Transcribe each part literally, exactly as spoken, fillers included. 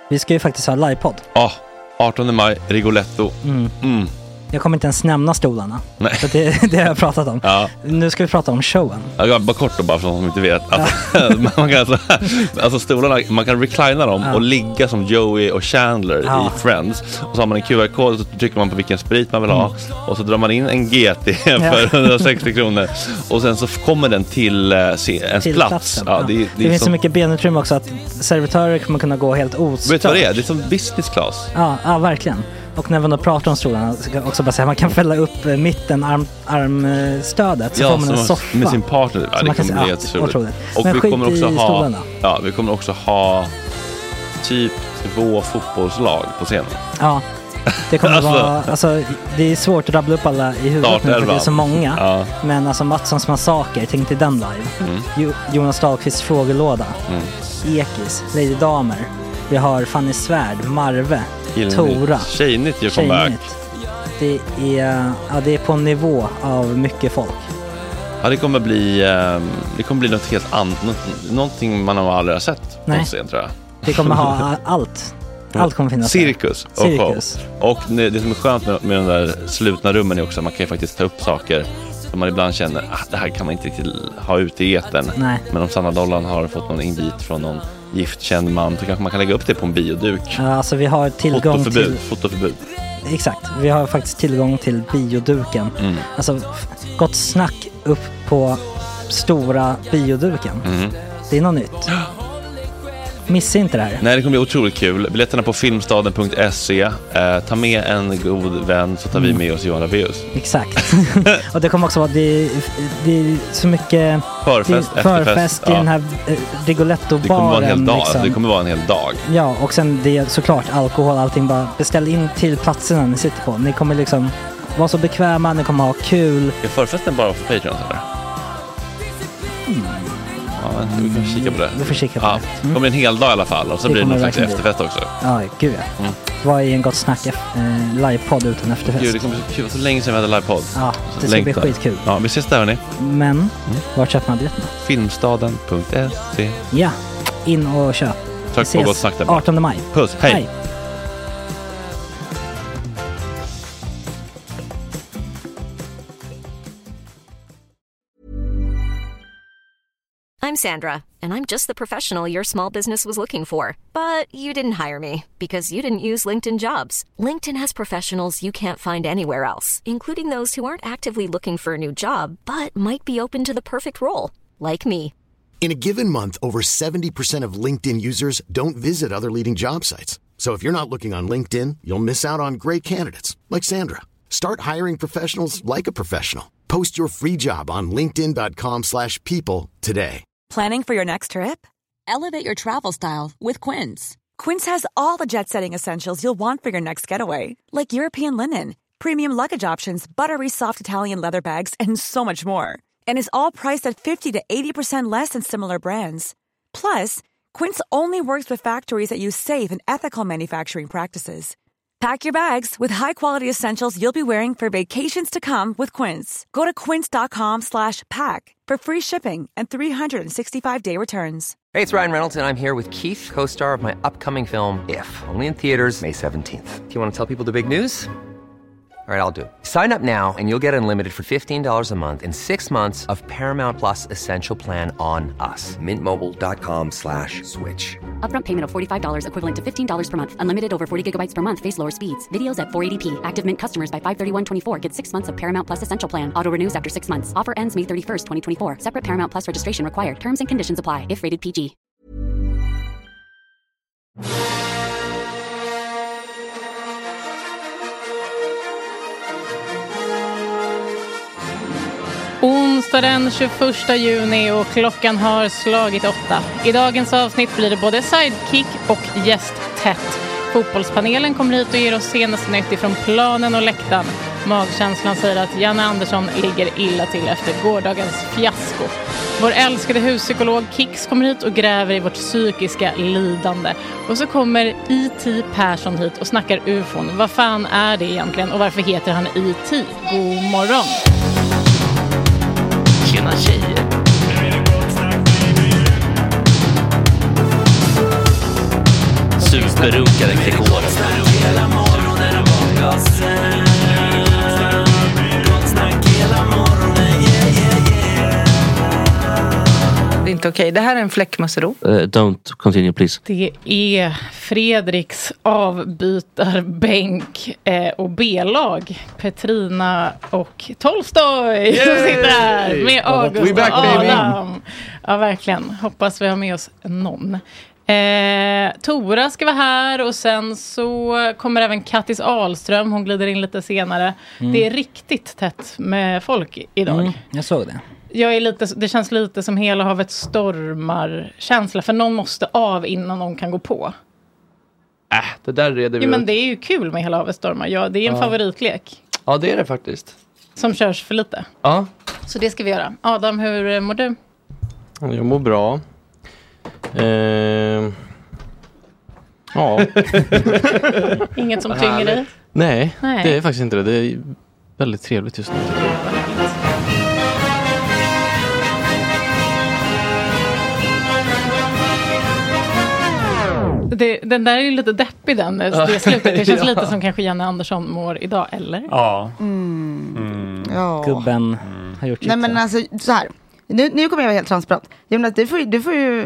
Vi ska ju faktiskt ha livepodd. Ja, oh, artonde maj, Rigoletto. Mm. Mm. Jag kommer inte ens nämna stolarna. Nej. För det, det har jag pratat om. Ja. Nu ska vi prata om showen. Ja, bara kort då, bara för de som inte vet. Alltså, man kan alltså, alltså stolarna, man kan reclina dem ja. och ligga som Joey och Chandler ja. i Friends. Och så har man en Q R-kod och så trycker man på vilken sprit man vill ha. Mm. Och så drar man in en G T för hundrasextio kronor. Och sen så kommer den till uh, ens till plats. Ja, ja. Det, det, det finns som... så mycket benutrymme också att servitörer kommer kunna gå helt ostört. Vet du vad det är? Det är som business class. Ja, ja verkligen. Och när man då pratar om stolarna så kan också bara säga att man kan fälla upp mitten arm, armstödet så ja, får man en soffa med sin partner. Ja, det kommer bli jätteroligt. Och men vi kommer också ha stolarna. Ja, vi kommer också ha typ två fotbollslag på scenen. Ja. Det kommer alltså, vara alltså det är svårt att rabbla upp alla i huvudet nu för det är så många. Ja. Men alltså Mattssons massaker, tänk till den live. Mm. Jo, Jonas Dahlqvists frågelåda. Mm. Ekis, Lady Damer. Vi har Fanny Svärd, Marve, Gillnytt. Tora. Tjejnytt gör comeback. Det är, ja, det är på en nivå av mycket folk. Ja, det kommer bli det kommer bli något helt annat, något, någonting man har aldrig har sett på scen, tror jag. Det kommer ha allt. Allt kommer finnas. Cirkus och Cirkus. show. Och det som är skönt med, med de där slutna rummen är också att man kan ju faktiskt ta upp saker som man ibland känner att det här kan man inte riktigt ha ute i etern. Nej. Men om Sanna Dollan har fått någon invit från någon giftkänd man så kanske man kan lägga upp det på en bioduk. Ja, alltså vi har tillgång fotoförbud, till... Fotoförbud. Exakt, vi har faktiskt tillgång till bioduken. Mm. Alltså gott snack upp på stora bioduken. Mm. Det är något nytt. Missa inte det här. Nej, det kommer bli otroligt kul. Biljetterna på filmstaden punkt se. Eh, ta med en god vän så tar mm. vi med oss Johan Rabaeus. Exakt. Och det kommer också vara det, det är så mycket förfest, det, förfest i ja. den här eh, Rigoletto-baren. Det kommer vara en hel dag. Liksom. Det kommer vara en hel dag. Ja, och sen det är såklart alkohol, allting. Bara beställ in till platserna ni sitter på. Ni kommer liksom vara så bekväma, ni kommer ha kul. Är förfesten bara för Patreon eller? Mm. Ja, vi kan kika på det. Vi får kika på ja, det. Mm. kommer en hel dag i alla fall. Och så det blir det någon slags efterfest också. Ja, gud ja. Mm. Vad är en gott snack eh, livepodd utan efterfest? Gud, det kommer så kul. Så länge sedan vi hade livepodd. Ja, det ska Längtar. bli skitkul. Ja, vi ses där hörni. Men, mm. var köper man biljetterna? filmstaden punkt se. Ja, in och köp. Tack på gott snack där. artonde maj. Puss, hej. hej. I'm Sandra, and I'm just the professional your small business was looking for. But you didn't hire me because you didn't use LinkedIn Jobs. LinkedIn has professionals you can't find anywhere else, including those who aren't actively looking for a new job, but might be open to the perfect role, like me. In a given month, over seventy percent of LinkedIn users don't visit other leading job sites. So if you're not looking on LinkedIn, you'll miss out on great candidates, like Sandra. Start hiring professionals like a professional. Post your free job on linkedin dot com slash people today. Planning for your next trip? Elevate your travel style with Quince. Quince has all the jet-setting essentials you'll want for your next getaway, like European linen, premium luggage options, buttery soft Italian leather bags, and so much more. And is all priced at fifty to eighty percent less than similar brands. Plus, Quince only works with factories that use safe and ethical manufacturing practices. Pack your bags with high-quality essentials you'll be wearing for vacations to come with Quince. Go to quince dot com slash pack for free shipping and three sixty-five day returns. Hey, it's Ryan Reynolds, and I'm here with Keith, co-star of my upcoming film, If, only in theaters May seventeenth. Do you want to tell people the big news? All right, I'll do it. Sign up now and you'll get unlimited for fifteen dollars a month and six months of Paramount Plus Essential Plan on us. Mint Mobile dot com slash switch. Upfront payment of forty-five dollars equivalent to fifteen dollars per month. Unlimited over forty gigabytes per month. Face lower speeds. Videos at four eighty p. Active Mint customers by five thirty-one twenty-four get six months of Paramount Plus Essential Plan. Auto renews after six months. Offer ends May thirty-first, twenty twenty-four. Separate Paramount Plus registration required. Terms and conditions apply if rated P G. Onsdag den tjugoförsta juni och klockan har slagit åtta. I dagens avsnitt blir det både sidekick och gäst tätt. Fotbollspanelen kommer hit och ger oss senaste nytt ifrån planen och läktaren. Magkänslan säger att Janne Andersson ligger illa till efter gårdagens fiasko. Vår älskade huspsykolog Kix kommer hit och gräver i vårt psykiska lidande. Och så kommer E T Persson hit och snackar U F O. Vad fan är det egentligen och varför heter han E T? God morgon! Tjena tjejer! Super berunkade kring håret. Det är inte okej. Det här är en fläckmussero. Uh, don't continue please. Det är Fredriks avbytarbänk eh, och B-lag. Petrina och Tolstoy som sitter här med August och Adam. Ja, verkligen. Hoppas vi har med oss någon. Eh, Tora ska vara här och sen så kommer även Kattis Ahlström. Hon glider in lite senare. Mm. Det är riktigt tätt med folk idag. Mm, jag såg det. Jag är lite, det känns lite som hela havet stormar känsla. För någon måste av innan någon kan gå på. Äh, det där reder vi jo, upp. Men det är ju kul med hela havet stormar. Ja, det är en ja. favoritlek. Ja, det är det faktiskt. Som körs för lite. Ja. Så det ska vi göra. Adam, hur mår du? Jag mår bra. Eh... Ja. Inget som tynger dig? Nej, Nej, det är faktiskt inte det. Det är väldigt trevligt just nu. Det, den där är ju lite deppig den, det slutet. Det känns ja. lite som kanske Janne Andersson mår idag, eller? Ja. Mm. Mm. ja. Gubben mm. har gjort Nej, men alltså, så här. Nu, nu kommer jag vara helt transparent. Jonas, du får, du får ju...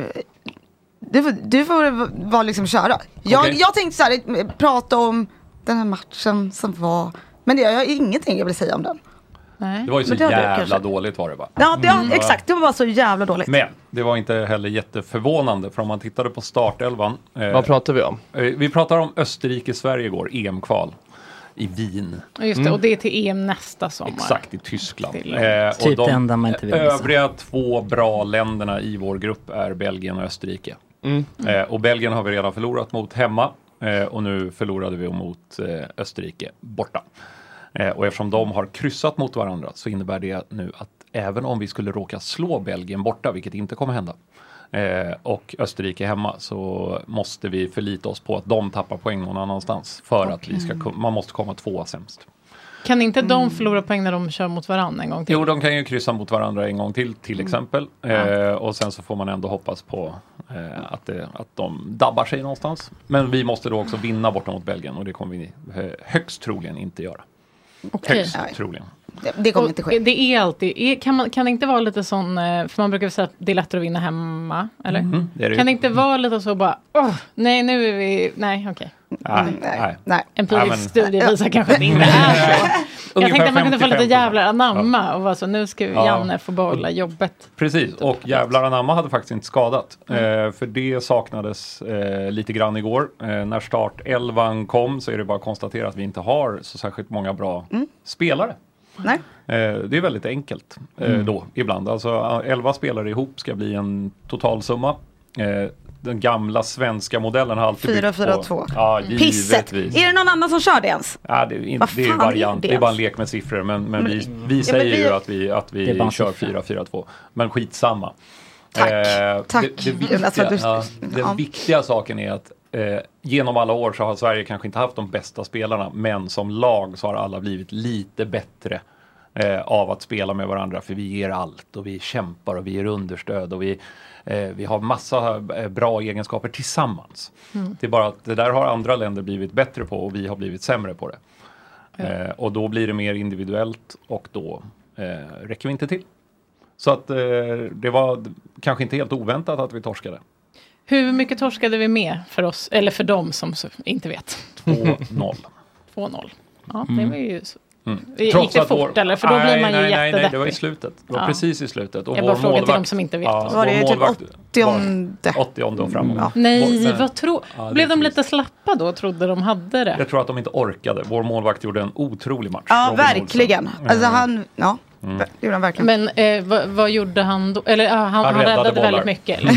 Du får, du får vara liksom köra. Jag, okay. jag tänkte så här, prata om den här matchen som var... Men det, jag har ingenting jag vill säga om den. Nej. Det var ju så jävla dåligt var det bara. Ja, det, mm. exakt. Det var så jävla dåligt. Men det var inte heller jätteförvånande. För om man tittade på startelvan. Eh, Vad pratar vi om? Eh, vi pratar om Österrike-Sverige igår. E M-kval. I Wien. Just det, mm. och det är till E M nästa sommar. Exakt, i Tyskland. Eh, och typ de det enda man inte vill övriga två bra länderna i vår grupp är Belgien och Österrike. Mm. Eh, och Belgien har vi redan förlorat mot hemma. Eh, och nu förlorade vi mot eh, Österrike borta. Eh, och eftersom de har kryssat mot varandra så innebär det nu att även om vi skulle råka slå Belgien borta, vilket inte kommer hända, eh, och Österrike hemma, så måste vi förlita oss på att de tappar poäng någon annanstans för okay. att vi ska, man måste komma tvåa sämst. Kan inte mm. de förlora poäng när de kör mot varandra en gång till? Jo, de kan ju kryssa mot varandra en gång till, till mm. exempel. Eh, och sen så får man ändå hoppas på eh, att, det, att de dabbar sig någonstans. Men vi måste då också vinna borta mot Belgien och det kommer vi eh, högst troligen inte göra. Okay. Högst troligen. Det, det kommer och inte ske. Det är alltid, kan, man, kan det inte vara lite sån, för man brukar säga att det är lättare att vinna hemma, eller? Mm, det det. Kan det inte vara lite så bara, åh, nej nu är vi, nej okej. Okay. Nej, nej, nej. Empirisk ja, studie visar kanske att det inte är så. Jag tänkte att man kunde få lite jävlar anamma ja. och vara så, nu ska Janne ja. få behålla jobbet. Precis, och jävlar anamma hade faktiskt inte skadat. Mm. Eh, för det saknades eh, lite grann igår. Eh, när startelvan kom så är det bara att konstatera att vi inte har så särskilt många bra mm. spelare. Nej. Eh, det är väldigt enkelt eh, mm. då ibland. Alltså elva spelare ihop ska bli en totalsumma. Eh, den gamla svenska modellen har alltid fyra fyra två. Ja, Pisset. Är det någon annan som kör det ens? Ja, det är, in, det är variant. Det, det är bara en lek med siffror. Men, men, men vi, vi ja, säger men vi, ju att vi, att vi kör fyra fyra två. Men skitsamma. Tack. Eh, Tack. Det, det, viktiga, ja, den ja. viktiga saken är att eh, genom alla år så har Sverige kanske inte haft de bästa spelarna. Men som lag så har alla blivit lite bättre eh, av att spela med varandra. För vi ger allt och vi kämpar och vi ger understöd och vi Eh, vi har massa eh, bra egenskaper tillsammans. Mm. Det är bara att det där har andra länder blivit bättre på och vi har blivit sämre på det. Ja. Eh, och då blir det mer individuellt och då eh, räcker vi inte till. Så att eh, det var kanske inte helt oväntat att vi torskade. Hur mycket torskade vi med för oss, eller för dem som inte vet? två noll. två noll. Ja, det var ju så. Mm. Gick det fort vår... eller? För då nej, blir man ju nej, jättedeppig. Nej, det var i slutet. Det var ja. precis i slutet. Och jag bara frågar till dem som inte vet. Ja, var det typ åttionde? åttionde och framåt. Ja. Nej, vår, vad tror... Ja, blev de lite slappa då? Trodde de hade det? Jag tror att de inte orkade. Vår målvakt gjorde en otrolig match. Ja, Robin verkligen. Olsen. Alltså han... Ja. Mm. Det gjorde han verkligen. Men eh, vad, vad gjorde han då? Eller ah, han, han, han räddade, räddade väldigt mycket. Eller?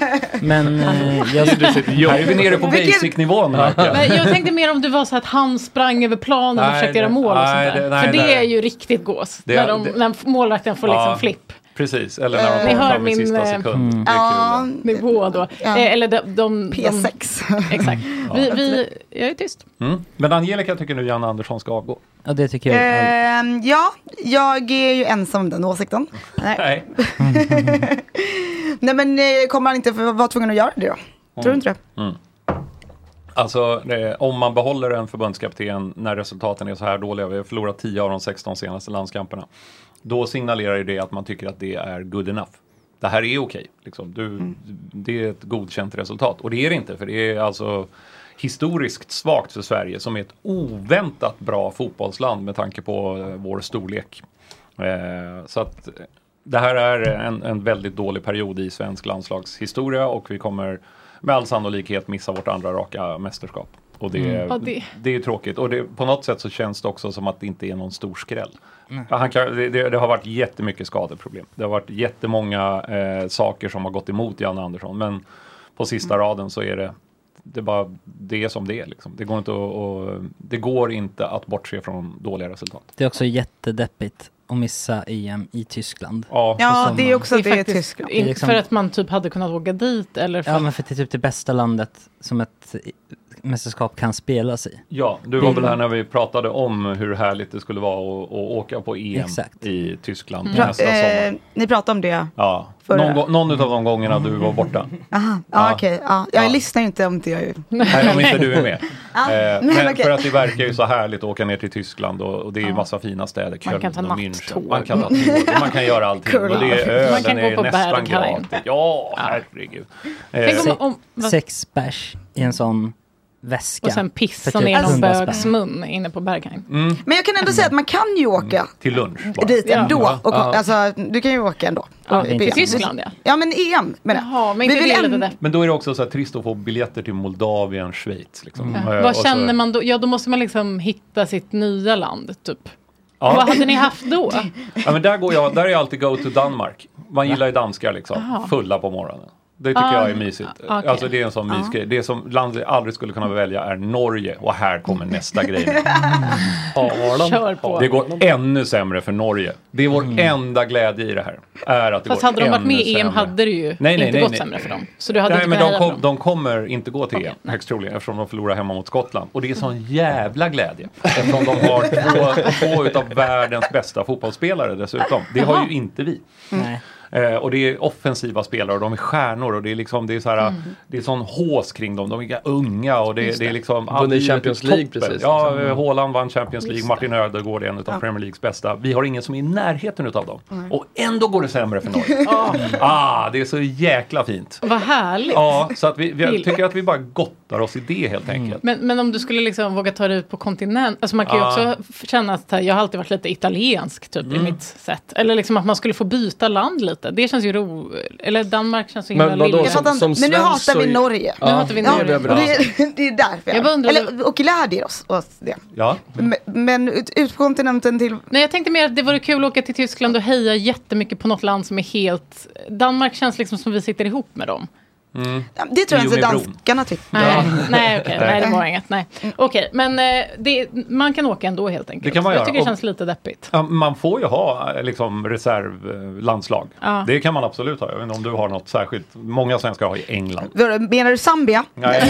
Men eh, jag... Här är vi nere på basic-nivån. Men jag tänkte mer om det var så att han sprang över planen nej, och försökte göra mål och nej, sånt där. Nej, För det nej. är ju riktigt gås. Det, när, de, det, när målvakten får liksom ja. flipp. Precis, eller när de kommer fram i sista sekund. Mm. Ja, nivå då. Ja. Eh, eller de, de, P sex. De, exakt. Ja. Vi, vi, jag är tyst. Mm. Men Angelica tycker nu Janne Andersson ska avgå. Ja, det tycker jag. Eh, ja, jag är ju ensam om den åsikten. Nej. Nej. Nej, men kommer han inte vara tvungen att göra det då? Tror du inte det? Mm. Alltså, det, om man behåller en förbundskapten när resultaten är så här dåliga, vi har förlorat tio av de sexton senaste landskamperna, då signalerar det att man tycker att det är good enough. Det här är okej. Liksom. Du, mm. Det är ett godkänt resultat. Och det är det inte, för det är alltså historiskt svagt för Sverige som är ett oväntat bra fotbollsland med tanke på eh, vår storlek. Eh, så att det här är en, en väldigt dålig period i svensk landslagshistoria och vi kommer med all sannolikhet missa vårt andra raka mästerskap. Och det, mm. det. det är tråkigt. Och det, på något sätt så känns det också som att det inte är någon stor skräll. Mm. Han kan, det, det har varit jättemycket skadeproblem. Det har varit jättemånga eh, saker som har gått emot Janne Andersson. Men på sista mm. raden så är det det, bara, det är som det är. Liksom. Det, går inte att, och, det går inte att bortse från dåliga resultat. Det är också jättedeppigt att missa E M i Tyskland. Ja, ja det är också det, är det faktiskt, Tyskland. In, liksom, för att man typ hade kunnat åka dit? Eller för ja, men för det är typ det bästa landet som ett mästerskap kan spelas i. Ja, du var väl här när vi pratade om hur härligt det skulle vara att, att åka på E M Exakt. I Tyskland mm. nästa eh, sommar. Ni pratade om det. Ja, någon, någon av de gångerna du var borta. Aha, ja, ja. okej. Okay, ja. Jag ja. lyssnar ju inte om det. Jag... Nej, om inte du är med. ja, eh, men okay. För att det verkar ju så härligt att åka ner till Tyskland och, och det är ju ja. massa fina städer. Man kan ta nattåg. Man kan ta tåg. Man kan göra allting. Cool. Och det är ölen man kan gå på nästan gratis. Ja, herregud. Eh, om, om, Sex bärs i en sån väska. Och sen pissa ner någon bögs mun inne på Berghain. Mm. Men jag kan ändå säga att man kan ju åka mm. till lunch bara. Dit ändå. Ja. Och, ja. Alltså, du kan ju åka ändå. Ja, till Tyskland, ja. Ja, men E M. Men, Jaha, men, inte det en... men då är det också så här trist att få biljetter till Moldavien, Schweiz. Liksom. Mm. Ja. Vad känner så... man då? Ja, då måste man liksom hitta sitt nya land, typ. Ja. Vad hade ni haft då? Ja, men där, går jag, där är jag alltid go to Danmark. Man gillar ju danskar liksom. Aha. Fulla på morgonen. Det tycker ah, jag är mysigt. Okay. Alltså det är en sån ah. mysgrej. Det som landet aldrig skulle kunna välja är Norge. Och här kommer nästa grej. Kör på. Det går ännu sämre för Norge. Det är vår mm. enda glädje i det här. Är att det Fast går hade de varit med i E M sämre. hade det ju nej, nej, inte nej, gått nej. sämre för dem. Så du hade nej, inte men de, kom, dem. de kommer inte gå till okay. E M högst troligen eftersom de förlorar hemma mot Skottland. Och det är sån jävla glädje. Eftersom de har två, två utav världens bästa fotbollsspelare dessutom. Det har ju inte vi. Mm. Nej. Eh, och det är offensiva spelare och de är stjärnor och det är liksom det är så här mm. det är sån hås kring dem. De är unga och det, det. det är liksom vann i Champions League precis. Ja, mm. Haaland vann Champions League, Martin Ödegaard är en av ja. Premier Leagues bästa. Vi har ingen som är i närheten utav dem. Mm. Och ändå går det sämre för Norge. oh. Ah, det är så jäkla fint. Vad härligt. Ja, så att vi, vi tycker att vi bara gottar oss i det helt enkelt. Mm. Men, men om du skulle liksom våga ta det ut på kontinent, alltså man kan ju ah. också känna att jag har alltid varit lite italiensk typ mm. i mitt sätt. Eller liksom att man skulle få byta land lite. Det känns ju ro... Eller Danmark känns så himla lilla. Som, som men nu hatar vi Norge. Ja. Nu hatar vi Norge. Ja, det, är, det är därför. Jag undrar, eller, och lär oss, oss det. Ja. Men, men ut, ut på kontinenten till... Nej, jag tänkte mer att det vore kul att åka till Tyskland och heja jättemycket på något land som är helt... Danmark känns liksom som vi sitter ihop med dem. Mm. Det tror jag inte danskarna tycker. Nej, nej okej. Okay. Nej, det var inget. Nej. Okej, okay, men eh, det, man kan åka ändå helt enkelt. Det kan man jag göra. tycker det känns lite deppigt. Ja, man får ju ha liksom reservlandslag. Ja. Det kan man absolut ha. Jag vet inte om du har något särskilt. Många svenskar har i England. Menar du Zambia? Nej.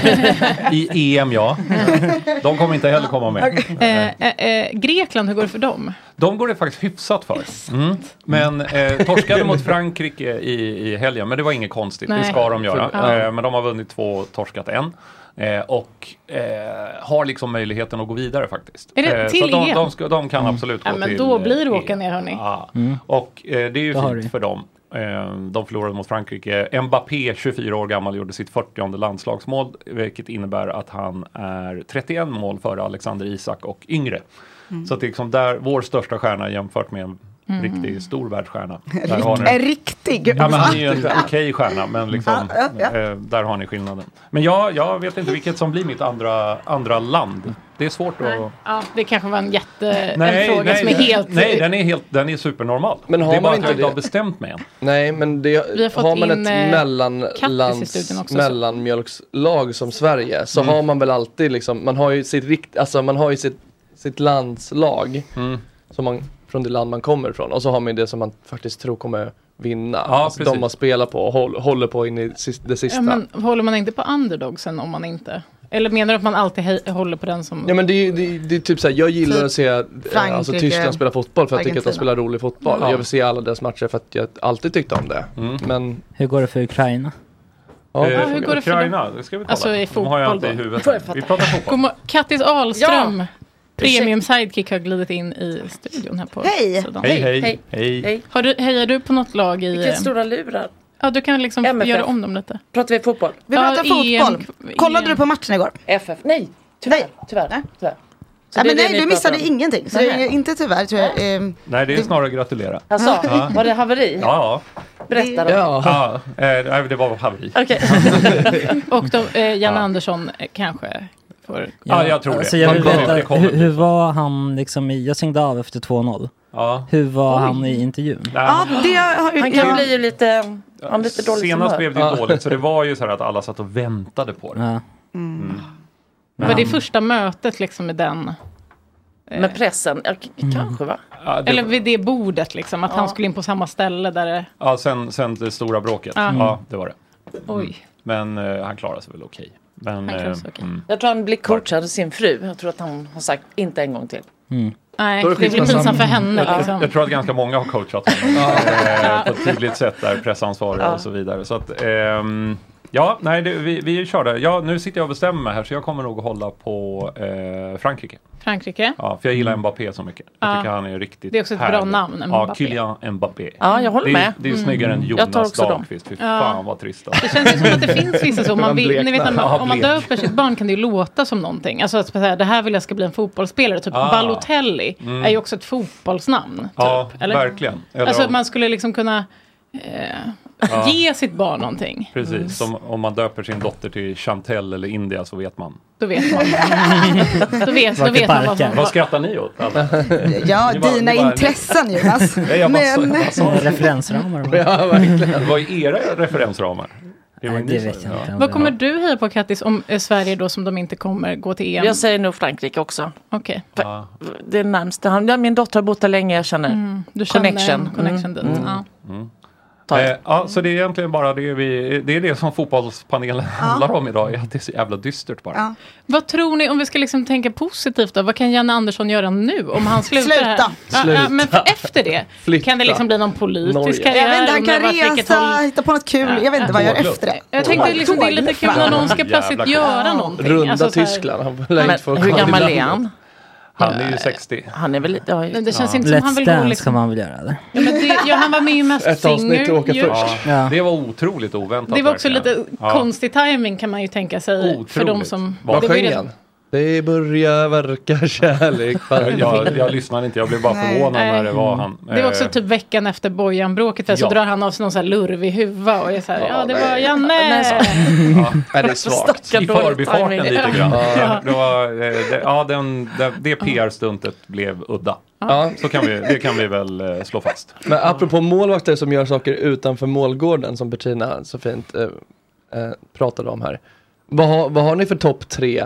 I E M, ja. De kommer inte heller komma med. Eh, eh, eh, Grekland, hur går det för dem? De går det faktiskt hyfsat för. Mm. Men eh, torskade mot Frankrike i, i helgen. Men det var inget konstigt. Nej. Det ska de göra. Ja. Eh, men de har vunnit två och torskat en. Eh, och eh, har liksom möjligheten att gå vidare faktiskt. Är det eh, till så de, E M? de, ska, de kan mm. absolut gå ja, men till då blir det eh, åka ner, hörni. Ja. Mm. Och eh, det är ju fint för dem. Eh, de förlorade mot Frankrike. Mbappé, tjugofyra år gammal, gjorde sitt fyrtionde landslagsmål. Vilket innebär att han är trettioett mål före Alexander Isak och yngre. Mm. Så att det är liksom där vår största stjärna jämfört med en mm. riktig stor världsstjärna. Där har ni... En riktig? Ja, men han är ju en okej okay stjärna, men liksom, ja, ja, ja. Eh, där har ni skillnaden. Men jag, jag vet inte vilket som blir mitt andra, andra land. Det är svårt nej. att... Ja, det kanske var en jätte... Nej, en fråga nej, som är helt... Nej, den är, helt, den är supernormal. Men har det är bara man inte att jag inte har bestämt mig än. Nej, men det, har, har man ett mellanlands, mellanmjölkslag som Sverige så mm. har man väl alltid liksom... Man har ju sitt, rikt, alltså, man har ju sitt, sitt landslag mm. som man, från det land man kommer ifrån. Och så har man det som man faktiskt tror kommer vinna. Ja, alltså, de man spelar på och håll, håller på in i det sista. Ja, men håller man inte på underdogsen om man inte... Eller menar du att man alltid hej, håller på den som... Ja, men det är, det är, det är typ så här, jag gillar typ att se äh, alltså, Tyskland spela fotboll för att jag tycker att de spelar rolig fotboll. Ja. Jag vill se alla deras matcher för att jag alltid tyckte om det. Mm. Men... Hur går det för Ukraina? Ja, eh, hur går det för Ukraina? Det ska vi kolla. Alltså i fotboll har jag inte i huvudet. Vi pratar fotboll. Kattis Ahlström, ja. Premium sidekick, har glidit in i studion här på hej. sidan. Hej, hej, hej. hej. hej. Har du, hejar du på något lag i... Vilka stora lurar. Ja, du kan liksom M F F. Göra om dem lite. Pratar vi fotboll? Vi pratar ja, fotboll. E M, Kollade e M. du på matchen igår? F F. Nej, tyvärr. Nej. Tyvärr. Nej. Tyvärr. Ja, men nej, du missade om. ingenting. Så det är inte tyvärr. Tror jag, eh, nej, det är snarare gratulera. Alltså, ja. Var det haveri? Ja. Berätta då. Ja, ja eh, det var haveri. Okej. Och då, eh, Jan ja. Andersson eh, kanske får... Ja, jag tror det. Alltså, jag vill veta, hur, hur var han liksom i... Jag stängde av efter två noll. Ja. Hur var Oj. han i intervjun? Ja, det har, han kan ja. bli ju lite... Han lite dålig. Senast blev det ja. dåligt, så det var ju så här att alla satt och väntade på det. Ja. Mm. Mm. Var det första mötet liksom med den... Med pressen, ja, mm. kanske va? Ja, Eller vid det bordet liksom, att ja. han skulle in på samma ställe där det... Ja, sen, sen det stora bråket. Mm. Ja, det var det. Oj. Men uh, han klarade sig väl okej. Okay. Men, uh, okay. mm. Jag tror han blir coachad av sin fru. Jag tror att han har sagt inte en gång till. Mm. Nej, det blir pinsamt för henne. Jag, liksom. jag tror att ganska många har coachat honom uh, på ett tydligt sätt där, pressansvarig ja. och så vidare. Så att... Um, Ja, nej, det, vi, vi körde. Ja, nu sitter jag och bestämmer mig här, så jag kommer nog att hålla på eh, Frankrike. Frankrike? Ja, för jag gillar Mbappé så mycket. Jag ja. tycker han är riktigt Det är också ett härlig. bra namn, Mbappé. Ja, Kylian Mbappé. Ja, jag håller det, med. Det är mm. snyggare än Jonas Dahlqvist. Fy fan ja. vad trist. Det känns ju som att det finns vissa så. Man vill, ni vet, om man, om man döper sitt barn kan det ju låta som någonting. Alltså att säga, det här vill jag ska bli en fotbollsspelare. Typ ah. Balotelli mm. är ju också ett fotbollsnamn. Typ. Ja, eller? verkligen. Eller alltså om... man skulle liksom kunna... Eh, Ja. Ge sitt barn någonting. Precis, mm. som om man döper sin dotter till Chantel eller India så vet man. Då vet man. då vet, då vet man vad som... Vad skrattar ni åt? Alltså? Ja, bara, dina bara, intressen Jonas. Nej, jag bara, Men... jag bara referensramar. Ja, verkligen. Vad är era referensramar? Det, Nej, det vet jag inte. Vad kommer du heja på, Kattis, om Sverige då som de inte kommer gå till E M? Jag säger nog Frankrike också. Okej. Okay. Ja. Det är närmast. Min dotter har bott där länge, jag känner mm. du connection. Känner connection mm. Mm. Ja. Mm. Eh, ja, så det är egentligen bara det vi, det är det som fotbollspanelen ja. handlar om idag. Att det är så jävla dystert bara. Ja. Vad tror ni, om vi ska liksom tänka positivt då? Vad kan Janne Andersson göra nu om han slutar? Sluta! Här? Sluta. Ja, men för efter det, Flytta. Kan det liksom bli någon politisk Norge. karriär? Jag vet inte, han kan resa, hitta på något kul. Ja. Jag vet inte vad jag gör efter det. Jag tänkte liksom det är lite kul när någon ska plötsligt göra någonting. Runda alltså, Tyskland. Han men, hur gammal är han? Han är ju sextio. Han är väl lite... Ja, men det känns ja. inte som Let's han vill Dance gå liksom. Kan man väl göra, eller? Ja, men det, ja, han var med i Masked Singer. Ett avsnitt åka först. Ja. Det var otroligt oväntat. Det var också verkligen. lite ja. konstig timing kan man ju tänka sig. Otroligt. För de som... Vad sjöng han? Det börjar verka kärlek. jag, jag, jag lyssnade inte, jag blev bara Nej. förvånad när det var han. Det var också typ veckan efter Bojan-bråket ja. så drar han av sig någon sån här lurv i huvudet och är så här, ja, ja det var Janne. ja. ja, det är svagt. I förbifarten lite grann. Ja. Det, var, det, ja, den, det, det P R-stuntet blev udda. Ja. Så kan vi, det kan vi väl eh, slå fast. Men apropå målvakter som gör saker utanför målgården som Bettina så fint eh, eh, pratade om här. Vad har, vad har ni för topp tre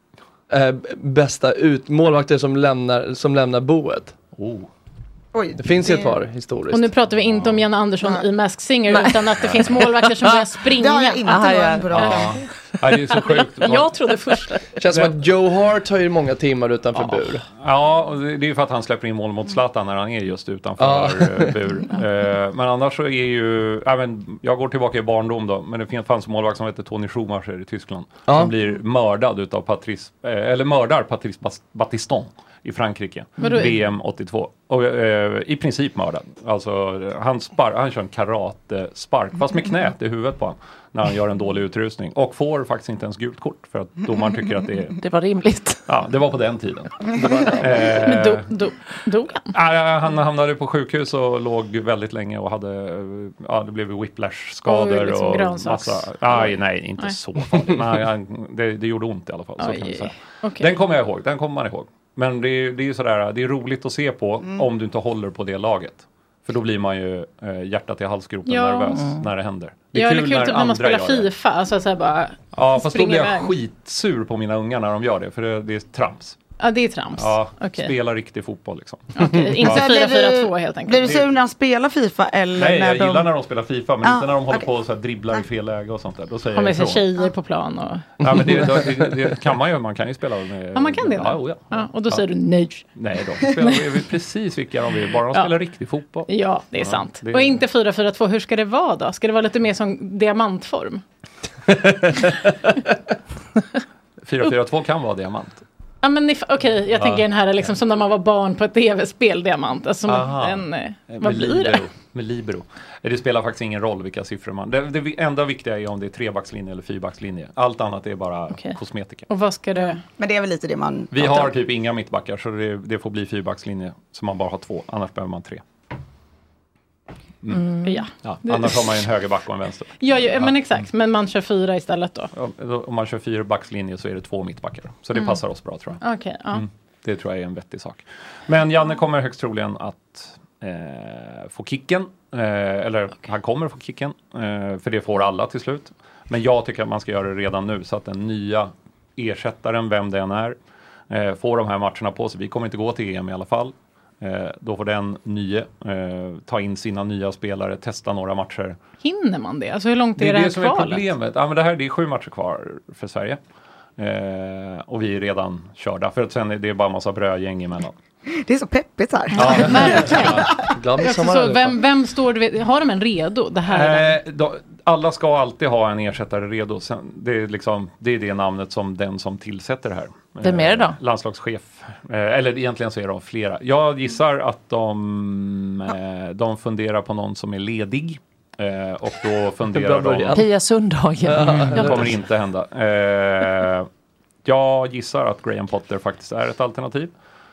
Eh, bästa ut målvakter som lämnar som lämnar boet. Oh. Oj, det finns det... ju ett par historiskt. Och nu pratar vi inte om Janne Andersson ja. i Masked Singer Nej. utan att det finns målvakter som börjar springa. Det har jag inte Aha, ja. bra. Ja. Ja, det är så sjukt. Jag trodde först. Det känns som att Joe Hart har ju många timmar utanför ja. bur. Ja, och det är ju för att han släpper in mål mot Zlatan när han är just utanför ja. bur. Men annars så är ju, även, jag går tillbaka i barndom då, men det fanns en målvakt som heter Tony Schumacher i Tyskland ja. som blir mördad utav Patrice, eller mördar Patrice Battiston i Frankrike. V M åttiotvå. Och eh, i princip mördad. Alltså han, spar, han kör en karate-spark fast med knät i huvudet på honom när han gör en dålig utrustning. Och får faktiskt inte ens gult kort för att domaren tycker att det är... Det var rimligt. Ja, det var på den tiden. eh, Men do, do, dog han? Ja, han hamnade på sjukhus och låg väldigt länge och hade... Ja, det blev whiplash-skador liksom och massa... Aj, nej, inte nej. så farligt. Nej, han, det, det gjorde ont i alla fall. Så kan vi säga. Okay. Den kommer jag ihåg, den kommer man ihåg. Men det är, det är ju sådär, det är roligt att se på mm. om du inte håller på det laget. För då blir man ju äh, hjärtat i halsgropen ja. nervös mm. när det händer. Det är ja, kul, det är kul när, typ när man spelar FIFA. Alltså, så här bara ja, fast då blir jag iväg. skitsur på mina ungar när de gör det. För det, det är trams. Ja, det är trams. Ja, okay. spela riktig fotboll liksom. Okay. Inte ja. fyra fyra två helt enkelt. Blir du sur när de spelar FIFA? Eller Nej, när jag de... gillar när de spelar FIFA. Men ah, inte när de håller okay. på och så här dribblar i fel läge och sånt där. Då säger har med jag sig tjejer på plan. Och... Ja, men det, det, det kan man ju. Man kan ju spela med... Ja, man kan det. Ja, oh, ja. Ja, och då ja. säger du nej. Nej, de spelar precis vilka de vill. Bara de ja. spelar riktig fotboll. Ja, det är ja, sant. Det är... Och inte fyra fyra två. Hur ska det vara då? Ska det vara lite mer som diamantform? fyra fyra två kan vara diamant. Ja, men okej, okay, jag ja. tänker den här liksom som när man var barn på ett tv-spel, diamant. Alltså Aha. en, en vad med blir libero. det? Med libero. Det spelar faktiskt ingen roll vilka siffror man... Det, det enda viktiga är om det är trebackslinje eller fyrbackslinje. Allt annat är bara okay. kosmetika. Och vad ska det... Men det är väl lite det man... Vi har typ inga mittbackar så det, det får bli fyrbackslinje. Så man bara har två, annars behöver man tre. Mm. Mm. Ja. Ja, annars har man ju en högerback och en vänster. Ja, ja, men exakt. Men man kör fyra istället då? Ja, om man kör fyra backslinje så är det två mittbackar. Så det mm. passar oss bra, tror jag. Okay, ja. mm. Det tror jag är en vettig sak. Men Janne kommer högst troligen att eh, få kicken. Eh, eller okay. han kommer få kicken. Eh, för det får alla till slut. Men jag tycker att man ska göra det redan nu. Så att den nya ersättaren, vem det än är, eh, får de här matcherna på sig. Vi kommer inte gå till E M i alla fall. Eh, då får den nya eh, ta in sina nya spelare, testa några matcher. Hinner man det? Alltså hur långt är det, det här är det som kvalet? är problemet. Ja, men det här det är sju matcher kvar för Sverige. Eh, och vi är redan körda. För att sen är det bara en massa brödgäng emellan. Det är så peppigt här. Ja, ja. Så vem, vem står du, har de en redo? Det här eh, då, alla ska alltid ha en ersättare redo. Sen, det, är liksom, det är det namnet som den som tillsätter det här. Vem är det då? Eh, landslagschef. Eh, eller egentligen så är det flera. Jag gissar att de, eh, de funderar på någon som är ledig. Eh, och då funderar de... Pia Sundhagen. Det kommer inte hända. Eh, jag gissar att Graham Potter faktiskt är ett alternativ.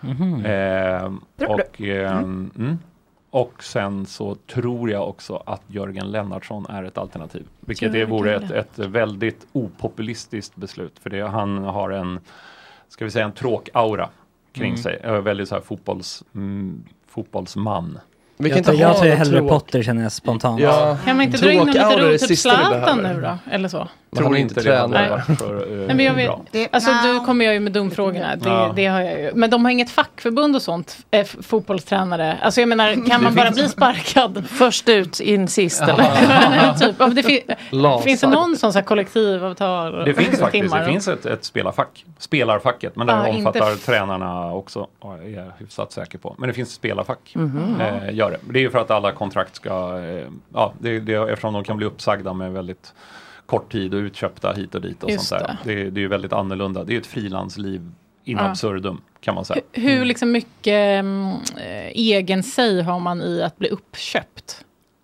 Mm-hmm. Eh, och, eh, mm. Mm. och sen så tror jag också att Jörgen Lennartsson är ett alternativ. Vilket det vore ett, ett väldigt opopulistiskt beslut. För det, han har en, ska vi säga en tråk-aura kring mm. sig. Äh, väldigt så här fotbolls, mm, fotbollsman. Vi kan jag tar, jag tar hellre tråk. Potter känner jag spontant. Ja. Kan man inte dra in någon lite ro, typ Zlatan nu då? Eller så? Jag tror inte det. För, uh, men jag vet, det, alltså no. du kommer jag ju med domfrågorna. Det, ja. det har jag ju. Men de har inget fackförbund och sånt. Äh, fotbollstränare. Alltså jag menar, kan man bara bli sparkad? Först ut, in sist eller? typ. Det fin- finns det någon sån så här kollektivavtal? Det finns faktiskt. Det finns ett, ett spelarfack. Spelarfacket. Men det ah, omfattar f- tränarna också. Är jag hyfsat säker på. Men det finns spelarfack. Mm-hmm. Eh, gör det. Det är ju för att alla kontrakt ska... Eh, ja, det, det, eftersom de kan bli uppsagda med väldigt kort tid och utköpta hit och dit och Just sånt där. Det, det, det är ju väldigt annorlunda. Det är ju ett frilansliv in ja. absurdum kan man säga. H- hur liksom mycket äh, egen sig har man i att bli uppköpt?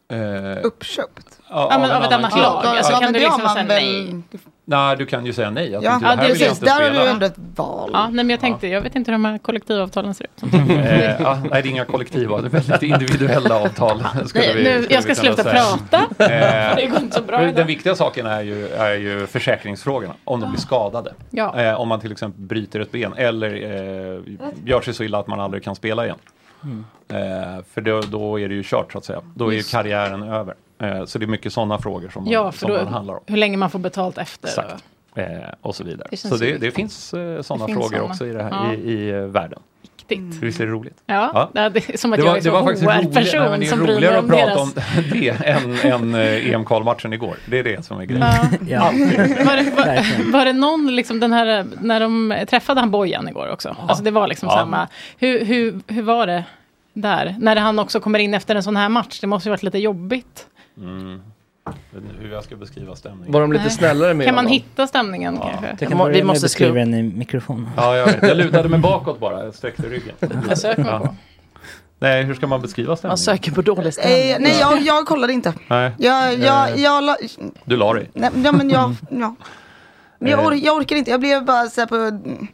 Uh, uppköpt? Ja, ja men av, av ett annat lag. Ja, alltså, ja, kan du liksom säga väl... nej? Nej, du kan ju säga nej. Att ja, inte, ja det här precis. Där spela. har du ändå ett val. Ja, nej, men jag tänkte, jag vet inte hur de här kollektivavtalen ser ut. eh, ja, nej, det är inga kollektivavtal. Det är väldigt individuella avtal. Nej, vi, nu, jag ska sluta säga. prata. eh, det går inte så bra. Den viktiga saken är ju, är ju försäkringsfrågorna. Om de blir skadade. Ja. Eh, om man till exempel bryter ett ben. Eller eh, gör sig så illa att man aldrig kan spela igen. Mm. Eh, för då, då är det ju kört så att säga. Då är ju karriären över. Eh, så det är mycket sådana frågor som, ja, man, som då, man handlar om. Hur länge man får betalt efter. Exakt. Eh, och så vidare. Det så det, det finns eh, sådana frågor såna. också i, det här, ja. i, i uh, världen. Viktigt. Visst är det roligt? Ja, ja. Det är som att det jag var, är så H R-person som bryr mig om deras... Det är roligare att prata om det än, än uh, E M-kvalmatchen igår. Det är det som är grejen. Ja. Ja. var, det, var, var det någon, liksom den här, när de träffade han Bojan igår också? Ja. Alltså det var liksom ja. samma. Hur, hur, hur var det där? När han också kommer in efter en sån här match. Det måste ju varit lite jobbigt. Mm. Hur jag ska beskriva stämningen. Var de lite snällare med Kan man honom? hitta stämningen ja. kanske? Kan vi måste skriva den i mikrofonen. Ja, jag vet. Jag lutade mig bakåt bara. Jag sträckte ryggen. Jag söker mig ja. på. Nej, hur ska man beskriva stämningen? Man söker på dålig stämning. Eh, nej, jag, jag kollade inte. Nej. Jag, jag, jag, jag la, du la dig? Nej, ja, men jag... Ja. Men jag, or, jag orkar inte. Jag blev bara så här på...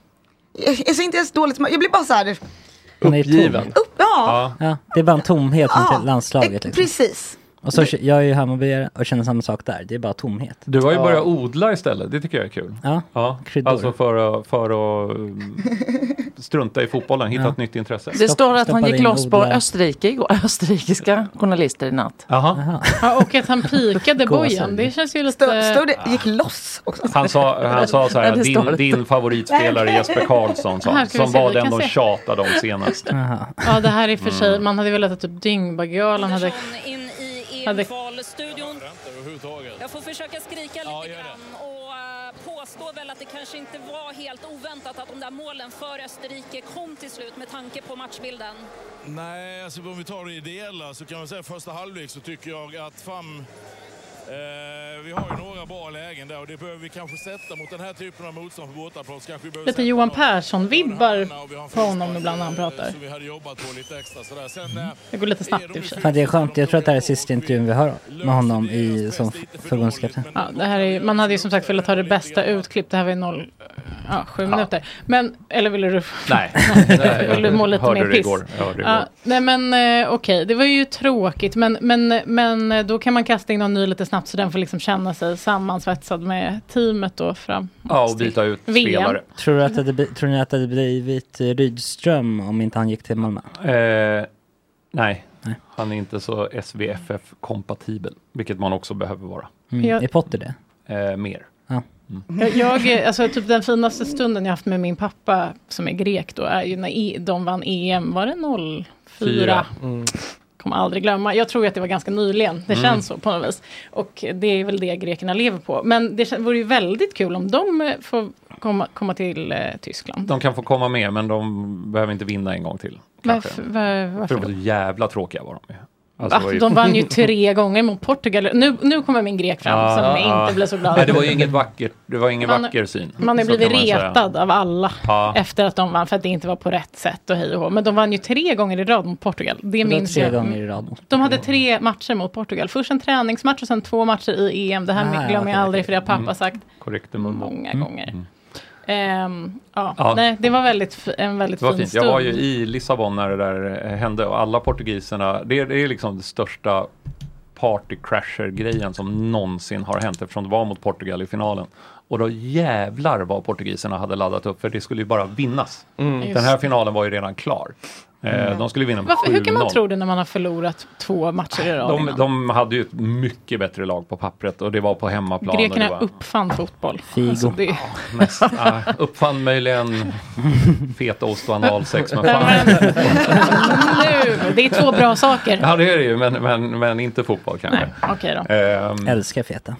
Jag, jag ser inte ens dåligt. Jag blev bara så här... Uppgiven. Upp, ja. ja. Det är bara en tomhet ja. till landslaget. Liksom. Precis. Och så jag är ju Hammarbyare och känner samma sak där. Det är bara tomhet. Du har ju börjat odla istället. Det tycker jag är kul. Ja, ja. Alltså för att, för att strunta i fotbollen. Hitta ja. ett nytt intresse. Det Stopp, står att han gick loss på Österrike igår. Österrikiska journalister i natt. Jaha. Ja, och att han pikade Bojan. Det känns ju lite... Stod, stod det, gick loss också. Han sa, han sa så här, din, din favoritspelare Jesper Karlsson som, som var den de tjatade om senast. Aha. Ja, det här är för sig. Man hade velat att typ Dyngbagölan hade... Hade... Jag får försöka skrika lite ja, grann och uh, påstå väl att det kanske inte var helt oväntat att de där målen för Österrike kom till slut med tanke på matchbilden. Nej, alltså om vi tar det ideella så kan man säga första halvlek så tycker jag att Fram Vi har ju några bra lägen där och det behöver vi kanske sätta mot den här typen av motstånd på bortaplan. Lite Johan Persson-vibbar på honom ibland när han pratar. Så vi hade jobbat på lite extra sådär. Sen, det går lite snabbt i och för sig. Fan, det är skönt. Jag tror att det här är sista intervjun vi har med honom i, som förbundskapten. Ja, det här är, man hade ju som sagt velat ta det bästa utklipp. Det här var ju noll, ja, sju ja. minuter. Men, eller ville du... Nej. nej vill du må lite mer piss? Ja, nej men eh, okej, okay. Det var ju tråkigt. Men, men, men då kan man kasta in någon ny lite snabbt så den får liksom känna sig sammansvetsad med teamet då fram. Ja, och byta ut V M. Spelare. Tror, du att det, tror ni att det hade blivit Rydström om inte han gick till Malmö? Eh, nej. nej, han är inte så S V F F-kompatibel, vilket man också behöver vara. Mm. Jag, är Potter det? Eh, mer. Ja. Mm. Jag, jag, alltså typ den finaste stunden jag haft med min pappa som är grek då är ju när de vann E M, var det noll fyra? Mm. Kommer aldrig glömma. Jag tror att det var ganska nyligen. Det mm. känns så på något vis. Och det är väl det grekerna lever på. Men det vore ju väldigt kul om de får komma, komma till eh, Tyskland. De kan få komma med, men de behöver inte vinna en gång till. Varför? Var, varför? För det var så jävla tråkiga var de ju. Alltså, ah, var ju... De vann ju tre gånger mot Portugal. Nu, nu kommer min grek fram ah, som ah, inte blir så glad. Nej, det var ju inget vackert, det var ingen man, vacker syn. Man har blivit retad av alla ah. efter att de vann för att det inte var på rätt sätt och hej och hå. Men de vann ju tre gånger i rad mot Portugal. Det minns tre jag. gånger i rad. De hade tre matcher mot Portugal. Först en träningsmatch och sen två matcher i E M. Det här ah, glömmer jag aldrig för det har pappa mm. sagt Korrekt, många mm. gånger. Mm. Um, ja, ja. Nej, det var väldigt, en väldigt det var fin fint. stund. Jag var ju i Lissabon när det där hände och alla portugiserna, det, det är liksom det största partycrasher-grejen som någonsin har hänt eftersom det var mot Portugal i finalen. Och då jävlar vad portugiserna hade laddat upp för det skulle ju bara vinnas. Mm. Den här finalen var ju redan klar. Mm. De skulle vinna med Varför, sju noll. Hur kan man tro det när man har förlorat två matcher i rad? De, de hade ju ett mycket bättre lag på pappret och det var på hemmaplan. Grekerna det var... uppfann fotboll. Figo. Alltså det... ja, näst, ah, uppfann möjligen fetaost och analsex. Men fan. Nu, det är två bra saker. Ja, det är det ju, men, men, men inte fotboll kanske. Nej, okej då. Um... Älskar feta.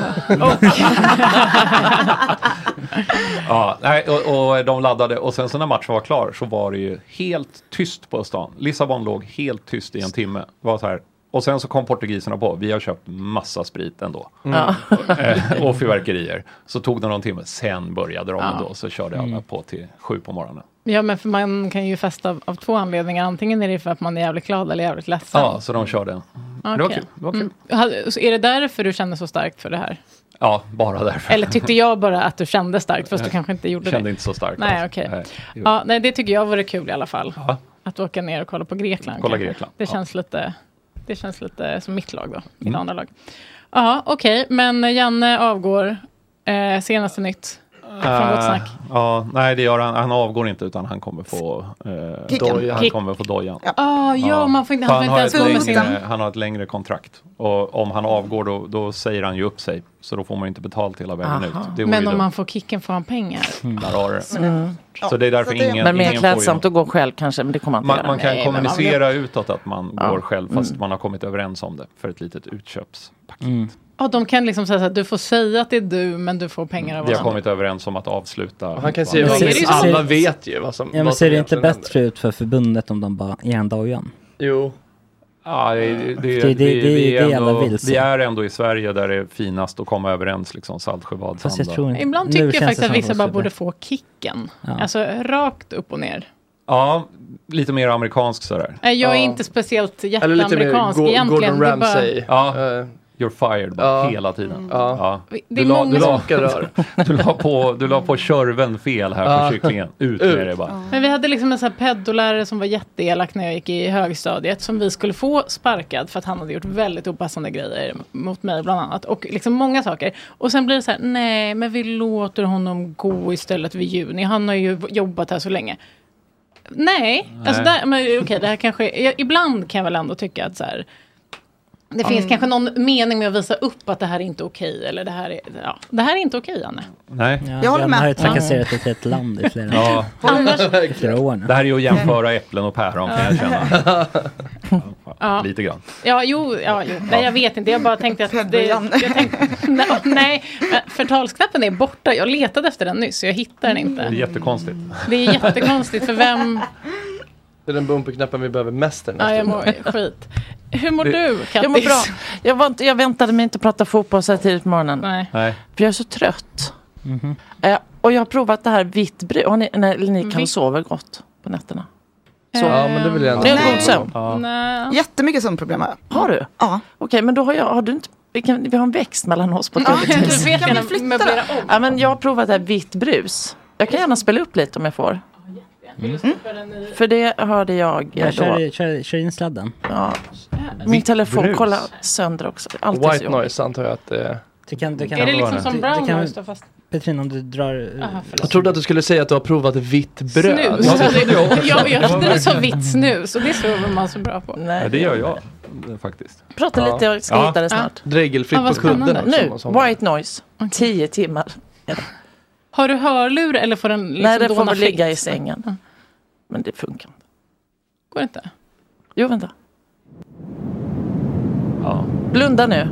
ja, nej, och, och de laddade och sen så när matchen var klar så var det ju helt tyst på stan. Lissabon låg helt tyst i en timme. Det var så här. Och sen så kom portugiserna på. Vi har köpt massa sprit ändå. Mm. och, och fyrverkerier. Så tog det någon timme. Sen började de ja. ändå. Så körde alla mm. på till sju på morgonen. Ja, men för man kan ju festa av, av två anledningar. Antingen är det för att man är jävligt glad eller jävligt ledsen. Ja, så de körde. Okay. Det var kul. Det var kul. Mm. Så är det därför du känner så starkt för det här? Ja, bara därför. Eller tyckte jag bara att du kände starkt fast du kanske inte gjorde det? Jag kände inte så starkt. Nej, okej. Okay. Ja, nej, det tycker jag vore kul i alla fall. Ja. Att åka ner och kolla på Grekland. Kolla Grekland. Det känns ja. lite det känns lite som mitt lag då, mitt mm. andra lag. Ja, okej, okay. Men Janne avgår eh, senaste nytt från uh, Gott Snack. Ja, nej det gör han. Han avgår inte utan han kommer få eh, doja, han kommer få dojan. Ja, ah, ja, ja, man får inte, han, han, inte har ens längre, han har ett längre kontrakt. Och om han avgår då, då säger han ju upp sig. Så då får man inte betalt hela vägen Aha. ut. Det men om man får kicken får han pengar. Mm. Där har det. Mm. Så det är därför så ingen... Men mer klädsamt att gå själv kanske, men det kommer man inte man, göra. Man kan Nej, kommunicera man utåt att man ja. går själv fast mm. man har kommit överens om det för ett litet utköpspaket. Mm. Ja, de kan liksom säga att du får säga att det är du men du får pengar av Vi har kommit överens om att avsluta. Och han kan säga vad alla vet ju vad som Ja, men ser det inte bättre ut för förbundet om de bara är en dojan? Jo. Ja, det, det, det, det, vi, vi, är ändå, vi är ändå i Sverige där det är finast att komma överens liksom Saltsjöbads anda. Ibland tycker jag faktiskt att vissa bara borde få kicken. Ja. Alltså rakt upp och ner. Ja, lite mer amerikansk sådär. Jag är ja. inte speciellt jätteamerikansk Go- egentligen. Gordon Ramsay. Bara... Ja. You're fired bara, ja. hela tiden. Mm. Ja. Ja. Du, la, du, la, du, la på, du la på körven fel här ja. på kycklingen. Ut med det bara. Ja. Men vi hade liksom en sån här peddolärare som var jätteelak när jag gick i högstadiet. Som vi skulle få sparkad för att han hade gjort väldigt opassande grejer mot mig bland annat. Och liksom många saker. Och sen blir det så här, nej men vi låter honom gå istället vid juni. Han har ju jobbat här så länge. Nej, nej. Alltså där, men okej okay, det här kanske, jag, ibland kan jag väl ändå tycka att så här... Det finns mm. kanske någon mening med att visa upp att det här är inte okej. Eller det här är, ja, det här är inte okej, Anne. Nej. Ja, jag håller med. Jag har ju trakasserat ett helt land i flera, ja. Annars... flera år nu. Det här är ju att jämföra äpplen och päron kan jag känna. Ja. Lite grann. Ja, jo, ja, jo. Nej, jag vet inte. Jag bara tänkte att... Det, jag tänkte, nej, förtalsknappen är borta. Jag letade efter den nyss, så jag hittar den inte. Det är jättekonstigt. Det är jättekonstigt, för vem... Det är den bumperknappen vi behöver mest. Ja, jag mår skit. Hur mår det, du, Kattis? Jag mår bra. Jag, var inte, jag väntade mig inte att prata fotboll så här tidigt på morgonen. Nej. Nej. För jag är så trött. Mm-hmm. Eh, och jag har provat det här vitt brus. Ni, nej, ni kan vitt. Sova gott på nätterna. Så. Ja, men det vill jag inte. Det är god sömn. Ja. Nej. Jättemycket sömnproblem har jag. Har du? Ja. Okej, okay, men då har jag, har du inte, vi, kan, vi har en växt mellan oss på ja, T V. du vet, kan vi flytta det? Ja, men jag har provat det här vitt brus. Jag kan gärna spela upp lite om jag får. Mm. Mm. För det hörde jag ja, då. Kör, kör, kör in sladden. Ja. Min telefon brus. Kolla sönder också. Alltid White noise antar jag att det du kan, du kan är det liksom som brown kan, noise då fast? Petrin, om du drar... Aha, jag trodde att du skulle säga att du har provat vitt bröd. Snus. Ja, jag trodde det så vitt snus och det sover man så bra på. Nej, ja, det gör jag faktiskt. Prata ja. lite, jag ska ja. hitta det snart. Ja. Dregelfritt ja, på kudden. Nu, white noise. Okay. Tio timmar. Har du hörlur eller får den liksom nej, det får väl ligga i sängen. Mm. Men det funkar inte. Går det inte? Jo, vänta. Ja. Blunda nu.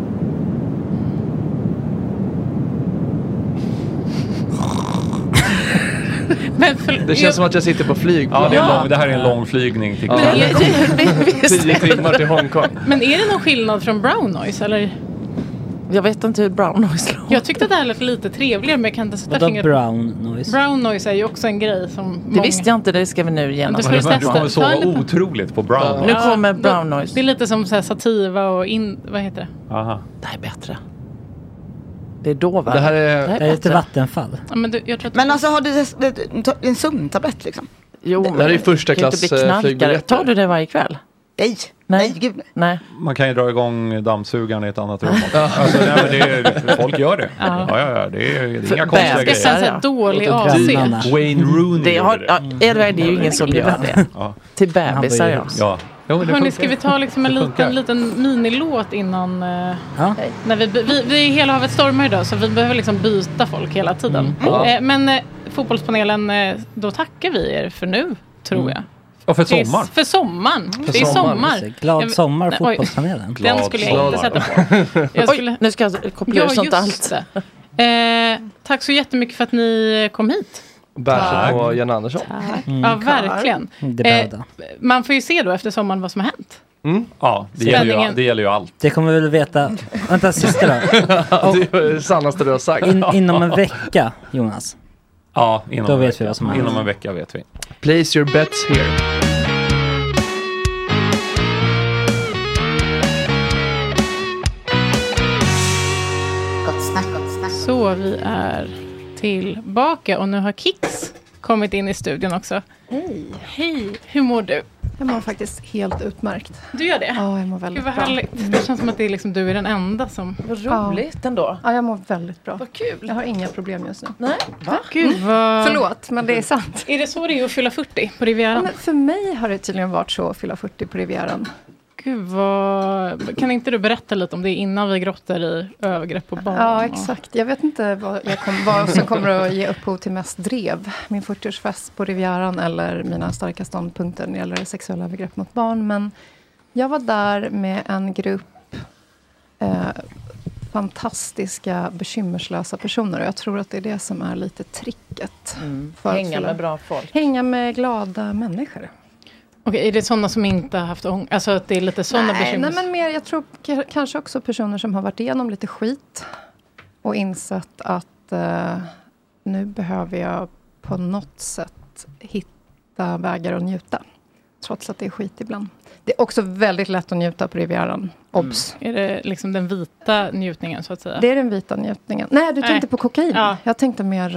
Men för, det känns jag, som att jag sitter på flyg. Ja, det, är lång, det här är en lång flygning till ja. Tio timmar till Hongkong. Men är det någon skillnad från brown noise eller? Jag vet inte hur brown noise låter. Jag tyckte att det här lät lite trevligare men jag kan inte sätta fingret på brown noise. Brown noise är ju också en grej som det många... visste jag inte, det ska vi nu genast. Du, du kommer sova otroligt på brown noise. Nu kommer brown noise. Det är lite som så här sativa och in... Vad heter det? Aha. Det här är bättre. Det är då va? Det här är, det här är lite vattenfall. Ja, men du, jag tror att men alltså har du en sömntablett liksom? Jo, det här är ju första klass flygbiljetter. Tar du det varje kväll? Nej, nej, nej, gud nej. Man kan ju dra igång dammsugaren i ett annat rum. Alltså, nej, men det är, folk gör det. Ja, ja, ja. Det är, det är inga konstiga grejer. Det känns så dålig A C. Wayne Rooney det har, ja, Edvard, det är ju ingen som gör det. Ja. Till bebisar, ja. ja. Jo, hörrni, ska vi ta liksom en liten, liten minilåt innan... Uh, ja. När vi, vi, vi är hela havet stormar idag så vi behöver liksom byta folk hela tiden. Mm. Ja. Eh, men eh, fotbollspanelen, eh, då tackar vi er för nu, tror mm. jag. Och för sommar. För sommaren. För det är sommar. sommar. Glad sommar, fotbollspanelen. Den skulle jag inte sätta på. Jag skulle... Oj, nu ska jag koppla ur sånt allt. Eh, tack så jättemycket för att ni kom hit. Bärs och Jan Andersson. Mm. Ja, verkligen. Eh, man får ju se då efter sommaren vad som har hänt. Mm. Ja, det gäller, ju, det gäller ju allt. Det kommer vi väl veta. Vänta, sista då. Det är det sannaste du har sagt. In, inom en vecka, Jonas. Ja, inom, då vet vecka. Vi vad som inom händer. en vecka vet vi. Place your bets here. Så vi är tillbaka och nu har Kix kommit in i studion också. Hej. Hej, hur mår du? Jag mår faktiskt helt utmärkt. Du gör det? Ja, jag mår väldigt Gud, vad bra. Mm. Det känns som att det är liksom, du är den enda som... Vad roligt ja. Ändå. Ja, jag mår väldigt bra. Vad kul. Jag har inga problem just nu. Nej, va? Gud, vad... Förlåt, men det är sant. Är det så det är att fylla fyrtio på Rivieran? Ja, för mig har det tydligen varit så att fylla fyrtio på Rivieran. Gud, vad... Kan inte du berätta lite om det innan vi grottar i övergrepp på barn? Ja, exakt. Jag vet inte vad, jag kom, vad som kommer att ge upphov till mest drev. Min fyrtioårsfest på Rivieran eller mina starka ståndpunkter när det gäller sexuella övergrepp mot barn. Men jag var där med en grupp eh, fantastiska, bekymmerslösa personer. Och jag tror att det är det som är lite tricket. Mm. För Hänga med bra folk. Hänga med glada människor. Okej, är det sådana som inte har haft ångest? Alltså att det är lite sådana nej, bekymmer? Nej, men mer, jag tror k- kanske också personer som har varit igenom lite skit. Och insett att eh, nu behöver jag på något sätt hitta vägar att njuta. Trots att det är skit ibland. Det är också väldigt lätt att njuta på Rivieran. Obs. Mm. Är det liksom den vita njutningen så att säga? Det är den vita njutningen. Nej, du tänkte Nej. på kokain. Ja. Jag tänkte mer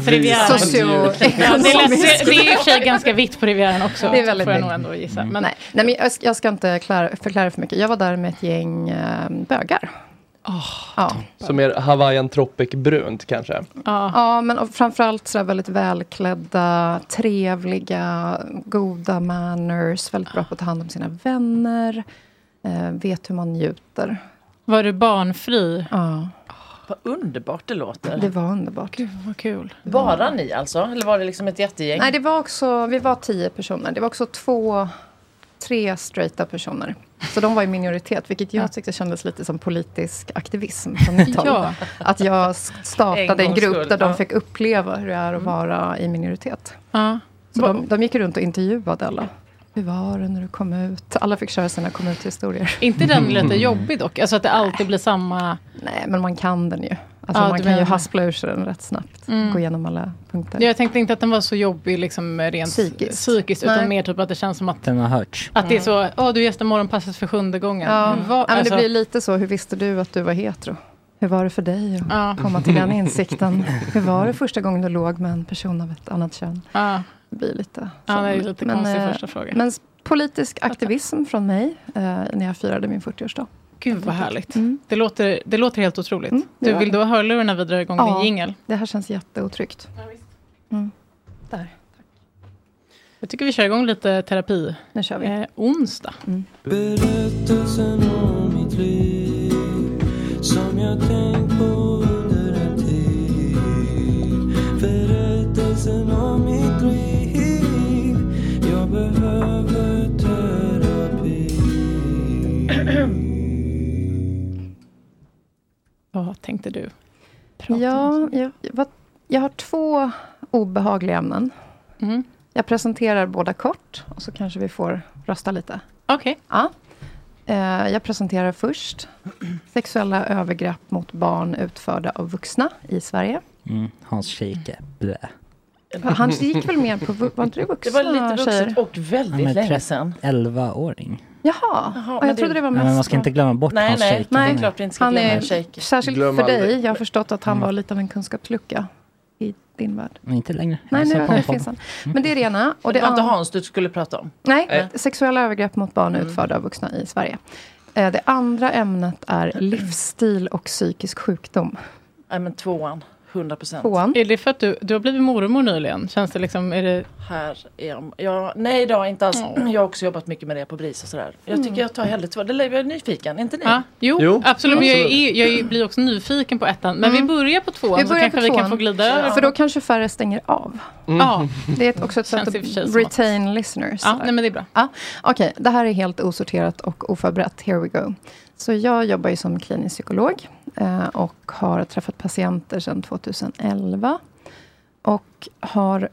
socioekonomiskt. Det är i och för sig ganska vitt på Rivieran också. Det är väldigt får jag nog ändå gissa. Mm. Men... Nej. Nej, men jag, jag ska inte klara, förklara för mycket. Jag var där med ett gäng äh, bögar. Oh, ja. Som är Hawaiian Tropic brunt kanske. Ja, ja men och framförallt så väldigt välklädda, trevliga, goda manners, väldigt bra på att ta hand om sina vänner, eh, vet hur man njuter. Var du barnfri? Ja. Vad underbart det låter. Det var underbart. Gud, vad kul. Bara ni alltså? Eller var det liksom ett jättegäng? Nej, det var också, vi var tio personer. Det var också två... tre straighta personer. Så de var i minoritet, vilket jag tyckte kändes lite som politisk aktivism från mitt håll. Ja. Att jag startade en, en grupp där ja. de fick uppleva hur det är att vara i minoritet. Ja. Så de, de gick runt och intervjuade alla. hur var det när du kom ut? Alla fick köra sina kom ut-historier. Inte den lite jobbig dock? Alltså att det alltid blir samma... Nej, men man kan den ju. Alltså ja, man kan ju haspla ur sig den rätt snabbt. Mm. Gå igenom alla punkter. Jag tänkte inte att den var så jobbig liksom rent psykiskt. psykiskt utan mer typ att det känns som att... Den har hörts. Att det är så, åh oh, du gästar morgonpasset för sjunde gången. Ja, var, ja men alltså... det blir lite så. Hur visste du att du var hetero? Hur var det för dig att ja. komma till den insikten? Hur var det första gången du låg med en person av ett annat kön? Ja. Det blir lite... Ja, det är lite men, konstig eh, första fråga. Men politisk aktivism från mig eh, när jag firade min fyrtioårsdag. Gud vad härligt. Mm. Det, låter, det låter helt otroligt. Mm, du vill det. då höra när vi drar igång ja, din jingle? Det här känns jätteotryggt. Ja, visst. Mm. Där. Tack. Jag tycker vi kör igång lite terapi. Nu kör vi. Eh, onsdag. Mm. Berättelsen om mitt liv som jag tänkt på under en tid. Berättelsen om mitt liv. Jag behöver terapi. Vad tänkte du? Ja, jag, jag, jag har två obehagliga ämnen. Mm. Jag presenterar båda kort och så kanske vi får rösta lite. Okej. Okay. Ja. Eh, jag presenterar först sexuella övergrepp mot barn utförda av vuxna i Sverige. Mm, Hans Scheike, blä. Han gick väl mer på, var inte det vuxna Det var lite tjejer? vuxet och väldigt ja, länge sedan. elva-åring. Jaha, Jaha och jag trodde det, det var mest. Men man ska inte glömma bort nej, Hans nej, Scheike. Nej, klart vi inte ska han glömma är, Scheike. Särskilt Glöm för aldrig. dig. Jag har förstått att han mm. var lite av en kunskapslucka i din värld. Men inte längre. Nej, nu, nu finns han. Mm. Men det är det ena. Och det, det var inte an... Hans du skulle prata om. Nej, nej. Sexuella övergrepp mot barn mm. utförda av vuxna i Sverige. Det andra ämnet är livsstil och psykisk sjukdom. Nej, men tvåan. hundra procent. Tvåan. Är det för att du, du har blivit mormor nyligen? Känns det liksom, är det... Här är jag. Ja, nej då, inte alls. Mm. Jag har också jobbat mycket med det på BRIS och sådär. Jag tycker mm. jag tar hellre två. Det är jag nyfiken, inte ni? Ja, jo, jo, absolut. Men jag, är, jag blir också nyfiken på ettan. Men mm. vi börjar på tvåan vi så kanske vi kan få glida över. För då kanske färre stänger av. Mm. Ja. Det är också ett sätt att retain att... listeners. Ja, nej, men det är bra. Ja. Okej, okay, det här är helt osorterat och oförberett. Here we go. Så jag jobbar ju som klinisk psykolog eh, och har träffat patienter sedan tjugoelva. Och har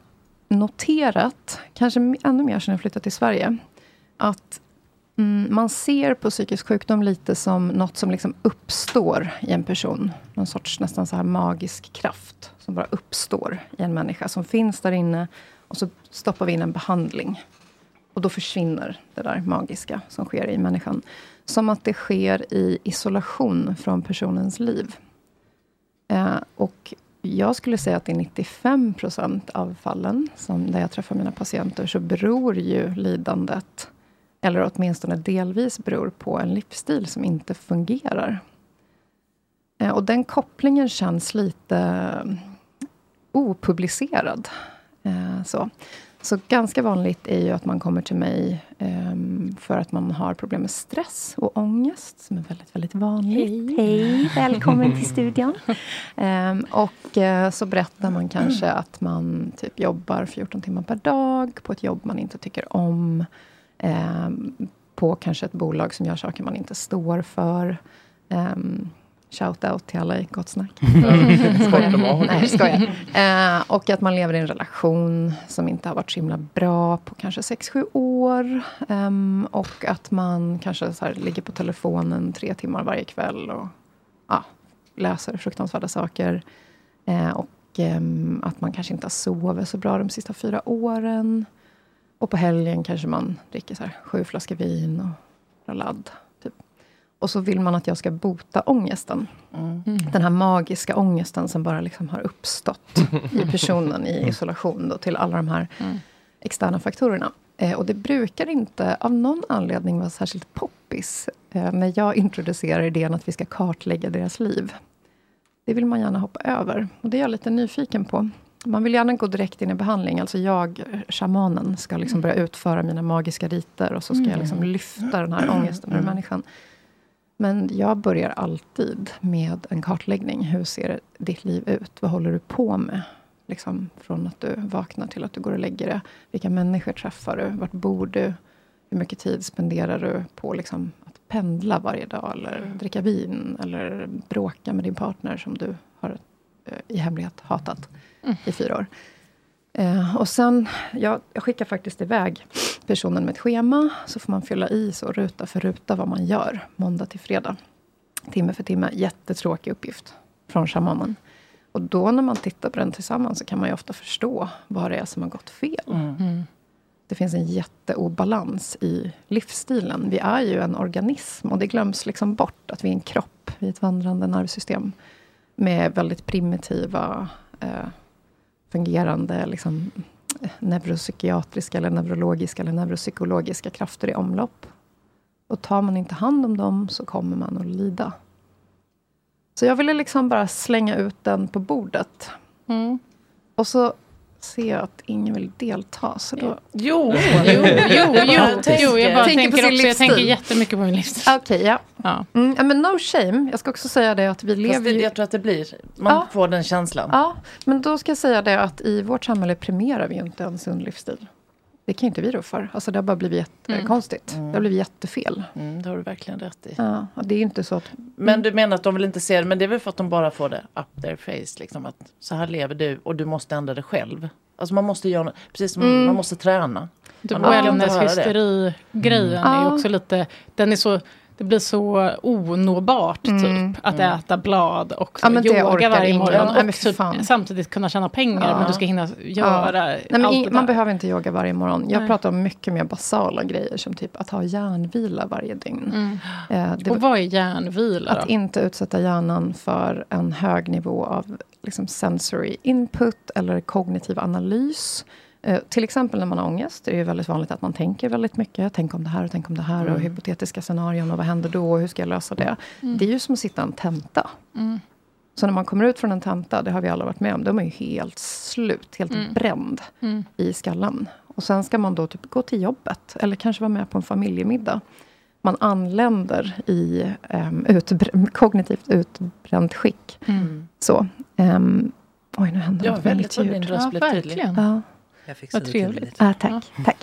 noterat, kanske ännu mer sedan jag flyttat till Sverige, att mm, man ser på psykisk sjukdom lite som något som liksom uppstår i en person. Någon sorts nästan så här magisk kraft som bara uppstår i en människa som finns där inne. Och så stoppar vi in en behandling. Och då försvinner det där magiska som sker i människan. Som att det sker i isolation från personens liv. Eh, och jag skulle säga att i nittiofem procent av fallen som där jag träffar mina patienter så beror ju lidandet, eller åtminstone delvis beror på en livsstil som inte fungerar. Eh, och den kopplingen känns lite opublicerad. Eh, så. Så ganska vanligt är ju att man kommer till mig um, för att man har problem med stress och ångest som är väldigt, väldigt vanligt. Hej, Hej välkommen till studion. Um, och uh, så berättar man kanske att man typ jobbar fjorton timmar per dag på ett jobb man inte tycker om. Um, på kanske ett bolag som gör saker man inte står för. Um, Shout out till alla i Gott Snack. Mm. Nej, skojar. Eh, och att man lever i en relation som inte har varit så himla bra på kanske sex sju år. Um, och att man kanske så här ligger på telefonen tre timmar varje kväll och ja, läser fruktansvärda saker. Eh, och um, att man kanske inte har sovit så bra de sista fyra åren. Och på helgen kanske man dricker så här sju flaskor vin och ladd. Och så vill man att jag ska bota ångesten. Mm. Den här magiska ångesten som bara liksom har uppstått i personen i isolation då, till alla de här mm. externa faktorerna. Eh, och det brukar inte av någon anledning vara särskilt poppis eh, när jag introducerar idén att vi ska kartlägga deras liv. Det vill man gärna hoppa över. Och det är jag lite nyfiken på. Man vill gärna gå direkt in i behandling. Alltså jag, shamanen, ska liksom börja utföra mina magiska riter. Och så ska jag liksom lyfta den här ångesten ur människan. Men jag börjar alltid med en kartläggning. Hur ser ditt liv ut? Vad håller du på med? Liksom från att du vaknar till att du går och lägger dig. Vilka människor träffar du? Vart bor du? Hur mycket tid spenderar du på liksom att pendla varje dag? Eller dricka vin? Eller bråka med din partner som du har eh, i hemlighet hatat mm. i fyra år? Eh, och sen, jag, jag skickar faktiskt iväg personen med ett schema. Så får man fylla i så ruta för ruta vad man gör. Måndag till fredag. Timme för timme. Jättetråkig uppgift från shamanen. Och då när man tittar på den tillsammans så kan man ju ofta förstå vad det är som har gått fel. Mm. Det finns en jätteobalans i livsstilen. Vi är ju en organism och det glöms liksom bort att vi är en kropp. Vi är ett vandrande nervsystem med väldigt primitiva eh, fungerande liksom, neuropsykiatriska eller neurologiska eller neuropsykologiska krafter i omlopp. Och tar man inte hand om dem så kommer man att lida. Så jag ville liksom bara slänga ut den på bordet. Mm. Och så ser jag att ingen vill delta. Så då... Jo, jo, jo, jo, jo, tänker, jo jag bara tänker tänker på också, sin jag tänker jättemycket på min livsstil. Okej, okay, ja. Ja. Mm, men no shame. Jag ska också säga det att vi lever det, ju... Jag tror att det blir, man ja. får den känslan. Ja, men då ska jag säga det att i vårt samhälle premierar vi ju inte en sund livsstil. Det kan inte vi då för. Alltså det har bara blivit jättekonstigt. Mm. Det har blivit jättefel. Mm, det har du verkligen rätt i. Ja, och det är ju inte så att... Men du menar att de vill inte se det, men det är väl för att de bara får det up their face. Liksom, att så här lever du och du måste ändra det själv. Alltså man måste göra, precis som mm. man måste träna. Wellness-hysteri-grejen mm. är också lite, den är så, det blir så onåbart typ, mm. att mm. äta blad och ja, yoga varje morgon ja, och typ, samtidigt kunna tjäna pengar, ja. men du ska hinna göra ja. Nej, men allt in, det man där. behöver inte yoga varje morgon. Jag Nej. pratar om mycket mer basala grejer som typ att ha hjärnvila varje dygn. Mm. Eh, det, och vad är hjärnvila då? Att inte utsätta hjärnan för en hög nivå av liksom, sensory input eller kognitiv analys. Uh, till exempel när man har ångest är det ju väldigt vanligt att man tänker väldigt mycket. Tänk om det här och tänk om det här mm. och hypotetiska scenarion och vad händer då och hur ska jag lösa det? Mm. Det är ju som att sitta en tenta. Mm. Så när man kommer ut från en tenta, det har vi alla varit med om, då är man ju helt slut, helt mm. bränd mm. i skallen. Och sen ska man då typ gå till jobbet eller kanske vara med på en familjemiddag. Man anländer i um, utbr- kognitivt utbränt skick. Mm. Så, um, oj nu händer ja, något väldigt ljud. Din röst ja, blev tydlig. Ja. Jag fixade vad trevligt. Ah, tack, ja. tack.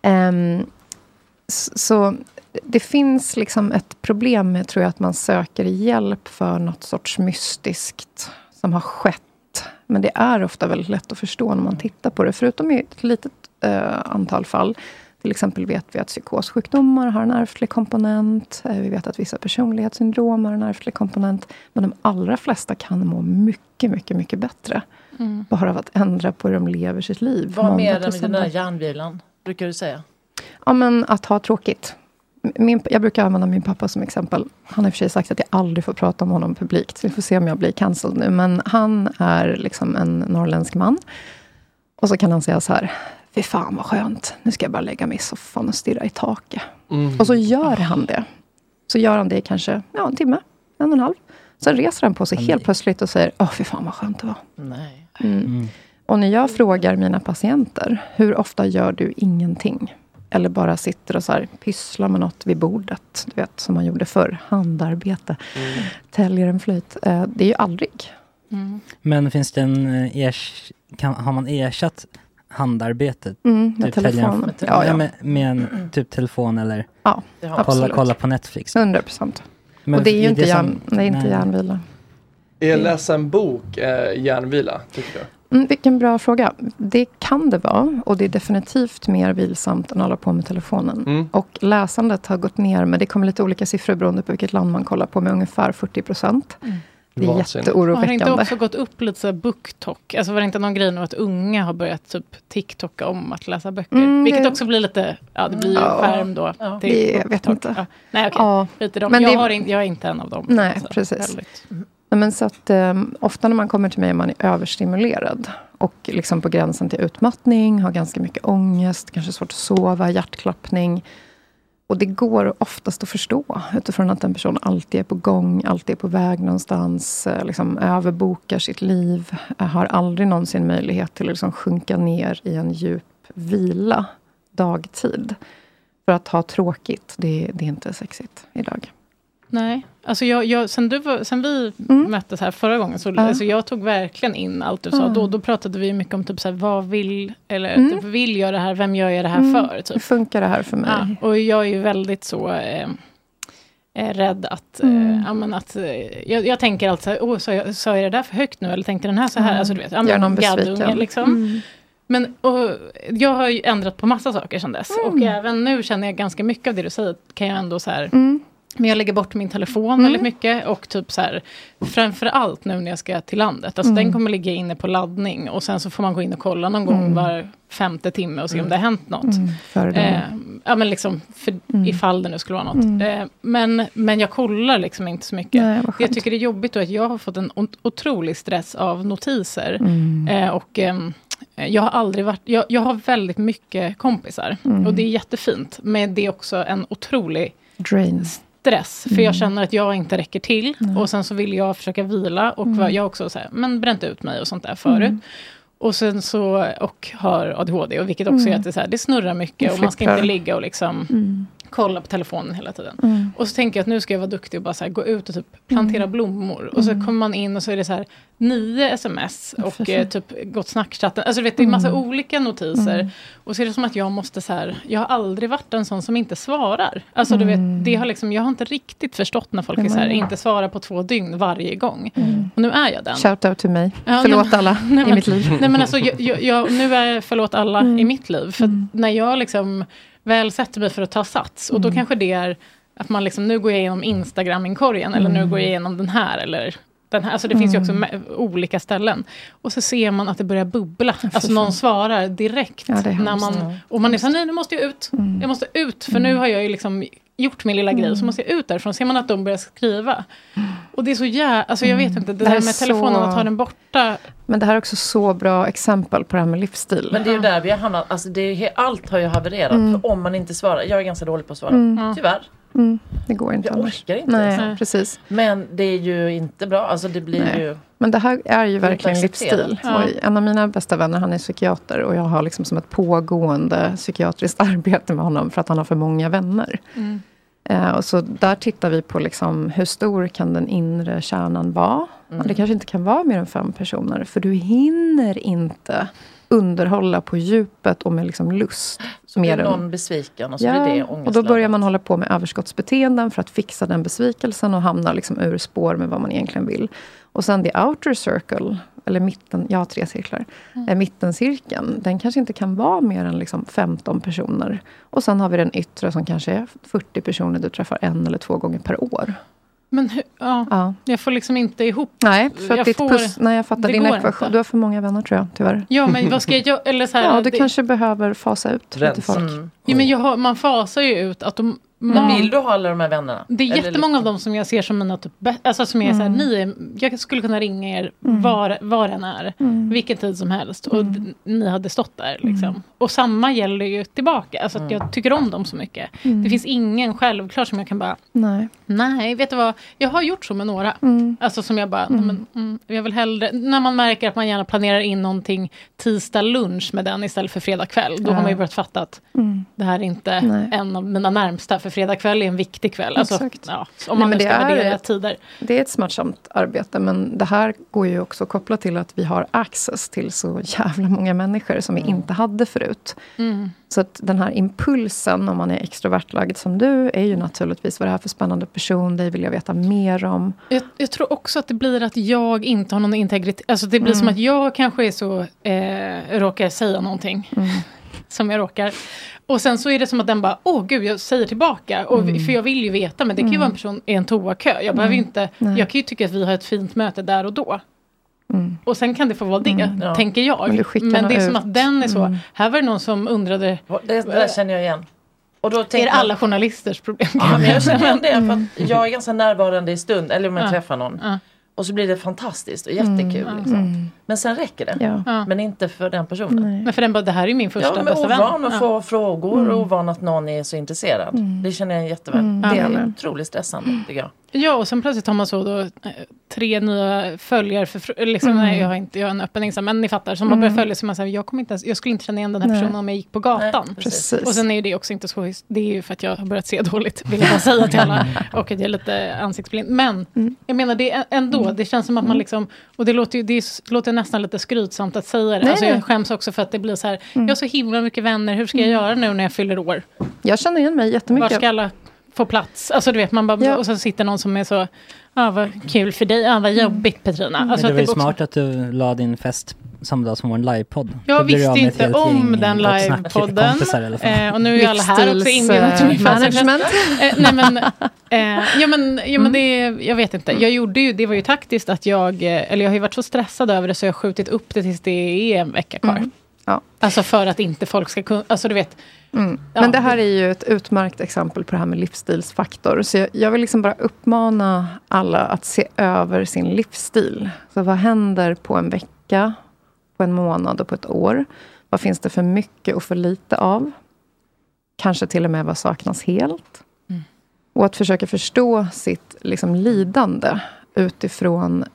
Um, så, så det finns liksom ett problem med, tror jag, att man söker hjälp för något sorts mystiskt som har skett. Men det är ofta väldigt lätt att förstå när man tittar på det. Förutom i ett litet uh, antal fall. Till exempel vet vi att psykossjukdomar har en ärftlig komponent. Vi vet att vissa personlighetssyndrom har en ärftlig komponent. Men de allra flesta kan må mycket, mycket, mycket bättre. Mm. Bara av att ändra på hur de lever sitt liv. Vad mer än den där hjärnvilan, brukar du säga? Ja, men att ha tråkigt. Min, jag brukar använda min pappa som exempel. Han har i och för sig sagt att jag aldrig får prata om honom publikt. Så vi får se om jag blir cancelled nu. Men han är liksom en norrländsk man. Och så kan han säga så här: fy fan vad skönt, nu ska jag bara lägga mig i soffan och stirra i taket. Mm. Och så gör han det. Så gör han det i kanske ja, en timme, en och en halv. Sen reser han på sig Nej. helt plötsligt och säger, åh fy fan vad skönt det var. Nej. Mm. Mm. Och när jag frågar mina patienter, hur ofta gör du ingenting? Eller bara sitter och så här, pysslar med något vid bordet. Du vet, som man gjorde förr, handarbete. Mm. Täljer en flöjt. Det är ju aldrig. Mm. Men finns det en, ers- kan, har man ersatt handarbetet? Mm, med typ telefon. Ja, ja. Ja, med, med en mm. typ telefon eller ja, kolla, kolla på Netflix. hundra procent. Men och det är ju inte, det hjärn, som, det är inte hjärnvila. Är läsa en bok eh, hjärnvila, tycker du? Mm, vilken bra fråga. Det kan det vara. Och det är definitivt mer vilsamt än att hålla på med telefonen. Mm. Och läsandet har gått ner. Men det kommer lite olika siffror beroende på vilket land man kollar på. Med ungefär fyrtio procent. Mm. Det är jätteoroväckande. Har det inte också gått upp lite så här booktalk? Alltså var det inte någon grej nu att unga har börjat typ TikToka om att läsa böcker? Mm, Vilket det... också blir lite, ja det blir ju ja, skärm då. Ja. Till det, jag vet inte. Ja. Nej okej, okay. ja. Lite dem. Men jag, det... har in, jag är inte en av dem. Nej, så. Precis. Mm. Men så att um, ofta när man kommer till mig är man är överstimulerad. Och liksom på gränsen till utmattning, har ganska mycket ångest, kanske svårt att sova, hjärtklappning. Och det går oftast att förstå utifrån att en person alltid är på gång, alltid är på väg någonstans, liksom överbokar sitt liv, har aldrig någonsin möjlighet till att liksom sjunka ner i en djup vila dagtid. För att ha tråkigt, det, det är inte sexigt idag. Nej, alltså jag, jag, sen, du var, sen vi mm. möttes här förra gången så ja. alltså jag tog verkligen in allt du sa. Mm. Då, då pratade vi mycket om typ så här, vad vill, eller mm. typ, vill jag det här, vem gör jag det här mm. för? Typ. Hur funkar det här för mig? Ja, och jag är ju väldigt så eh, är rädd att, mm. eh, ja, men att eh, jag, jag tänker alltid så här, åh, sa jag, sa jag det där för högt nu? Eller tänkte den här så här? Mm. Alltså, du vet, ja, gör någon besviken. Liksom. Mm. Men och, jag har ju ändrat på massa saker sedan dess. Mm. Och även nu känner jag ganska mycket av det du säger. Kan jag ändå så här... Mm. Men jag lägger bort min telefon mm. väldigt mycket. Och typ så här, framförallt nu när jag ska till landet. Alltså mm. den kommer ligga inne på laddning. Och sen så får man gå in och kolla någon gång mm. var femte timme. Och se mm. om det har hänt något. Mm. Eh, ja men liksom, för, mm. ifall det nu skulle vara något. Mm. Eh, men, men jag kollar liksom inte så mycket. Nej, jag tycker det är jobbigt då att jag har fått en otrolig stress av notiser. Mm. Eh, och... Eh, Jag har aldrig varit, jag, jag har väldigt mycket kompisar mm. och det är jättefint, men det är också en otrolig drain. stress, för mm. jag känner att jag inte räcker till mm. och sen så vill jag försöka vila och mm. jag också så här, men bränt ut mig och sånt där förut. Mm. Och sen så, och har A D H D, och vilket också mm. är att det, så här, det snurrar mycket och man ska inte ligga och liksom mm. kolla på telefonen hela tiden. Mm. Och så tänker jag att nu ska jag vara duktig och bara så här, gå ut och typ plantera mm. blommor. Och så kommer man in och så är det så här nio sms och eh, typ gått snackchatten. Alltså du vet, det är massa mm. olika notiser. Mm. Och så är det som att jag måste så här, jag har aldrig varit en sån som inte svarar. Alltså mm. du vet, det har liksom, jag har inte riktigt förstått när folk mm. är så här, inte svarar på två dygn varje gång. Mm. Och nu är jag den. Shout out till mig. Ja, förlåt nej, alla nej, i mitt liv. Nej men alltså, jag, jag, jag, nu är jag förlåt alla mm. i mitt liv. För mm. när jag liksom väl sätter mig för att ta sats. Och då mm. kanske det är att man liksom, nu går jag igenom Instagram-inkorgen. Eller mm. nu går jag igenom den här. Eller den här. Alltså det mm. finns ju också med, olika ställen. Och så ser man att det börjar bubbla. Ja, alltså någon svarar direkt. Ja, när man, och man är så här, nej nu måste jag ut. Mm. Jag måste ut. För mm. nu har jag ju liksom gjort min lilla mm. grej. Så måste jag ut därifrån. Ser man att de börjar skriva. Mm. Och det är så jävligt. Alltså jag vet inte. Det, det där med telefonen, så... att ha den borta. Men det här är också så bra exempel på det här med livsstil. Men det är ju där vi har hamnat. Alltså det är, allt har ju havererat. Mm. För om man inte svarar. Jag är ganska dålig på att svara. Mm. Tyvärr. Mm. Det går inte. Jag orkar inte. Nej, så. Precis. Men det är ju inte bra. Alltså det blir Nej. ju... Men det här är ju verkligen livsstil. Ja. Och en av mina bästa vänner, han är psykiater. Och jag har liksom som ett pågående psykiatriskt arbete med honom. För att han har för många vänner. Mm. Eh, och så där tittar vi på liksom, hur stor kan den inre kärnan vara. Mm. Det kanske inte kan vara mer än fem personer. För du hinner inte underhålla på djupet och med liksom lust. Så blir någon besviken och så ja, blir det och då börjar man hålla på med överskottsbeteenden för att fixa den besvikelsen och hamna liksom ur spår med vad man egentligen vill. Och sen the outer circle, eller mitten, jag har tre cirklar, mm. mittencirkeln, den kanske inte kan vara mer än liksom femton personer. Och sen har vi den yttre som kanske är fyrtio personer du träffar en eller två gånger per år. Men hur, ja, ja. jag får liksom inte ihop. Nej, för att ditt får, puss, nej, jag fattar din ekvation. Du har för många vänner tror jag, tyvärr. Ja, men vad ska jag göra? Eller så här, ja, du det, kanske behöver fasa ut lite folk. Mm. Ja, men jag har, man fasar ju ut att de... Men vill du ha alla de här vännerna? Det är jättemånga liksom av dem som jag ser som mina typ, alltså som är mm. så här, ni är, jag skulle kunna ringa er mm. var, var den är, mm. vilken tid som helst och mm. d- ni hade stått där liksom. Mm. Och samma gäller ju tillbaka, alltså att mm. jag tycker om dem så mycket. Mm. Det finns ingen självklart som jag kan bara, nej, nej vet du vad, jag har gjort så med några. Mm. Alltså som jag bara, mm. men, mm, jag vill hellre, när man märker att man gärna planerar in någonting tisdag lunch med den istället för fredag kväll, då ja. har man ju börjat fatta att mm. det här är inte nej. en av mina närmsta, för fredag kväll är en viktig kväll. Alltså, ja, om man Nej, nu ska värdera tider. Det är ett smärtsamt arbete, men det här går ju också kopplat till att vi har access till så jävla många människor som mm. vi inte hade förut. Mm. Så att den här impulsen, om man är extrovertlagd som du, är ju naturligtvis vad det här för spännande person, det vill jag veta mer om. Jag, jag tror också att det blir att jag inte har någon integritet. Alltså det blir mm. som att jag kanske är så, eh, råkar säga någonting. Mm. Som jag råkar. Och sen så är det som att den bara, åh gud, jag säger tillbaka. Och, mm. För jag vill ju veta, men det kan ju vara en person i en toakö. Jag mm. behöver ju inte, Nej. jag kan ju tycka att vi har ett fint möte där och då. Mm. Och sen kan det få vara det, mm. ja. tänker jag. Men, men det är ut. som att den är så, mm. här var det någon som undrade. Det, det där känner jag igen. Och då är det jag, alla journalisters problem? Ja, men jag känner det, för att jag är ganska närvarande i stund, eller om jag ja. träffar någon. Ja. Och så blir det fantastiskt och jättekul. Mm. Liksom. Mm. Men sen räcker det. Ja. Men inte för den personen. Nej. Men för den bara, det här är min första ja, bästa vän. Ovan att få ja. frågor mm. och ovan att någon är så intresserad. Mm. Det känner jag jätteväl. Mm. Det är ja. otroligt stressande, tycker jag. Ja, och sen plötsligt har man så då tre nya följare för liksom, mm. nej, jag har inte jag har en öppen Insta, men ni fattar, som mm. man börjar följa så man säger, jag kommer inte ens, jag skulle inte känna igen den här nej. personen om jag gick på gatan. Nej, precis. Och sen är ju det också inte så, det är ju för att jag har börjat se dåligt, vill jag bara säga till alla, och att jag är lite ansiktsblind. Men mm. jag menar, det är ändå, det känns som att man liksom, och det låter ju, det låter nästan lite skrytsamt att säga det. Nej, alltså jag skäms också för att det blir så här, mm. jag har så himla mycket vänner, hur ska jag göra nu när jag fyller år? Jag känner igen mig jättemycket. Var ska alla få plats? Alltså du vet, man bara, ja. och så sitter någon som är så, ja ah, vad kul för dig, ja ah, vad jobbigt Petrina. Mm. Alltså, det var ju också smart att du la din fest samma dag som vår livepodd. Jag visste inte om den livepodden. Eh, och nu är alla här också inbjudna till min management. eh, nej men, eh, ja men, ja, men det, jag vet inte. Jag gjorde ju, det var ju taktiskt att jag, eller jag har ju varit så stressad över det så jag har skjutit upp det tills det är en vecka kvar. Mm. Ja. Alltså för att inte folk ska kunna, alltså du vet. Mm. Ja. Men det här är ju ett utmärkt exempel på det här med livsstilsfaktor. Så jag, jag vill liksom bara uppmana alla att se över sin livsstil. Så vad händer på en vecka, på en månad och på ett år? Vad finns det för mycket och för lite av? Kanske till och med vad saknas helt? Mm. Och att försöka förstå sitt liksom, lidande utifrån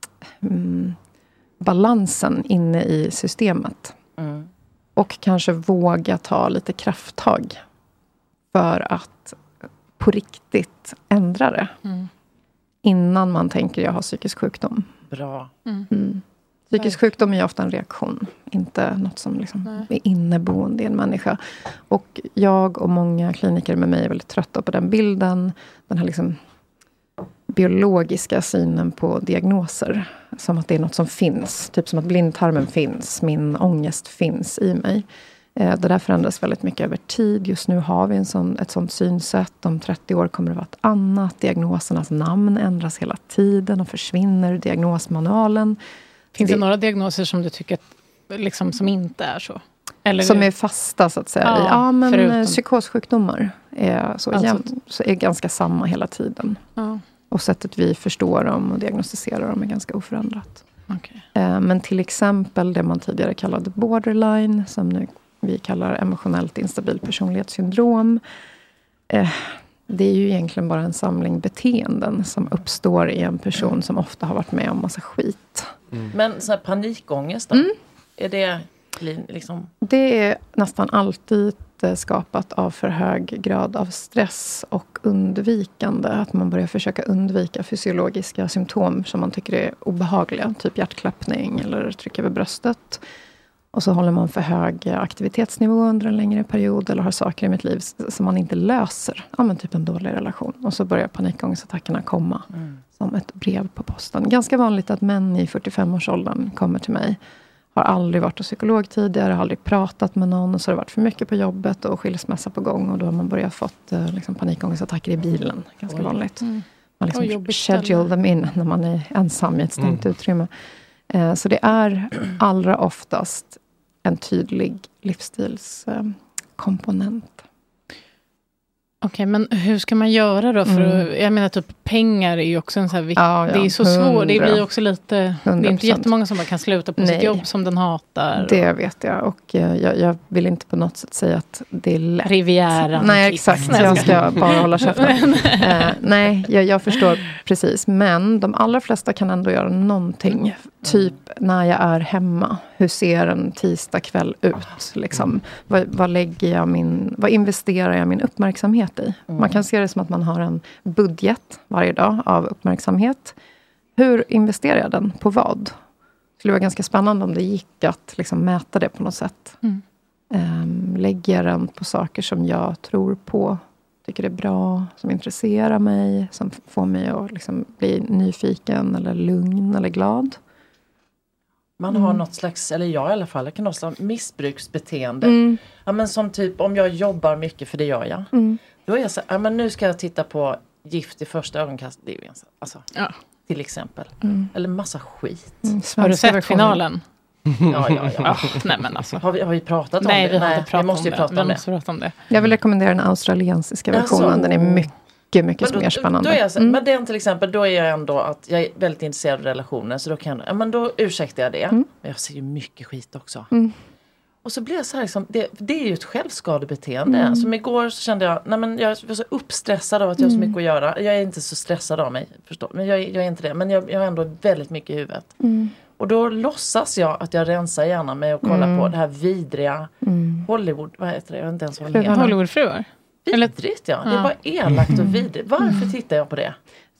mm, balansen inne i systemet. Mm. Och kanske våga ta lite krafttag för att på riktigt ändra det. Mm. Innan man tänker jag har psykisk sjukdom. Bra. Mm. Mm. Psykisk sjukdom är ofta en reaktion. Inte något som liksom är inneboende i en människa. Och jag och många kliniker med mig är väldigt trötta på den bilden. Den här liksom biologiska synen på diagnoser. Som att det är något som finns. Typ som att blindtarmen finns. Min ångest finns i mig. Eh, det där förändras väldigt mycket över tid. Just nu har vi en sån, ett sånt synsätt. Om trettio år kommer det vara ett annat. Diagnosernas namn ändras hela tiden och försvinner. Diagnosmanualen. Finns det, det några diagnoser som du tycker liksom, som inte är så? Eller som är fasta så att säga. Ja, ja men förutom. Psykossjukdomar är, så, alltså, jäm, så är ganska samma hela tiden. Ja. Och sättet vi förstår dem och diagnostiserar dem är ganska oförändrat. Okay. Eh, men till exempel det man tidigare kallade borderline, som nu vi kallar emotionellt instabil personlighetssyndrom. Eh, det är ju egentligen bara en samling beteenden som uppstår i en person som ofta har varit med om massa skit. Mm. Men så här panikångest då? Mm. Är det liksom? Det är nästan alltid skapat av för hög grad av stress och undvikande. Att man börjar försöka undvika fysiologiska symptom som man tycker är obehagliga. Typ hjärtklappning eller tryck över bröstet. Och så håller man för hög aktivitetsnivå under en längre period. Eller har saker i mitt liv som man inte löser. Ja, men typ en dålig relation. Och så börjar panikångestattackerna komma. Mm. Som ett brev på posten. Ganska vanligt att män i fyrtiofem-årsåldern kommer till mig. Har aldrig varit hos psykolog tidigare. Har aldrig pratat med någon. Och så har det varit för mycket på jobbet. Och skilsmässa på gång. Och då har man börjat fått eh, liksom panikångestattacker i bilen. Ganska Oj. vanligt. Mm. Man liksom Oj, schedule them in när man är ensam i ett stängt mm. utrymme. Eh, så det är allra oftast en tydlig livsstilskomponent. Eh, Okej, okay, men hur ska man göra då? För mm. att, jag menar typ pengar är ju också en så här viktig, ja, ja, det är så svårt, det blir också lite, hundra procent. Det är inte jättemånga som bara kan sluta på Nej. sitt jobb som den hatar. Det vet jag och uh, jag, jag vill inte på något sätt säga att det är lätt. Rivieran. Nej, exakt, nej, jag ska bara hålla käften. uh, nej, jag, jag förstår precis, men de allra flesta kan ändå göra någonting. Mm. Typ när jag är hemma, hur ser en tisdag kväll ut? Liksom? Vad, vad lägger jag min, vad investerar jag min uppmärksamhet i? Mm. Man kan se det som att man har en budget varje dag av uppmärksamhet. Hur investerar jag den? På vad? Det skulle vara ganska spännande om det gick att liksom mäta det på något sätt. Mm. Um, lägger jag den på saker som jag tror på, tycker det är bra, som intresserar mig, som får mig att liksom bli nyfiken eller lugn eller glad. Man har mm. något slags, eller jag i alla fall, jag kan ha något missbruksbeteende. Mm. Ja, men som typ, om jag jobbar mycket, för det gör jag. Mm. Då är jag så ja men nu ska jag titta på Gift i första ögonkast. Det är ju alltså, ja. Till exempel. Mm. Eller massa skit. Mm. Har du sett finalen? Ja, ja, ja. oh, nej, men alltså. har, vi, har vi pratat om nej, det? Vi nej, vi måste ju prata om det. prata om det. Jag vill rekommendera den australiensiska versionen. Alltså, den är mycket mycket då, mer spännande. Då är jag så, mm. Men den till exempel, då är jag ändå att jag är väldigt intresserad av relationer, så då kan ja, men då ursäktar jag det. Mm. Men jag ser ju mycket skit också. Mm. Och så blir jag så här liksom, det, det är ju ett självskadebeteende. Mm. Som igår så kände jag, nej men jag var så uppstressad av att jag har så mycket att göra. Jag är inte så stressad av mig, förstå. Men jag, jag är inte det. Men jag, jag har ändå väldigt mycket i huvudet. Mm. Och då låtsas jag att jag rensar gärna med att kolla mm. på det här vidriga mm. Hollywood, vad heter det? Jag vet inte ens vad det heter. Hollywoodfruar? Vidrigt, ja. ja. Det är bara elakt och vidrigt. Varför tittar jag på det?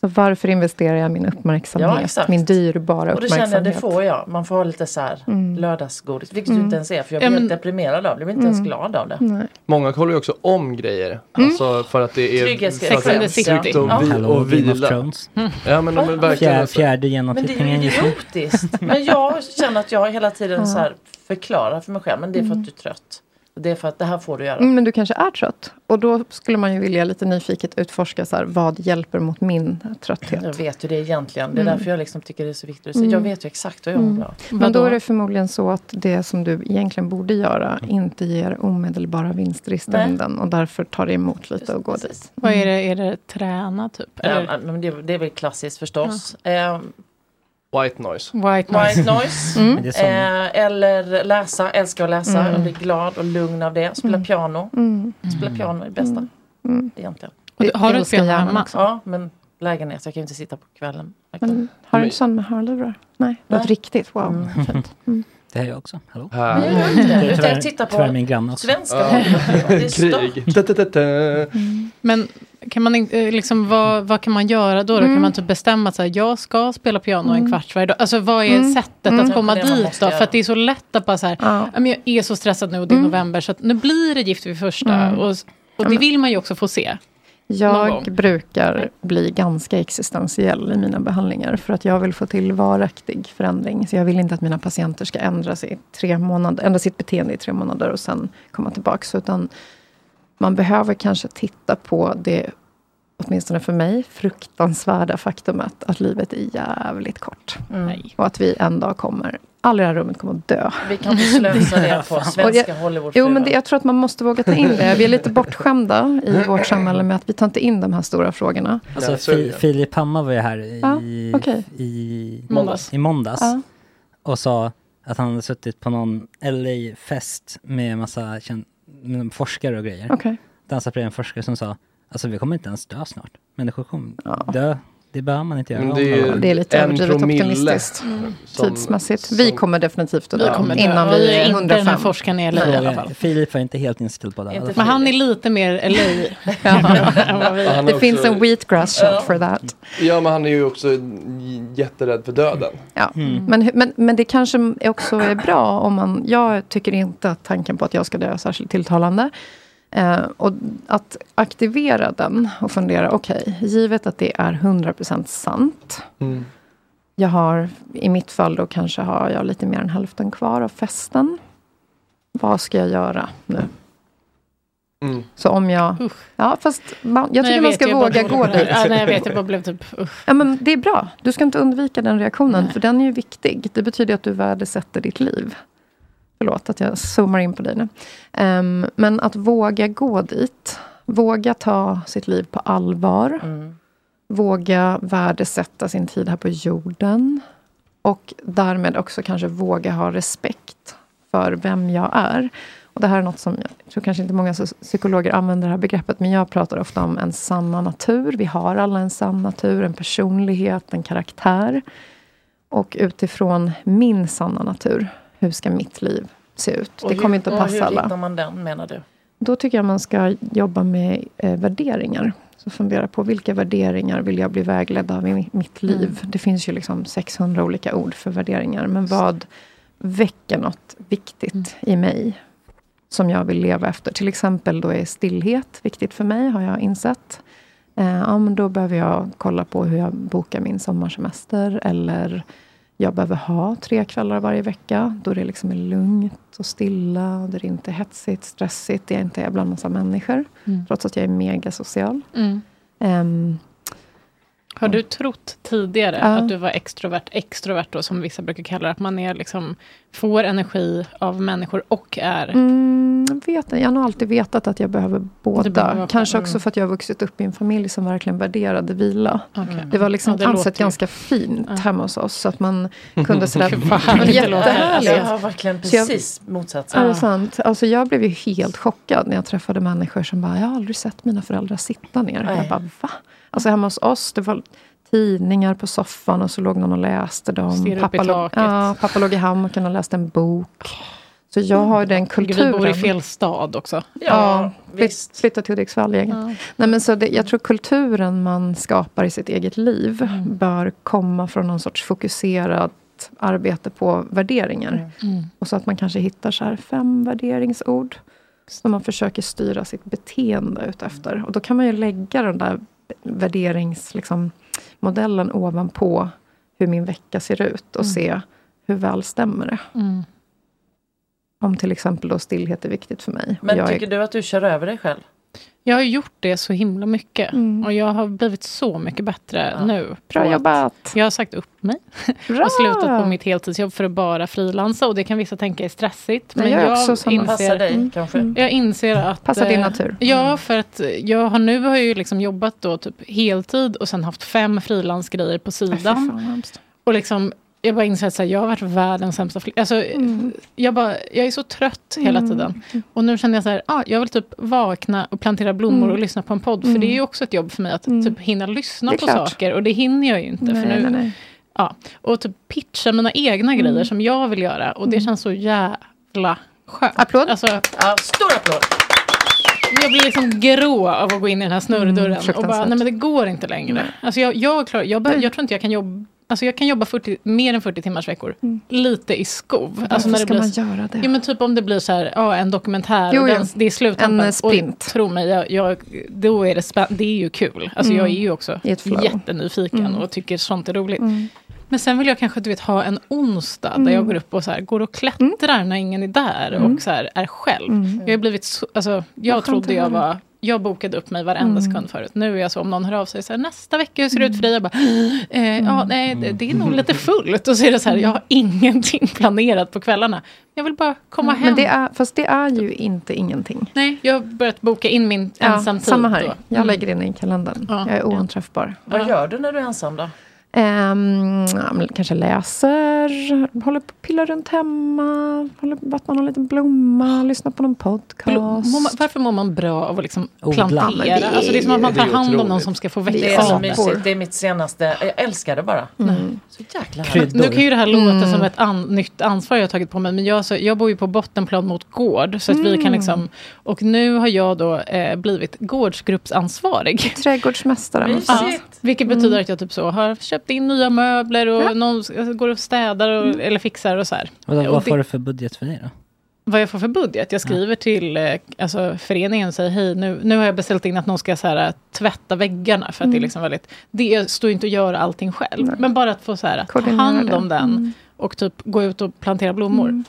Så varför investerar jag min uppmärksamhet? Ja, min dyrbara uppmärksamhet. Och då känner jag, det får jag. Man får ha lite så här mm. lördagsgodis. Vilket mm. du inte ens är. För jag blir ja, men, helt deprimerad av det. Jag blir inte mm. ens glad av det. Nej. Många kollar ju också om grejer. Mm. Alltså för att det är Sex and the City. Och, vi, Hallå, och vila. Mm. Ja, men, men verkligen. Fjär, fjärde genomtittningen. Men det är ju idiotiskt. Men jag känner att jag hela tiden så här förklarar för mig själv. Men det är för att du är trött. Det är för att det här får du göra. Men du kanske är trött. Och då skulle man ju vilja lite nyfiket utforska så här, vad hjälper mot min trötthet. Jag vet ju det egentligen. Det är mm. därför jag liksom tycker det är så viktigt. Mm. Jag vet ju exakt vad jag mår mm. bra. Men då är det förmodligen så att det som du egentligen borde göra inte ger omedelbara vinster i stunden. Nej. Och därför tar det emot lite och går dit. Vad är det? Är det träna typ? Eller? Ja, men det, det är väl klassiskt förstås. Ja. Um, White noise. White noise. White noise. Mm. Eh, eller läsa, älskar att läsa. Mm. Jag blir glad och lugn av det. Spela mm. piano. Mm. Spela piano är det bästa. Mm. Egentligen. Och har du ett piano hemma också? Ja, men lägenhet. Jag kan ju inte sitta på kvällen. Men, har du en sån med hörlurar? Nej, det är riktigt. Wow. Mm. Mm. Det här är jag också. Hallå? Ja. Nej, jag inte. Utan jag tittar på min grann svenska. Ja. Det är Krig. Mm. Men kan man liksom, vad, vad kan man göra då? Då mm. kan man typ bestämma att så här, jag ska spela piano mm. en kvart varje dag. Alltså vad är mm. sättet mm. att komma dit då? För att det är så lätt att bara så här, ja. jag är så stressad nu och det är mm. november så att nu blir det Gift vid första. Mm. Och, och det vill man ju också få se. Jag brukar bli ganska existentiell i mina behandlingar för att jag vill få till varaktig förändring. Så jag vill inte att mina patienter ska ändra, sig i tre månader, ändra sitt beteende i tre månader och sen komma tillbaka. Utan man behöver kanske titta på det, åtminstone för mig, fruktansvärda faktumet att livet är jävligt kort. Mm. Och att vi en dag kommer, alla i det här rummet kommer att dö. Vi kan inte slösa det på svenska Hollywoodfilmer. Jo, men det, jag tror att man måste våga ta in det. Vi är lite bortskämda i vårt samhälle med att vi tar inte in de här stora frågorna. Alltså, Fi- Filip Hammar var ju här i, ja, okay. i måndags, i måndags ja. och sa att han hade suttit på någon L A-fest med en massa känd, med forskare och grejer. Okay. Dansade på en forskare som sa, alltså vi kommer inte ens dö snart. Människor kommer ja. dö. Det behöver man inte göra. Det är, det är lite överdrivet optimistiskt. Mm. Tidsmässigt. Som, vi kommer definitivt att dö ja. innan vi är hundrafem. Den här forskaren är L A i alla fall. Filip var inte helt inställd på det. Inte men han är lite mer L A. ja. Det också, finns en wheatgrass shot ja. for that. Ja, men han är ju också jätterädd för döden. Ja, mm. men, men, men det kanske också är bra om man... Jag tycker inte att tanken på att jag ska dö är särskilt tilltalande. Uh, och att aktivera den och fundera, okej, okay, givet att det är hundra procent sant. Mm. Jag har, i mitt fall då kanske har jag lite mer än hälften kvar av festen. Vad ska jag göra nu? Mm. Så om jag... Uh. Ja, fast man, jag tycker nej, jag man ska vet, våga gå dit. Ja, nej, jag vet, jag bara blev typ... Uh. Ja, men det är bra. Du ska inte undvika den reaktionen, nej. För den är ju viktig. Det betyder att du värdesätter ditt liv. Förlåt att jag zoomar in på dig nu. Um, men att våga gå dit. Våga ta sitt liv på allvar. Mm. Våga värdesätta sin tid här på jorden. Och därmed också kanske våga ha respekt för vem jag är. Och det här är något som jag tror kanske inte många psykologer använder det här begreppet. Men jag pratar ofta om en sanna natur. Vi har alla en sann natur, en personlighet, en karaktär. Och utifrån min sanna natur, hur ska mitt liv se ut? Och det kommer hur, inte att passa alla. Hur hittar man den, menar du? Då tycker jag man ska jobba med eh, värderingar. Så fundera på vilka värderingar vill jag bli vägledd av i mitt liv. Mm. Det finns ju liksom sexhundra olika ord för värderingar. Men vad väcker något viktigt mm. i mig som jag vill leva efter? Till exempel då är stillhet viktigt för mig, har jag insett. Eh, ja, men då behöver jag kolla på hur jag bokar min sommarsemester. Eller jag behöver ha tre kvällar varje vecka. Då det liksom är lugnt och stilla. Då det inte är hetsigt, stressigt. Det är inte bland massa människor. Mm. Trots att jag är mega social. Mm. Um, Har du trott tidigare ja. att du var extrovert, extrovert då, som vissa brukar kalla det, att man är liksom, får energi av människor och är? Mm, jag vet inte. Jag har nog alltid vetat att jag behöver båda. Kanske också för att jag har vuxit upp i en familj som verkligen värderade vila. Okay. Det var liksom ja, ansett ganska fint ja. hemma hos oss. Så att man kunde sådär... Jättehärligt. Jag har verkligen precis motsatsen. Är det sant? Alltså jag blev ju helt chockad när jag träffade människor som bara, jag har aldrig sett mina föräldrar sitta ner. Nej. Jag bara, va? Alltså hemma hos oss, det var tidningar på soffan och så låg någon och läste dem. Pappa, låg, ja, pappa låg i hammocken och läste en bok. Så jag har den kulturen. Vi bor i fel stad också. Ja, ja visst. Flytta till Hudiksvall ja. Nej, men så det, jag tror kulturen man skapar i sitt eget liv mm. bör komma från någon sorts fokuserad arbete på värderingar. Mm. Och så att man kanske hittar så här fem värderingsord som man försöker styra sitt beteende ut efter. Och då kan man ju lägga den där värderings liksom, modellen ovanpå hur min vecka ser ut och mm. se hur väl stämmer det. Mm. Om till exempel då stillhet är viktigt för mig. Men jag tycker är... du att du kör över dig själv? Jag har gjort det så himla mycket. Mm. Och jag har blivit så mycket bättre ja. nu. Bra jobbat. Jag har sagt upp mig. och slutat på mitt heltidsjobb för att bara frilansa. Och det kan vissa tänka är stressigt. Men jag, jag, också inser, passar dig mm. kanske. Jag inser att... Passar din natur. Ja, för att jag har nu har jag ju liksom jobbat då typ heltid. Och sen haft fem frilansgrejer på sidan. Och liksom... Jag bara inser att jag har varit världens sämsta flicka. Alltså, mm. jag, bara, jag är så trött hela mm. tiden. Och nu känner jag så här, ah, jag vill typ vakna och plantera blommor mm. och lyssna på en podd. För mm. det är ju också ett jobb för mig att mm. typ hinna lyssna på klart. saker. Och det hinner jag ju inte. Nej, för nu, nej, nej. Ja, och typ pitcha mina egna mm. grejer som jag vill göra. Och det mm. känns så jävla skönt. Applåd. Alltså, ja, stor applåd. Jag blir liksom grå av att gå in i den här snurrdörren. Mm, och bara, nej men det går inte längre. Nej. Alltså jag, jag, klar, jag, jag, jag tror inte jag kan jobba. Alltså jag kan jobba fyrtio, mer än fyrtio timmars veckor. Mm. Lite i skov. Varför alltså när det ska blir, man göra det? Ja, men typ om det blir så här, ja, en dokumentär. Jo, och den, jo. det är sluttampen. En sprint. Och tro mig, jag, jag, då är det, spä- det är ju kul. Alltså mm. jag är ju också jättenyfiken mm. och tycker sånt är roligt. Mm. Men sen vill jag kanske du vet, ha en onsdag mm. där jag går upp och så här, går och klättrar mm. när ingen är där. Mm. Och så här, är själv. Mm. Jag har blivit så, alltså, jag, jag trodde jag var... Jag bokade upp mig varenda sekund mm. förut. Nu är jag så, om någon hör av sig så här, nästa vecka hur ser det ut för dig? Jag bara, eh, mm. ja, nej, det, det är nog lite fullt. Och så är det så här, jag har ingenting planerat på kvällarna. Jag vill bara komma mm. hem. Men det är, fast det är ju inte ingenting. Nej, jag har börjat boka in min ja, ensamtid. Samma här. Då. Jag mm. lägger in i kalendern. Ja. Jag är oanträffbar. Ja. Vad gör du när du är ensam då? Um, kanske läser, håller på pillar runt hemma, håller på vattnar någon liten blomma, lyssnar på någon podcast. Mår man, varför mår man bra av att liksom plantera? Det är, alltså det är som att man tar hand om någon som ska få växa. Det är så mysigt, det är mitt senaste, jag älskar det bara. Mm. Så jäkla härligt. Nu kan ju det här låta mm. som ett an, nytt ansvar jag har tagit på mig, men jag, så, jag bor ju på bottenplan mot gård, så att mm. vi kan liksom, och nu har jag då eh, blivit gårdsgruppsansvarig. Trädgårdsmästare. Ja, vilket betyder mm. att jag typ så har köpt in nya möbler och ja. någon går och städar och, mm. eller fixar och så här. Och då, vad får du för budget för dig då? Vad jag får för budget? Jag skriver ja. till eh, alltså, föreningen och säger hej, nu, nu har jag beställt in att någon ska så här, tvätta väggarna för att mm. det är liksom väldigt, det står inte att göra allting själv. Nej. Men bara att få så här, ta hand om den mm. och typ gå ut och plantera blommor. Mm.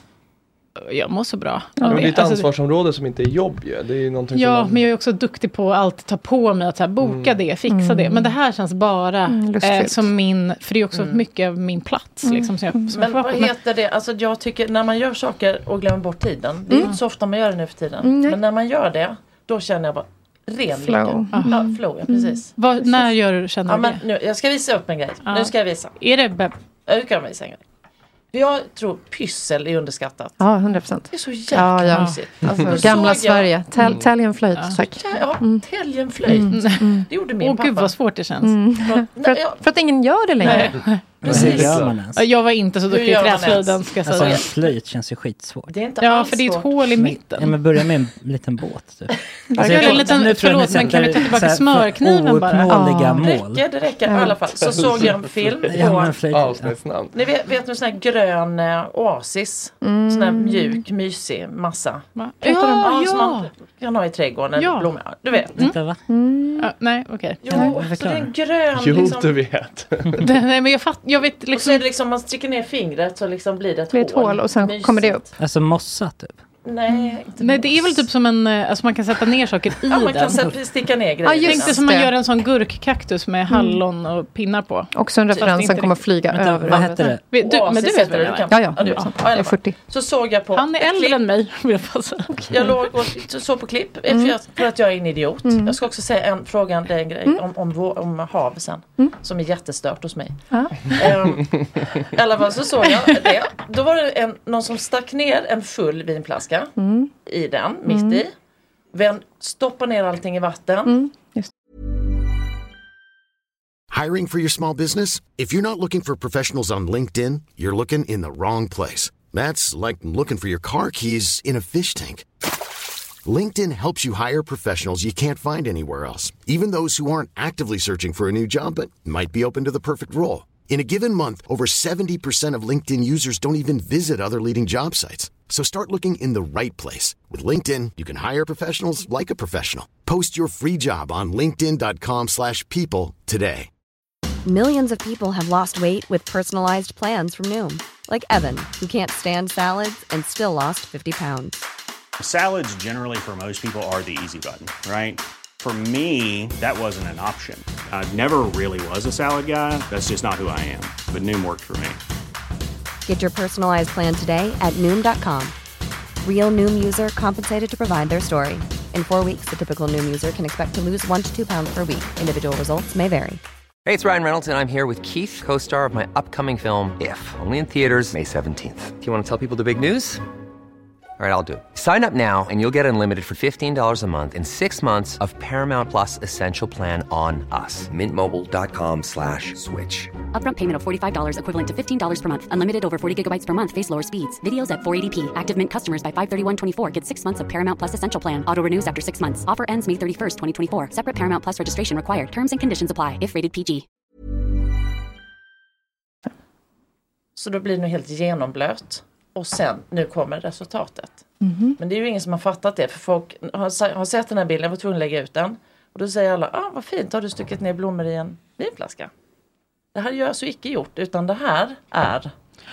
Jag mår så bra. Ja, det är ett ansvarsområde som inte är jobb ju. Det är någonting ja, som man... men jag är också duktig på att alltid ta på mig att så här, boka mm. det, fixa mm. det. Men det här känns bara mm, eh, som min, för det är också mm. mycket av min plats. Mm. Liksom, som jag, som men jag vad heter det? Alltså jag tycker, när man gör saker och glömmer bort tiden, det är mm. inte så ofta man gör det nu för tiden. Mm. Men när man gör det, då känner jag bara ren flow. Mm. Ja, flow, ja, precis. Vad, precis. När gör du, känner ja, du men det? nu, jag ska visa upp en grej. Ja. Nu ska jag visa. Är det beb- Nu kan jag visa en grej. Jag tror pyssel är underskattat. Ja, hundra procent. Det är så jäkla ja, ja. mysigt. Alltså, gamla Sverige. Tel- mm. Täljenflöjt, ja. tack. Ja, mm. Täljenflöjt. Mm. Det gjorde min Åh, pappa. Gud vad svårt det känns. Mm. För, för, att, för att ingen gör det längre. Nej. Hur gör man ens? Jag var inte så duktig i träslöjden, ska jag säga. Alltså en flöjt känns ju skitsvårt. Det är inte ja, för det är ett hål i mitten. Ja, men börja med en liten båt. Typ. Alltså, jag en liten, förlåt, men kan vi ta tillbaka smörkniven bara? Ouppnåeliga mål. Det räcker, det räcker. I alla fall så såg jag en film på avsnittsnamn. Ni vet, vet du sån här grön uh, oasis? Mm. Sån här mjuk, mysig massa. Va? Ja, ja, ja. Som man kan ha i trädgården. Ja. Blommor. Du vet. Mm. Va? Mm. Ja, nej, okej. Okay. Jo, så det är en grön. Jo, liksom, du vet. nej, men jag fatt, jag vet liksom. Och så är det liksom, man sticker ner fingret så liksom blir det ett, blir ett hål. hål. Och sen mysigt. Kommer det upp. Alltså mossa typ. Nej, inte Nej, det är väl typ som en, alltså man kan sätta ner saker i ja, den. man kan sätta, sticka ner grejer. Ja, just Tänk det som man gör en sån gurkkaktus med hallon och pinnar på. Också en referens som kommer flyga Vänta, över. Vad heter det? Du, oh, men du vet vad det är. Ja, ja. ja, du, ja. Jag är fyrtio. Så såg jag på Han är äldre än mig, vill jag passa. Jag låg och såg på klipp mm. för, för att jag är en idiot. Mm. Jag ska också säga en fråga, det är en grej mm. om, om, om, om hav sen. Mm. Som är jättestört hos mig. Ah. Um, I alla fall så såg jag det. Då var det en, någon som stack ner en full vinflaska. Mm. I den, mitt mm. i. Vem stoppar ner allting i vatten. Mm. Just. Hiring for your small business? If you're not looking for professionals on LinkedIn, you're looking in the wrong place. That's like looking for your car keys in a fish tank. LinkedIn helps you hire professionals you can't find anywhere else, even those who aren't actively searching for a new job but might be open to the perfect role. In a given month, over seventy percent of LinkedIn users don't even visit other leading job sites. So start looking in the right place. With LinkedIn, you can hire professionals like a professional. Post your free job on linkedin dot com slash people today. Millions of people have lost weight with personalized plans from Noom. Like Evan, who can't stand salads and still lost fifty pounds. Salads generally for most people are the easy button, right? For me, that wasn't an option. I never really was a salad guy. That's just not who I am. But Noom worked for me. Get your personalized plan today at Noom dot com. Real Noom user compensated to provide their story. In four weeks, the typical Noom user can expect to lose one to two pounds per week. Individual results may vary. Hey, it's Ryan Reynolds, and I'm here with Keith, co-star of my upcoming film, If, only in theaters May seventeenth. Do you want to tell people the big news? All right, I'll do it. Sign up now and you'll get unlimited for fifteen dollars a month and six months of Paramount Plus Essential Plan on us. Mint Mobile dot com slash switch. Upfront payment of forty-five dollars equivalent to fifteen dollars per month. Unlimited over forty gigabytes per month. Face lower speeds. Videos at four eighty p. Active Mint customers by five thirty-one twenty-four get six months of Paramount Plus Essential Plan. Auto renews after six months. Offer ends May thirty-first, twenty twenty-four. Separate Paramount Plus registration required. Terms and conditions apply if rated P G. Så då blir det nu helt genomblöt. Och sen, nu kommer resultatet. Mm-hmm. Men det är ju ingen som har fattat det. För folk har, har sett den här bilden, jag var tvungen att lägga ut den. Och då säger alla, ah vad fint, har du stuckit ner blommor i en vinflaska? Det här gör så icke gjort, utan det här är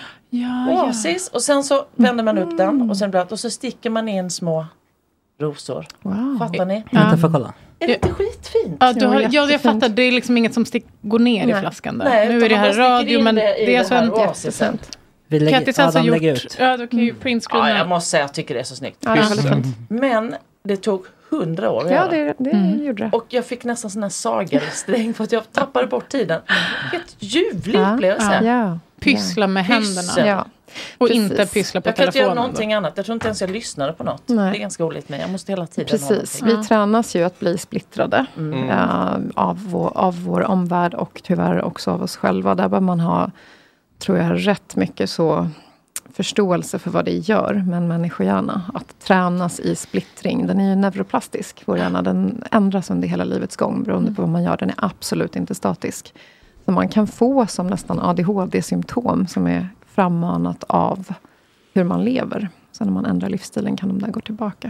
ja, oasis. Ja. Och sen så vänder man upp den och sen blöt. Och så sticker man in små rosor. Wow. Fattar ni? Ja. Inte för kolla. Är det inte skitfint? Ja, du har, ja, jag fattar. Det är liksom inget som stick, går ner Nej. i flaskan där. Nej, nu är det här radio, men det, det är alltså en oasiscent. Vi lägger, Adam lägger ut. Ja, då kan ju printscreena. Ja, jag måste säga, jag tycker det är så snyggt. Ja, det men det tog hundra år att Ja, göra. det, det mm. gjorde det. Och jag fick nästan sån här sagelsträng för att jag tappade bort tiden. Helt ljuvlig ja, upplevelse. Ja, ja. Pyssla med händerna. Ja. Och precis. Inte pyssla på jag telefonen. Jag kan inte göra någonting då. annat. Jag tror inte ens jag lyssnade på något. Nej. Det är ganska olikt mig. Jag måste hela tiden Precis. Vi ja. tränas ju att bli splittrade mm. uh, av, vår, av vår omvärld och tyvärr också av oss själva. Där bör man ha, tror jag, rätt mycket så förståelse för vad det gör med en människohjärna. Att tränas i splittring. Den är ju neuroplastisk. Vår hjärna, den ändras under hela livets gång beroende mm. på vad man gör. Den är absolut inte statisk. Så man kan få som nästan A D H D-symptom som är frammanat av hur man lever. Sen när man ändrar livsstilen kan de där gå tillbaka.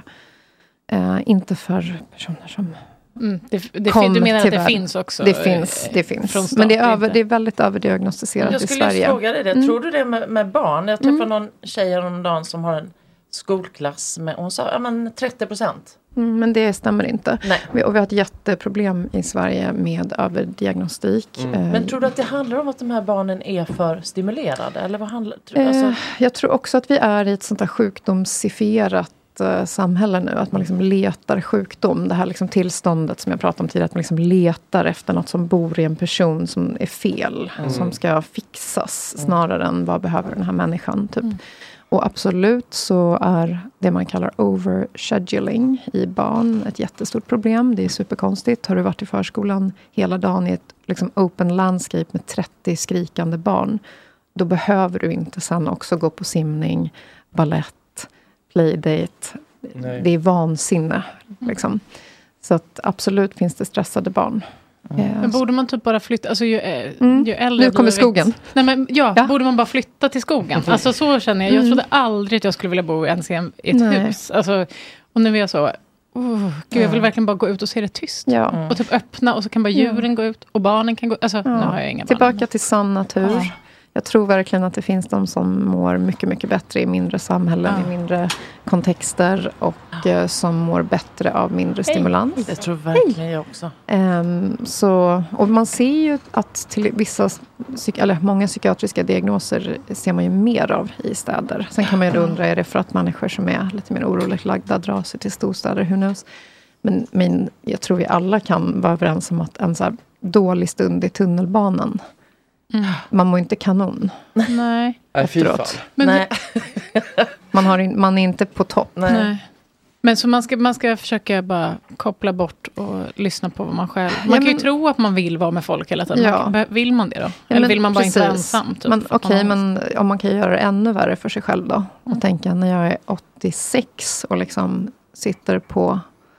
Eh, inte för personer som mm, det, det kom Du menar att det världen. finns också? Det finns, det finns. Men det är, över, det är väldigt överdiagnostiserat i Sverige. Jag skulle fråga dig det. Mm. Tror du det med, med barn? Jag träffade mm. någon tjej häromdagen som har en skolklass med, hon sa, ja men trettio procent. Mm, men det stämmer inte. Vi, och vi har ett jätteproblem i Sverige med överdiagnostik. Mm. Eh, men tror du att det handlar om att de här barnen är för stimulerade? Eller vad handlar, eh, alltså... Jag tror också att vi är i ett sånt här sjukdomsifierat eh, samhälle nu. Att man liksom letar sjukdom. Det här liksom tillståndet som jag pratade om tidigare. Att man liksom letar efter något som bor i en person som är fel. Mm. Som ska fixas snarare än vad behöver den här människan typ. Mm. Och absolut så är det man kallar overscheduling i barn ett jättestort problem. Det är superkonstigt. Har du varit i förskolan hela dagen i ett liksom open landscape med trettio skrikande barn, då behöver du inte sen också gå på simning, ballett, playdate. Nej. Det är vansinne. Liksom. Så att absolut finns det stressade barn. Mm. Men borde man typ bara flytta, alltså ju, mm. ju äldre nu kommer skogen. Nej, men, ja, ja, borde man bara flytta till skogen? Alltså så känner jag. Jag trodde aldrig att jag skulle vilja bo ens i, en, i ett Nej. hus. Alltså, och nu är jag så, oh, gud, jag vill verkligen bara gå ut och se det tyst. Ja. Mm. Och typ öppna och så kan bara djuren ja. gå ut och barnen kan gå ut. Alltså, ja. nu har jag inga Tillbaka barn. till sann natur. Ja. Jag tror verkligen att det finns de som mår mycket, mycket bättre i mindre samhällen, ja. i mindre kontexter och ja. som mår bättre av mindre stimulans. Hey. Det tror verkligen jag också. Um, så, och man ser ju att till vissa, eller många psykiatriska diagnoser ser man ju mer av i städer. Sen kan man ju undra, är det för att människor som är lite mer oroligt lagda drar sig till storstäder, who knows? Men, men jag tror vi alla kan vara överens om att en så här dålig stund i tunnelbanan, Mm. man mår inte kanon. Nej. Efteråt. Men Nej. man, har in, man är inte på topp. Nej. Men så man ska, man ska försöka bara koppla bort och lyssna på vad man själv... Man ja, kan men, ju tro att man vill vara med folk hela tiden. Ja. Man, vill man det då? Ja, Eller vill man bara precis. inte vara ensam? Typ, Okej, okay, men om man kan göra det ännu värre för sig själv då. Och mm. tänka när jag är åttiosex och liksom sitter på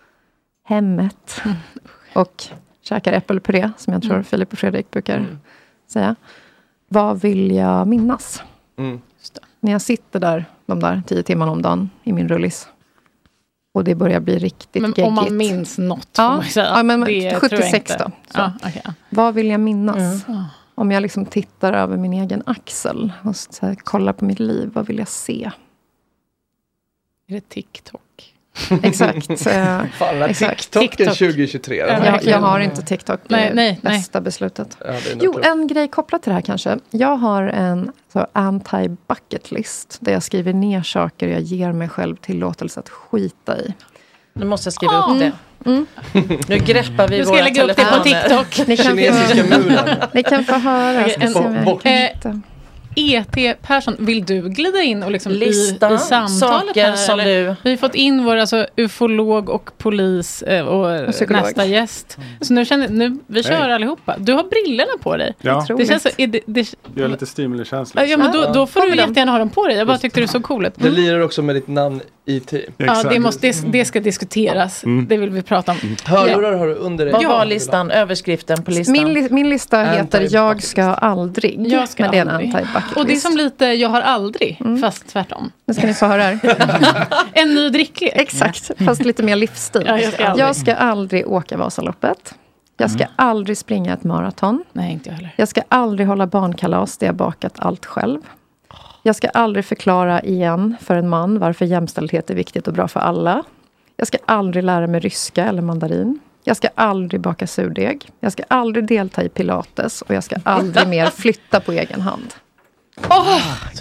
hemmet mm. och käkar äppelpuré, som jag tror mm. Filip och Fredrik brukar mm. säga. Vad vill jag minnas? Mm. Just det. När jag sitter där, de där tio timmar om dagen i min rullis. Och det börjar bli riktigt men geggigt. Om man minns något, ja, får man säga. Ja, men det sjuttiosex då. Ja, okay. Vad vill jag minnas? Mm. Om jag liksom tittar över min egen axel och så här, kollar på mitt liv, vad vill jag se? Är det TikTok? Exakt. Fan, exakt. TikTok, TikTok tjugo tjugotre. Jag, jag har inte TikTok. Nej, nej, bästa nej. beslutet. Ja, jo, en grej kopplat till det här kanske. Jag har en så anti-bucket list. Där jag skriver ner saker jag ger mig själv tillåtelse att skita i. Nu måste jag skriva oh. upp det. Mm. Nu greppar vi nu ska jag lägga upp det på TikTok. Ni kan Kinesiska få, muren. Ni kan få höra. Ska en, se eh, E T Persson, vill du glida in och liksom lista i, i samtalet här? Som du... Vi har fått in vår alltså, ufolog och polis eh, och, och nästa gäst. Så nu känner nu vi kör hey. allihopa. Du har brillorna på dig. Ja. Det känns så, är det, det... Jag är lite stimulikänslig. Ja, men då, då får du jättegärna ha dem på dig. Jag bara tyckte du så coolt. Det lirar också med ditt namn I T. Ja, det, måste, det, det ska diskuteras. Mm. Det vill vi prata om. Mm. Hörlurar ja. har du under dig. Vad var listan? Överskriften på listan? Min, min lista heter Jag ska aldrig. Jag ska men det är en anti-bucket och det är som lite Jag har aldrig, mm. fast tvärtom. Nu ska ni få höra här. En ny dricklek. Exakt, fast lite mer livsstil. Ja, jag, ska jag ska aldrig åka Vasaloppet. Jag ska mm. aldrig springa ett maraton. Nej, inte jag heller. Jag ska aldrig hålla barnkalas där jag bakat allt själv. Jag ska aldrig förklara igen för en man varför jämställdhet är viktigt och bra för alla. Jag ska aldrig lära mig ryska eller mandarin. Jag ska aldrig baka surdeg. Jag ska aldrig delta i pilates. Och jag ska aldrig mer flytta på egen hand. Åh, oh,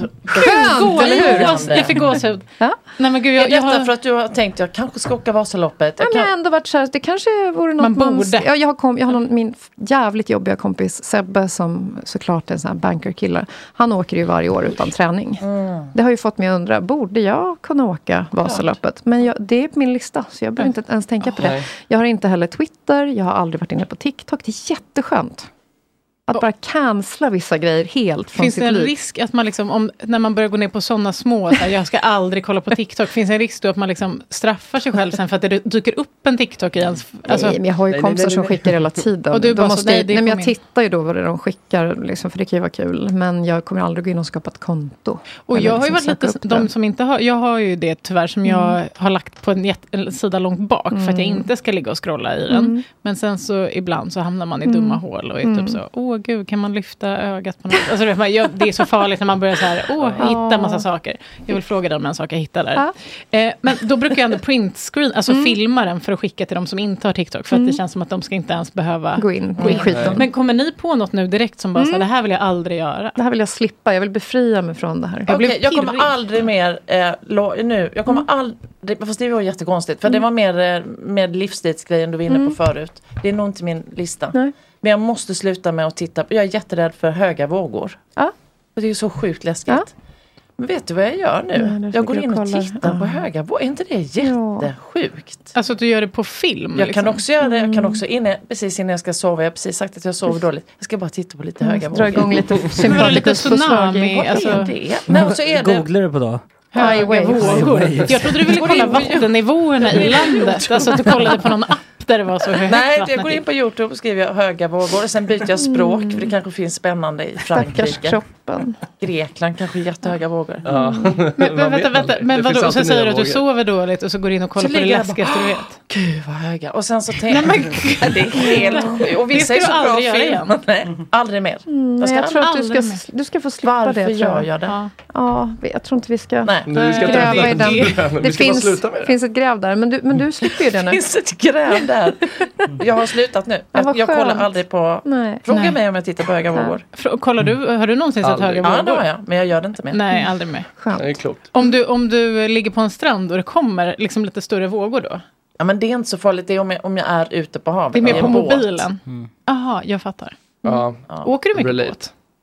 skönt, eller hur? Jag fick gåshud. Ja? Nej, men gud, jag, är detta jag har... för att du har tänkt jag kanske ska åka Vasaloppet? Jag ja, kan... ändå varit så här, det kanske vore något man borde. Man... Ja, jag har, kom... jag har någon, min jävligt jobbiga kompis Sebbe som såklart är en sån här bankerkille. Han åker ju varje år utan träning. Mm. Det har ju fått mig att undra, borde jag kunna åka Vasaloppet? Men jag, det är på min lista så jag behöver mm. inte ens tänka på det. Jag har inte heller Twitter, jag har aldrig varit inne på TikTok. Det är jätteskönt. Att bara cancella vissa grejer helt från finns sitt det en liv. Risk att man liksom, om, när man börjar gå ner på sådana små, så här, jag ska aldrig kolla på TikTok, finns det en risk då att man liksom straffar sig själv sen för att det dyker upp en TikTok i ens... Alltså, nej, men jag har ju kompisar som skickar hela tiden. Och du bara, måste, så, nej, det nej, men jag tittar ju då vad det de skickar, liksom, för det kan ju vara kul. Men jag kommer aldrig gå in och skapa ett konto. Och jag har ju varit lite, de som inte har, jag har ju det tyvärr som mm. jag har lagt på en, jätt, en sida långt bak mm. för att jag inte ska ligga och scrolla i den. Mm. Men sen så ibland så hamnar man i dumma mm. hål och är mm. typ så, åh gud, kan man lyfta ögat på något. Alltså, det är så farligt när man börjar så här, åh, hitta massa saker. Jag vill fråga dig om en sak jag hittar där. Ja. Eh, men då brukar jag ändå printscreen, alltså mm. filma den för att skicka till de som inte har TikTok. För mm. att det känns som att de ska inte ens behöva gå in. Gå in. Mm. Men kommer ni på något nu direkt som bara mm. så här, det här vill jag aldrig göra? Det här vill jag slippa, jag vill befria mig från det här. Jag, okay, jag kommer aldrig mer, eh, lo, nu, jag kommer mm. aldrig, fast det var jättekonstigt. För mm. det var mer eh, med livsstilsgrejen du var inne mm. på förut. Det är nog inte min lista. Nej. Men jag måste sluta med att titta på. Jag är jätterädd för höga vågor. Ja. Det är så sjukt läskigt. Ja. Men vet du vad jag gör nu? Ja, jag går in och tittar ja. på höga vågor. Är inte det jättesjukt? Ja. Alltså att du gör det på film? Jag liksom. kan också göra det. Jag kan också inne, precis innan jag ska sova. Jag har precis sagt att jag sover dåligt. Jag ska bara titta på lite höga vågor. Dra igång lite sympatikus tsunami. Vad alltså. är det? Nej, och så är det... Googlar du på då? Höga vågor. Jag trodde du ville kolla vattennivåerna i landet. Alltså att du kollade på någon app där det var så högt. Nej, jag går in på YouTube och skriver jag höga vågor. Och sen byter jag språk. Mm. För det kanske finns spännande i Frankrike. Grekland kanske jättehöga vågor. Ja. Men, men vänta, vänta. Men vadå? Och sen säger du att du sover dåligt och så går in och kollar så på det läskigaste du vet. Gud vad höga. Och sen så tänker jag. Det är helt sjukt. Och vissa är så bra film. Nej, aldrig mer. Mm, jag, jag tror att du ska, du ska få slippa Varför det. Varför gör jag det? Ja. ja, jag tror inte vi ska, Nej. Vi ska gräva i den. Det, det finns, finns ett gräv där. Men du, men du slipper ju det nu. Det finns ett gräv där. Jag har slutat nu. Jag, jag kollar aldrig på... Nej. Fråga Nej. mig om jag tittar på höga vågor. Frå, kollar du, har du någonsin sett höga vågor? Ja, det har jag. Men jag gör det inte mer. Nej, aldrig mer. Skönt. Det är klokt. Om du, om du ligger på en strand och det kommer liksom lite större vågor då? Ja, men det är inte så farligt. Det är om jag, om jag är ute på havet. Det är mer på mobilen. Jaha, mm. jag fattar. Mm. Ja. Åker du mycket Relate. båt?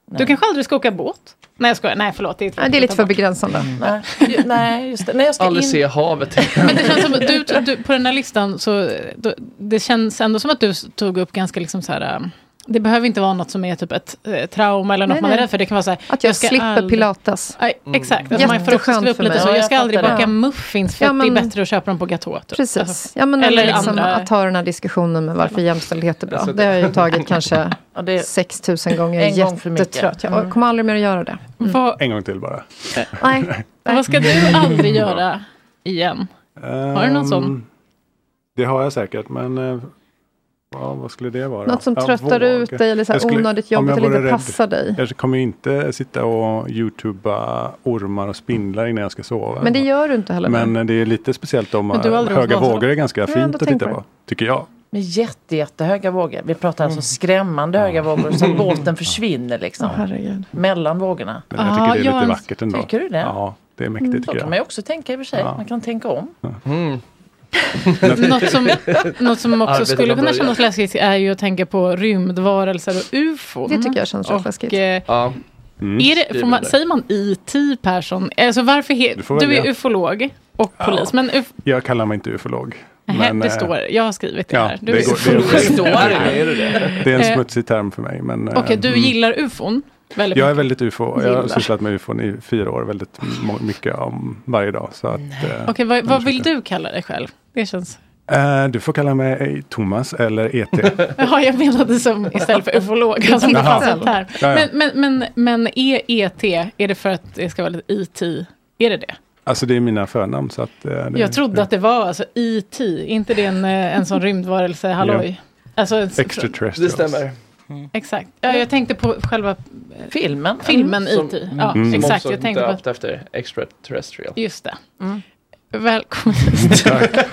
Du kanske aldrig ska åka båt? Nej, jag skojar. Nej, förlåt. Det är, Nej, det är lite för begränsande. Mm. Nej, ju, nej, just det. Nej, jag ska aldrig in... se havet. Men det känns som du, du, på den här listan så då, det känns ändå som att du tog upp ganska liksom så här. Det behöver inte vara något som är typ ett eh, trauma eller något nej, man är nej. rädd för. Det kan vara så här, att jag, jag ska slipper aldrig... pilates. Aj, exakt. Mm. Alltså man får också skriva upp lite så. Ja, Jag jag ska aldrig fattar baka det. muffins för Ja, att men... det är bättre att köpa dem på Gatå. Typ. Precis. Alltså, ja, men eller liksom andra... att ta den här diskussionen med varför jämställdhet är bra. Det har jag ju tagit kanske ja, det är... sex tusen gånger. En gång för mycket. Jättetrött. Jag mm. kommer aldrig mer att göra det. Mm. Vad... En gång till bara. Nej. Vad ska du aldrig göra igen? Um, har du någon sån? Det har jag säkert, men uh, ja, vad skulle det vara? Något som jag tröttar vågar. ut dig eller så här skulle, onödigt jobbigt eller inte passar dig. Jag kommer inte sitta och youtuba ormar och spindlar innan jag ska sova. Men det gör du inte heller. Men nu. Det är lite speciellt om höga vågor är ganska fint att titta på, tycker jag. Med jätte, jättehöga vågor. Vi pratar alltså skrämmande höga vågor så att båten försvinner liksom. Oh, herregud. Mellan vågorna. Men jag tycker ah, det är jag... lite vackert ändå. Tycker du det? Ja, det är mäktigt mm. tycker Så jag. kan man ju också tänka i och för sig. Ja. Man kan tänka om. Mm. något, som, något som också skulle kunna kännas läskigt är ju att tänka på rymdvarelser och U F O. Det tycker jag känns rätt läskigt. Eh, ja. Mm. Är det, får man, säger man I T-person? Alltså varför he- du, du är ufolog och polis. Ja. Men uf- jag kallar mig inte ufolog. Men, det står, jag har skrivit det ja, här. Du det, är går, det, är, det, det. det är en smutsig term för mig. Okej, okay, du mm. gillar U F O? Väldigt jag mycket. är väldigt U F O. Jag har sysslat med U F O i fyra år. Väldigt mycket om varje dag. Så att, Okej, okay, vad, vad vill du kalla dig själv? Det känns... Uh, du får kalla mig Thomas eller E T. Ja, jag menade som istället för ufolog. Alltså, det fanns här. Ja, ja. Men, men, men, men är E T, är det för att det ska vara lite I T? Är det det? Alltså det är mina förnamn. Så att, uh, det, jag trodde det. att det var alltså I T, inte det en, en sån rymdvarelse, halloj. Ja. Alltså, extraterrestrials. Det stämmer. Mm. Exakt. Ja, jag tänkte på själva filmen. Filmen mm. I T. Ja, mm. exakt. Som jag tänkte döpt på... efter extraterrestrial. Just det. Mm. Välkommen hit.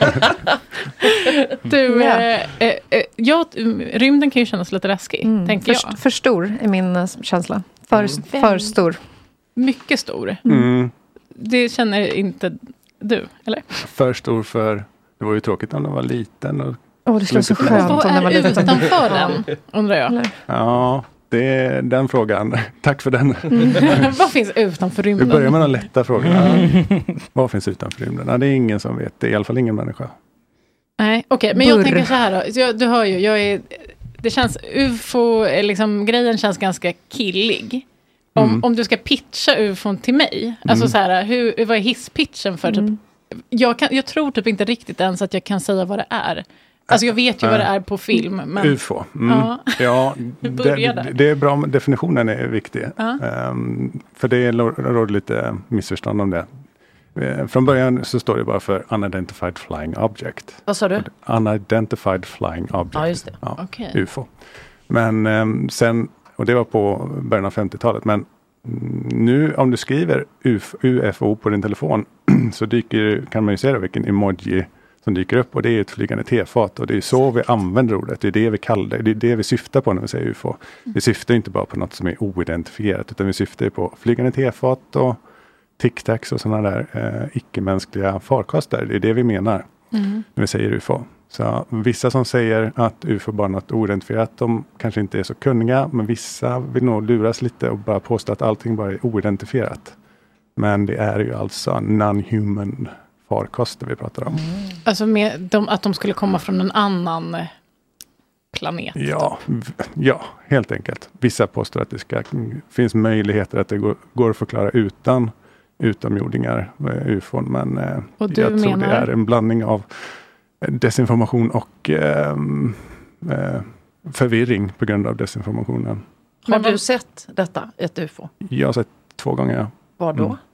Du, yeah. eh, eh, ja, rymden kan ju kännas lite läskig, mm. tänker för, jag. För stor är min uh, känsla. För, mm. för stor. Mycket stor. Mm. Det känner inte du, eller? För stor för... Det var ju tråkigt om den var liten. Och oh, det skulle vara så skönt om den var liten. Utanför den, undrar jag. Eller? Ja, det är den frågan. Tack för den. Mm. Vad finns utanför rymden? Vi börjar med de lätta frågorna. Mm. Vad finns utanför rymden? Ja, det är ingen som vet. Det är i alla fall ingen människa. Nej, okej. Okay. Men jag tänker så här då. Jag, du hör ju, jag är... Det känns... U F O, liksom, grejen känns ganska killig. Om, mm. om du ska pitcha U F O till mig. Mm. Alltså så här, hur, vad är hisspitchen för typ... Mm. Jag, kan, jag tror typ inte riktigt ens att jag kan säga vad det är. Alltså jag vet ju vad det är på film. Men... U F O. Mm. Ja, ja det, det är bra. Definitionen är viktig. Ja. Um, för det råder lite missförstånd om det. Uh, från början så står det bara för Unidentified Flying Object. Vad sa du? Unidentified Flying Object. Ja, just det. Ja, okay. U F O. Men um, sen, och det var på början av femtiotalet, men nu om du skriver U F O på din telefon så dyker, kan man ju se vilken emoji som dyker upp, och det är ett flygande tefat, och det är så vi använder ordet, det är det vi kallar det, det är det vi syftar på när vi säger U F O. Vi syftar inte bara på något som är oidentifierat, utan vi syftar på flygande tefat och tic-tacs och sådana där eh, icke-mänskliga farkoster. Det är det vi menar mm. när vi säger U F O. Så vissa som säger att U F O bara är något oidentifierat, de kanske inte är så kunniga, men vissa vill nog luras lite och bara påstå att allting bara är oidentifierat. Men det är ju alltså non-human farkoster vi pratar om. Mm. Alltså med de, att de skulle komma från en annan planet? Ja, ja, helt enkelt. Vissa påstår att det ska, finns möjligheter att det går, går att förklara utan utomjordingar, U F O, men eh, jag tror menar... det är en blandning av desinformation och eh, eh, förvirring på grund av desinformationen. Har du sett detta, ett U F O? Jag har sett två gånger. Var då? Mm.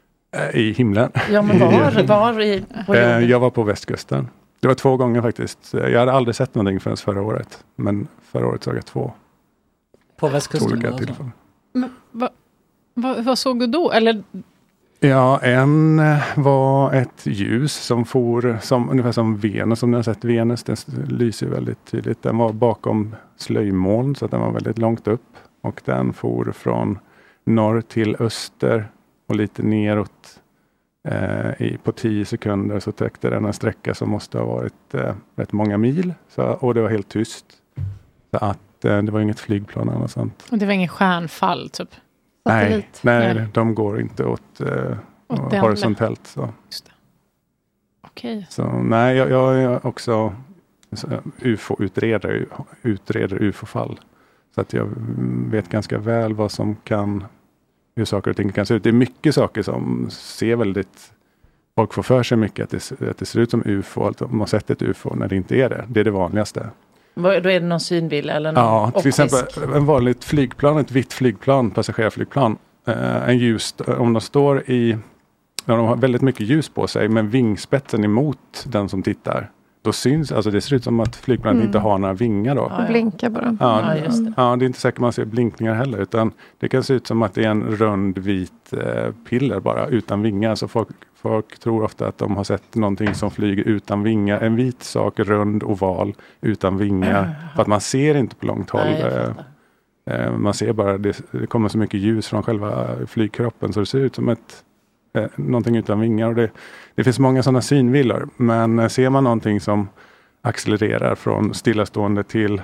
I himlen. Ja, men var? var i, på jorden? Jag var på västkusten. Det var två gånger faktiskt. Jag hade aldrig sett någonting förrän förra året. Men förra året såg jag två. På västkusten? Alltså. Men, va, va, vad såg du då? Eller... Ja, en var ett ljus som for som, ungefär som Venus. Som ni har sett, Venus, den lyser väldigt tydligt. Den var bakom slöjmoln, så att den var väldigt långt upp. Och den for från norr till öster och lite neråt. Eh, i, på tio sekunder så täckte den en sträcka som måste ha varit eh, rätt många mil. Så, och det var helt tyst. Så att det var inget flygplan eller något sånt. Och det var ingen stjärnfall typ? Nej, nej, nej, de går inte åt, eh, åt horisontellt. Så. Just det. Okej. Så nej, jag, jag är också U F O-utredare, utreder U F O-fall. Så att jag vet ganska väl vad som kan, hur saker och ting kan se ut. Det är mycket saker som ser väldigt, folk får för sig mycket att det, att det ser ut som U F O, att de har sett ett U F O när det inte är det. Det är det vanligaste. Då är det någon synbild eller någon Ja, till optisk. exempel en vanligt flygplan, ett vitt flygplan, passagerarflygplan. Eh, en ljus, om de står i, när de har väldigt mycket ljus på sig, men vingspetsen emot den som tittar. Då syns, alltså det ser ut som att flygplanet Mm. inte har några vingar då. Det blinkar bara. Ja, Ja, just det. ja, det är inte säkert man ser blinkningar heller, utan det kan se ut som att det är en rund vit eh, piller bara utan vingar. Så folk, folk tror ofta att de har sett någonting som flyger utan vingar. En vit sak, rund, oval, utan vingar. För att man ser inte på långt håll. Nej, jag eh, fattar. eh, man ser bara, det, det kommer så mycket ljus från själva flygkroppen så det ser ut som ett eh, någonting utan vingar. Och det, det finns många sådana synvillor, men eh, ser man någonting som accelererar från stillastående till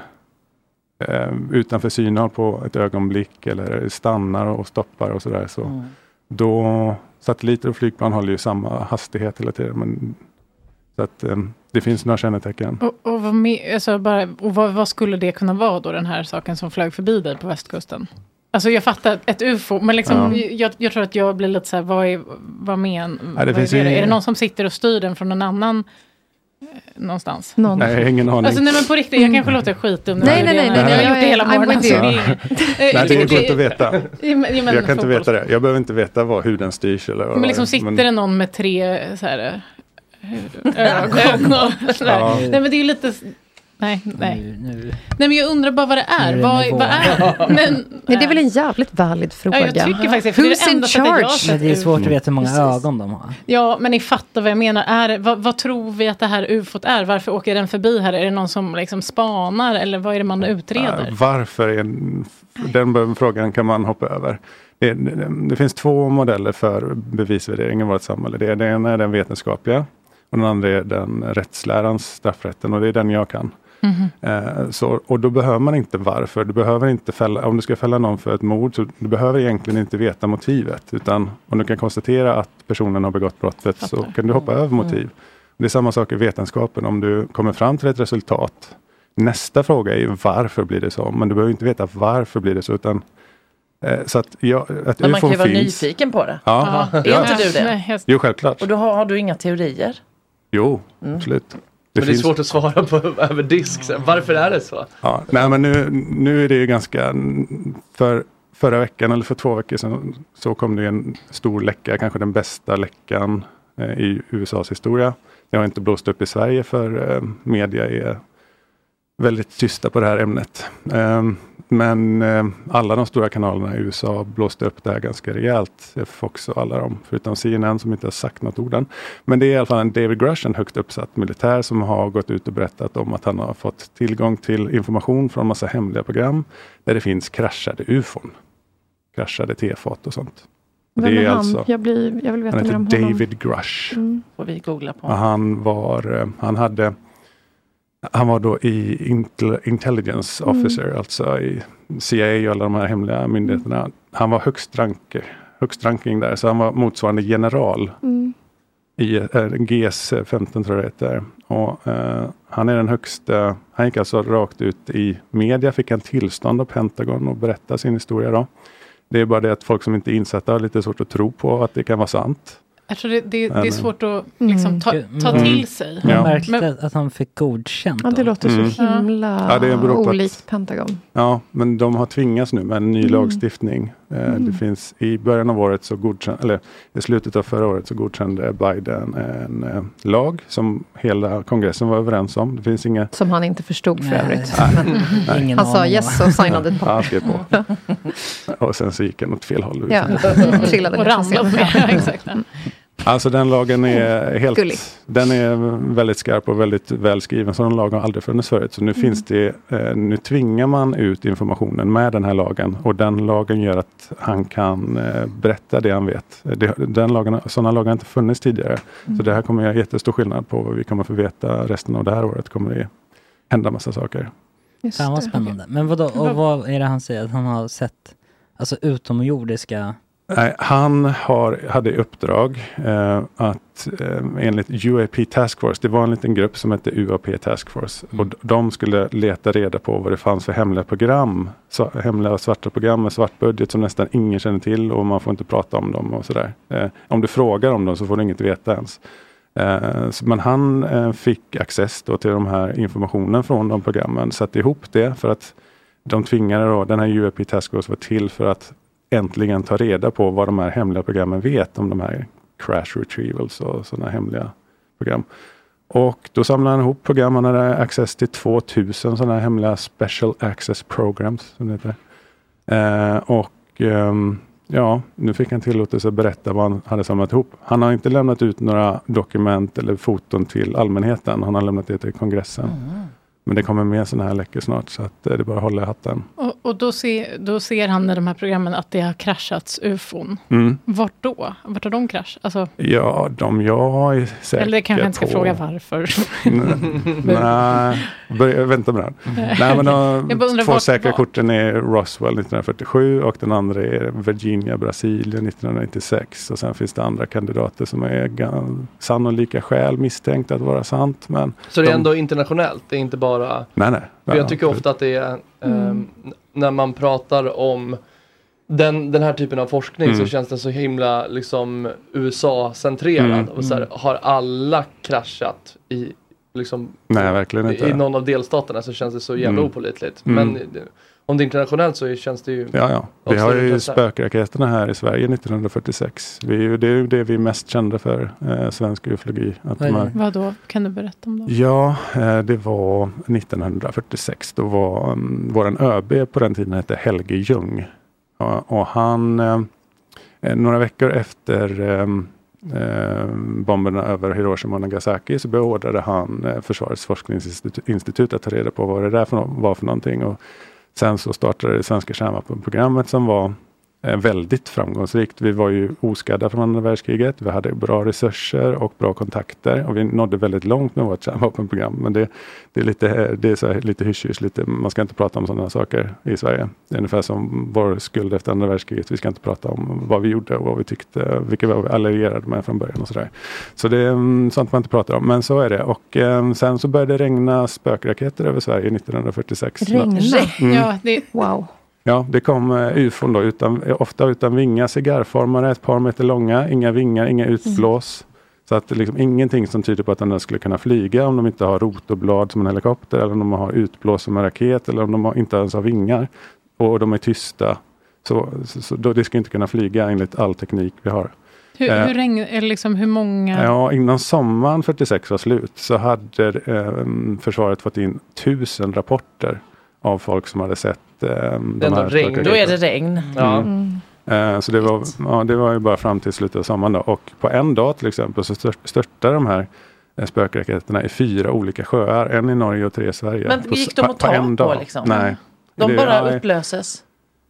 eh, utanför synhåll på ett ögonblick eller stannar och stoppar och sådär, så Mm. då satelliter och flygplan håller ju samma hastighet hela tiden, men så att eh, det finns några kännetecken. Och, och, vad, med, alltså bara, och vad, vad skulle det kunna vara då, den här saken som flög förbi dig på västkusten? Alltså jag fattar ett U F O, men liksom, Ja. jag, jag tror att jag blir lite så här, vad är, vad men, Ja, det vad finns är, det? ju- är det någon som sitter och styr den från någon annan eh, någonstans? Någon. Nej, jag har ingen aning. Alltså nej men på riktigt, jag kanske låter skitdum. Nej, nej, nej, nej, nej, jag har jag gjort det är- hela I'm morgonen. with you. så det är- Nej, det går inte att veta. Ja, men- ja, men Jag kan inte fotbolls- veta det. Jag behöver inte veta vad, hur den styrs. Eller vad Men liksom det är. sitter Men- det någon med tre så här, eh, ögon och sådär. Ja. Nej men det är ju lite... Nej, nej. Nu, nu. Nej men jag undrar bara vad det är. Nu är det Vad, nivå. vad är men, Nej, det är väl en jävligt valid fråga. Ja, jag tycker faktiskt det, för det är Who's det in enda sättet jag har charge? sett Men det är svårt att veta hur många Precis. ögon de har. Ja, men ni fattar vad jag menar. Är, det- vad, vad tror vi att det här U F O är? Varför åker den förbi här? Är det någon som liksom spanar? Eller vad är det man utreder? Ja, varför är en, den frågan kan man hoppa över. Det, det, det finns två modeller för bevisvärdering i vårt samhälle. Det, det ena är den vetenskapliga och den andra är den rättslärans, straffrätten, och det är den jag kan. Mhm. Eh, så, och då behöver man inte varför. Du behöver inte fälla, om du ska fälla någon för ett mord, så du behöver egentligen inte veta motivet. Utan om du kan konstatera att personen har begått brottet, så Fattar. kan du hoppa över motiv. Mm. Det är samma sak i vetenskapen. Om du kommer fram till ett resultat, nästa fråga är ju varför blir det så? Men du behöver inte veta varför blir det så, utan eh, så att, ja, att Men man kan ju U F O vara finns. nyfiken på det. Ja, Är ja. inte du det? Nej, jag- Jo, självklart. Och då har, har du inga teorier? Jo, Mm. absolut. Men det är svårt att svara på över disk. Så varför är det så? Ja, nej, men nu, nu är det ju ganska, för förra veckan eller för två veckor sedan så kom det en stor läcka, kanske den bästa läckan eh, i U S A:s historia. Det har inte blåst upp i Sverige, för eh, media är väldigt tysta på det här ämnet. Eh, men eh, alla de stora kanalerna i U S A blåste upp det här ganska rejält. Fox och alla de, förutom C N N som inte har sagt något ord än. Men det är i alla fall en David Grush, en högt uppsatt militär, som har gått ut och berättat om att han har fått tillgång till information från massa hemliga program där det finns kraschade U F O n. Kraschade tefat och sånt. Vem det är är han? alltså, jag, blir, jag vill veta han mer heter om honom. David Grush. Mm. Får vi googla på. Och han var, eh, han hade, han var då i intel, intelligence Mm. officer, alltså i C I A och alla de här hemliga myndigheterna. Han var högst, rank, högst ranking där, så han var motsvarande general Mm. i eh, G S femton, tror jag det heter. Och eh, han är den högsta, han gick alltså rakt ut i media, fick en tillstånd av Pentagon och berätta sin historia då. Det är bara det att folk som inte är insatta har lite svårt att tro på att det kan vara sant. Jag tror det, det, det är Men- svårt att liksom, ta, ta Mm. till sig. Ja. Märkligt Men- att han fick godkänt. Ja, det då. låter Mm. så himla Ja, det beror på att- olikt Pentagon. Ja, men de har tvingats nu med en ny Mm. lagstiftning. Eh, Mm. Det finns i början av året så godkände, eller i slutet av förra året så godkände Biden en eh, lag som hela kongressen var överens om. Det finns inga... Som han inte förstod för Nej. övrigt. Nej. Ingen Han sa aning. yes och signade ett Ja, han papper. skrev på. Och sen så gick han åt fel håll. Ja, trillade Och ner från ramlade scenen. med. Exakt. Alltså den lagen är helt, Gullig. den är väldigt skarp och väldigt välskriven. Så den lagen har aldrig funnits förut. Så nu Mm. finns det, eh, nu tvingar man ut informationen med den här lagen. Och den lagen gör att han kan eh, berätta det han vet. Det, den lagen, sådana lagar har inte funnits tidigare. Mm. Så det här kommer göra jättestor skillnad på vad vi kommer få veta resten av det här året. Kommer det hända massa saker. Fan vad spännande. Men vadå, och vad är det han säger? Att han har sett alltså utomjordiska... Nej, han har, hade i uppdrag eh, att eh, enligt U A P Task Force, det var en liten grupp som hette U A P Task Force, mm. och de skulle leta reda på vad det fanns för hemliga program, så, hemliga svarta program med svart budget som nästan ingen känner till, och man får inte prata om dem och sådär. Eh, om du frågar om dem så får du inget veta ens. Eh, så, men han eh, fick access då till de här informationen från de programmen, satte ihop det för att de tvingade då, den här U A P Task Force var till för att äntligen ta reda på vad de här hemliga programmen vet om de här crash retrievals och sådana hemliga program. Och då samlade han ihop program. Han hade access till tvåtusen sådana här hemliga special access programs som det heter. Eh, och eh, ja, nu fick han tillåtelse att berätta vad han hade samlat ihop. Han har inte lämnat ut några dokument eller foton till allmänheten. Han har lämnat det till kongressen. Mm. Men det kommer med sådana här läckor snart, så att det är bara att hålla i hatten. Och, och då, ser, då ser han i de här programmen att det har kraschats U F O n. Mm. Vart då? Vart har de krasch? Alltså... Ja, de jag är säker Eller kanske inte ska på... fråga varför. Nej, börja, vänta med den. Nej, men de två vart, säkra var... korten är Roswell nittonhundrafyrtiosju och den andra är Virginia, Brasilien nittonhundranittiosex. Och sen finns det andra kandidater som är sannolika skäl misstänkt att vara sant. Men så det är de... ändå internationellt, det är inte bara... Nej, nej. För jag tycker ofta att det är um, mm. när man pratar om den, den här typen av forskning mm. så känns det så himla liksom U S A-centrerad. Mm. Och så här, har alla kraschat i, liksom, nej, verkligen inte. i någon av delstaterna, så känns det så jävla mm. opålitligt. Mm. Men om det är internationellt så känns det ju... Ja, ja. Vi har ju spökraketerna här i Sverige nittonhundrafyrtiosex. Vi är ju, det är ju det vi är mest kända för, eh, svensk ufologi. Att de här... Vad då? Kan du berätta om dem? Ja, eh, det var nittonhundrafyrtiosex. Då var um, våran ÖB på den tiden hette Helge Ljung. Ja, och han, eh, några veckor efter eh, bomberna över Hiroshima och Nagasaki, så beordrade han eh, Försvarets forskningsinstitut att ta reda på vad det där för, var för någonting. Och sen så startade det svenska kärnvapenprogrammet som var eh, väldigt framgångsrikt. Vi var ju oskadda från andra världskriget. Vi hade bra resurser och bra kontakter. Och vi nådde väldigt långt med vårt kärnvapenprogram. Men det, det är lite, det är så här, lite hysch, lite, man ska inte prata om sådana saker i Sverige. Det är ungefär som vår skuld efter andra världskriget. Vi ska inte prata om vad vi gjorde och vad vi tyckte. Vilka vi var allierade med från början och sådär. Så det är sånt man inte pratar om. Men så är det. Och eh, sen så började det regna spökraketer över Sverige nittonhundrafyrtiosex. Regna? Mm. Ja, det... Wow. Ja, det kom uh, U F O då, utan, ofta utan vingar, cigarrformare, ett par meter långa, inga vingar, inga utblås. Mm. Så att det liksom ingenting som tyder på att den där skulle kunna flyga om de inte har rotorblad som en helikopter, eller om de har utblås som en raket, eller om de har, inte ens har vingar och de är tysta. Så, så, så då, det ska inte kunna flyga enligt all teknik vi har. Hur, eh, hur, regn, eller liksom, hur många? Ja, innan sommaren fyrtiosex var slut så hade eh, försvaret fått in tusen rapporter av folk som hade sett eh, de här regn. Då är det regn. Ja. Mm. Eh, så det var, ja, det var ju bara fram till slutet av sommaren då. Och på en dag till exempel så störtade de här eh, spökraketerna i fyra olika sjöar. En i Norge och tre i Sverige. Men gick de att ta på, på liksom? Nej. De det, bara ja, upplöses?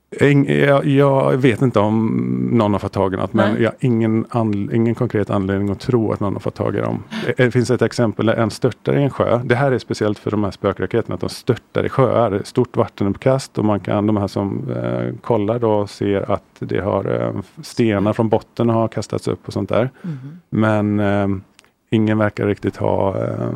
Jag, jag vet inte om någon har fått tag i något, men jag har ingen, anle- ingen konkret anledning att tro att någon har fått tag i dem. Det finns ett exempel där en störtar i en sjö. Det här är speciellt för de här spökraketerna, att de störtar i sjöar. Det är stort vattenuppkast och man kan, de här som eh, kollar då ser att det har eh, stenar från botten har kastats upp och sånt där. Mm. Men eh, ingen verkar riktigt ha eh,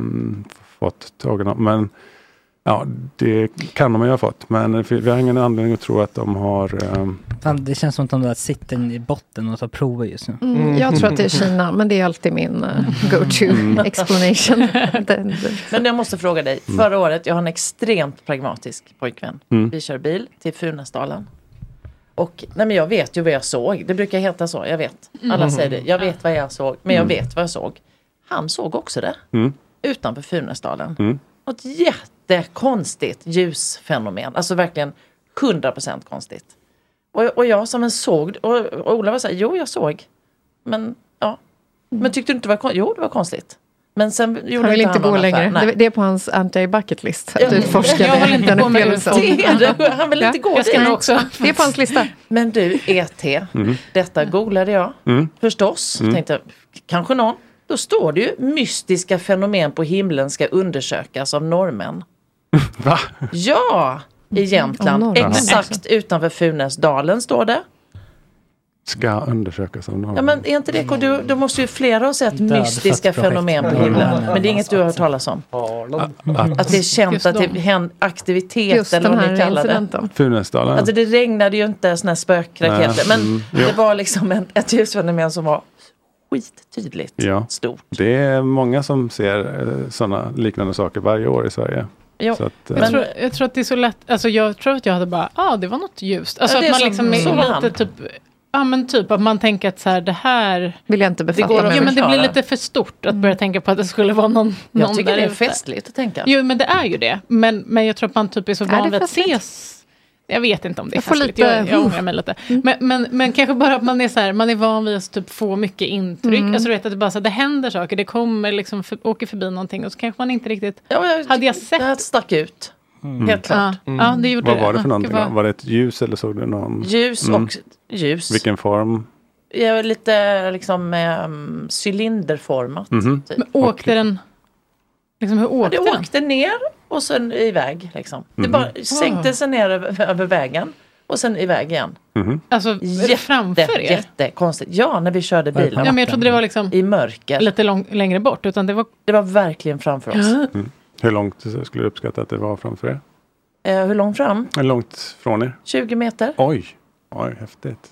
fått tag i någon. Men ja, det kan de ju ha fått. Men vi har ingen anledning att tro att de har... Um... Fan, det känns som att de där sitter i botten och tar prover just nu. Mm, mm. Jag tror att det är Kina, men det är alltid min uh, go-to mm. explanation. Men jag måste fråga dig. Förra året, jag har en extremt pragmatisk pojkvän. Mm. Vi kör bil till Funäsdalen. Och nej, men jag vet ju vad jag såg. Det brukar heta så, jag vet. Alla mm. säger det. Jag vet vad jag såg, men jag mm. vet vad jag såg. Han såg också det. Mm. Utanför Funäsdalen. Mm. Något jättekonstigt ljusfenomen. Alltså verkligen hundra procent konstigt. Och, och jag som en såg, och, och Ola var så här, jo jag såg. Men ja. Men tyckte du inte det var konstigt? Jo det var konstigt. Men sen gjorde han vill inte han gå längre. Det, det är på hans anti-bucket list. Att du forskar jag vill inte gå med det. Han vill inte gå det också. Det är på hans lista. Men du, E T. Mm. Detta googlade jag. Mm. Förstås. Mm. Tänkte, kanske någon. Då står det ju mystiska fenomen på himlen ska undersökas av norrmän. Va? Ja, i Jämtland. Oh, Exakt utanför Funäsdalen står det. Ska undersökas av någon. Ja, men är inte det, du, då måste ju flera ha sett mystiska fenomen på himlen. Men det är inget du har hört talas om. Att, att det är känt att det händer aktivitet Just eller den vad här ni kallar det. incidenten. Funäsdalen. Alltså det regnade ju inte såna här spökraketer. Men Mm, det var liksom en, ett ljusfenomen som var skittydligt. Ja. Stort. Det är många som ser eh, sådana liknande saker varje år i Sverige. Jo, så att, eh, jag, tror, jag tror att det är så lätt. Alltså jag tror att jag hade bara, ja ah, det var något ljust. Alltså Ja, det att är man som- liksom är så lite typ, ja men typ att man tänker att så här, det här Vill jag inte det befatta går, mig ja, med. men det blir lite för stort att börja tänka på att det skulle vara någon, Jag någon tycker där det är ute. festligt att tänka. Jo men det är ju det. Men, men jag tror att man typ är så Är van det vid att festligt? ses. Jag vet inte om det är Jag får festligt. lite- Jag, jag ångrar mig lite. Men, men, men kanske bara att man är så här, man är van vid att typ få mycket intryck. Mm. Alltså du vet att det bara så här, det händer saker. Det kommer liksom, för, åker förbi någonting och så kanske man inte riktigt. Ja, jag, Hade jag sett? Det här stack ut. Helt klart. Ja, ja, det gjorde vad var det Ja, för någonting det var- då? Var det ett ljus eller såg du någon? Ljus Mm. och ljus. Vilken form? Ja, lite liksom um, cylinderformat. Mhm. Typ. Men åkte den, liksom hur Ja, åkte det den? åkte ner och sen iväg. Liksom. Det Mhm. bara sänkte sig ner över, över vägen och sen iväg igen. Mhm. Alltså Jätte, framför er? jättekonstigt. Ja, när vi körde bilen. Ja, men jag trodde det var liksom i mörker. lite lång, längre bort. Utan det var... Det var verkligen framför oss. Mm. Hur långt skulle du uppskatta att det var framför er? Eh, hur långt fram? Hur långt från er? tjugo meter. Oj, oj, häftigt.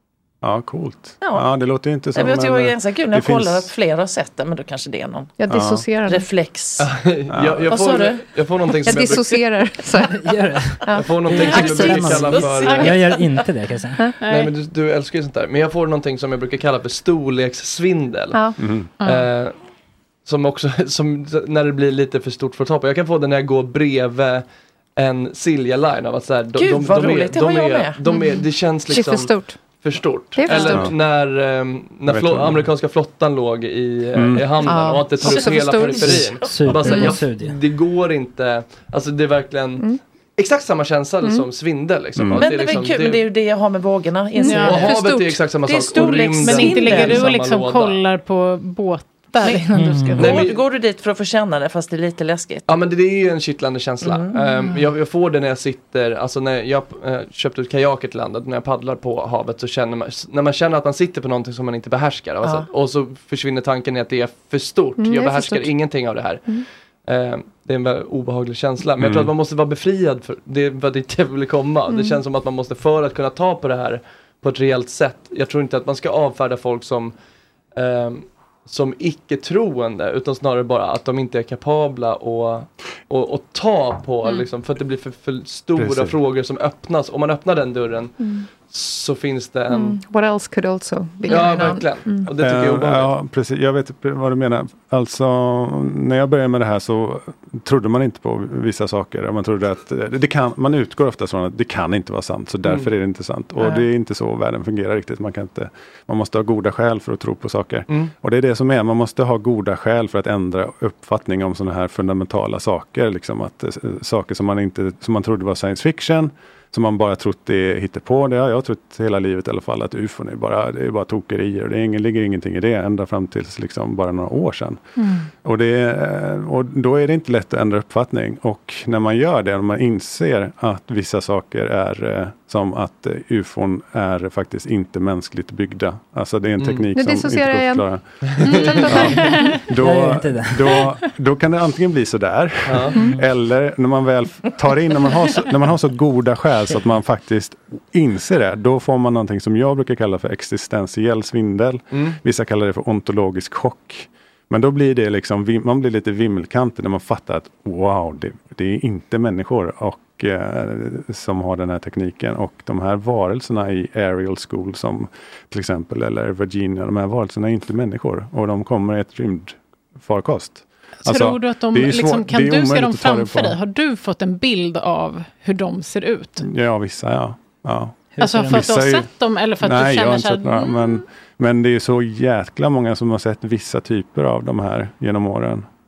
Ja, coolt. Ja. Ja, det låter ju inte som... Jag vet, det var en, ganska kul när det jag kollar finns- att flera har sett det, men då kanske det är någon Jag dissocierar. reflex. jag, jag, Vad sa får, du? jag får någonting Jag som jag, bruk, dissocierar. Så. Gör det. jag får någonting som jag brukar kalla för... Jag gör inte det kan jag säga. Nej, men du, du älskar ju sånt där. Men jag får någonting som jag brukar kalla för storlekssvindel. Ja. Mhm. Eh, som också, som när det blir lite för stort för att ta på. Jag kan få det när jag går bredvid en Silja Line av att så här, de, Gud, de, vad de, roligt, det är, har de, jag är, med. de är, det känns Det är liksom för stort. för stort. Det är för Eller stort. när, um, när vet flå, vad det är. amerikanska flottan låg i, eh, Mm. i hamnen Ja. och att det tar upp Också för hela stort. periferin. Super- Och bara så här, gåshud, jag, ja. det går inte, alltså det är verkligen Mm. exakt samma känsla som svindel. Liksom. Mm. Att Men det det är är väl liksom, kul, men det är ju det jag har med vågorna. Inser Ja. jag. och För havet stort. är exakt samma Det är sak. Och storleks- rymden Men inte i ligger du och samma liksom låda. kollar på båtar Nej. innan du ska... Nej, Går, men- går du dit för att få känna det fast det är lite läskigt? Ja, men det, det är ju en kittlande känsla. Ehm, jag, jag får det när jag sitter, alltså när jag äh, köpte ut kajaker till landet, när jag paddlar på havet så känner man, när man känner att man sitter på någonting som man inte behärskar. Ja. Alltså, och så försvinner tanken i att det är för stort. Mm, det är jag för behärskar stort. ingenting av det här. Ehm, det är en väldigt obehaglig känsla. Men jag Mm. tror att man måste vara befriad för det var dit jag ville komma. Mm. Det känns som att man måste, för att kunna ta på det här på ett rejält sätt. Jag tror inte att man ska avfärda folk som ehm, som icke-troende, utan snarare bara att de inte är kapabla och, och, och ta på, Mm. liksom, för att det blir för, för stora Precis. frågor som öppnas. Om man öppnar den dörren Mm. så finns det en... Mm. What else could also be Ja, going on? verkligen. Mm. Och det tycker jag är Eh, obehagligt. Ja, precis. Jag vet vad du menar. Alltså, när jag började med det här så trodde man inte på vissa saker. Man trodde att det kan, man utgår ofta från att det kan inte vara sant, så därför Mm. är det inte sant. Och Nej. det är inte så världen fungerar riktigt. Man kan inte, man måste ha goda skäl för att tro på saker. Mm. Och det är det som är, man måste ha goda skäl för att ändra uppfattning om sådana här fundamentala saker. Liksom att, eh, saker som man, inte, som man trodde var science fiction, som man bara trott det hittar på. Det har jag trott hela livet i alla fall, att ufon är bara, det är bara tokerier. Och det är ingen, ligger ingenting i det ända fram tills liksom bara några år sedan. Mm. Och, det, är- och då är det inte lätt att ändra uppfattning. Och när man gör det, när man inser att vissa saker är eh, som att eh, ufon är faktiskt inte mänskligt byggda. Alltså det är en Mm. teknik Nu som inte går dissocierar jag att igen. förklara. Då, Jag gör inte det. då, då kan det antingen bli sådär. Ja. Eller när man väl tar in, när man har så, när man har så goda skäl så att man faktiskt inser det, då får man någonting som jag brukar kalla för existentiell svindel. Mm. Vissa kallar det för ontologisk chock. Men då blir det liksom, vim- man blir lite vimmelkantig när man fattar att wow, det, det är inte människor och, eh, som har den här tekniken. Och de här varelserna i Ariel School som till exempel, eller Virginia, de här varelserna är inte människor. Och de kommer i ett rymdfarkost. Alltså, Tror du att de, det är ju liksom, svårt- kan det är du se omöjligt dem att ta det framför på- dig? Har du fått en bild av hur de ser ut? Ja, vissa ja. ja. Hur Alltså ser för de att du har Vissa är ju- sett dem eller för att Nej, du jag har känner inte så här, sett några, mm. men, men det är ju så jäkla många som har sett vissa typer av de här genom åren.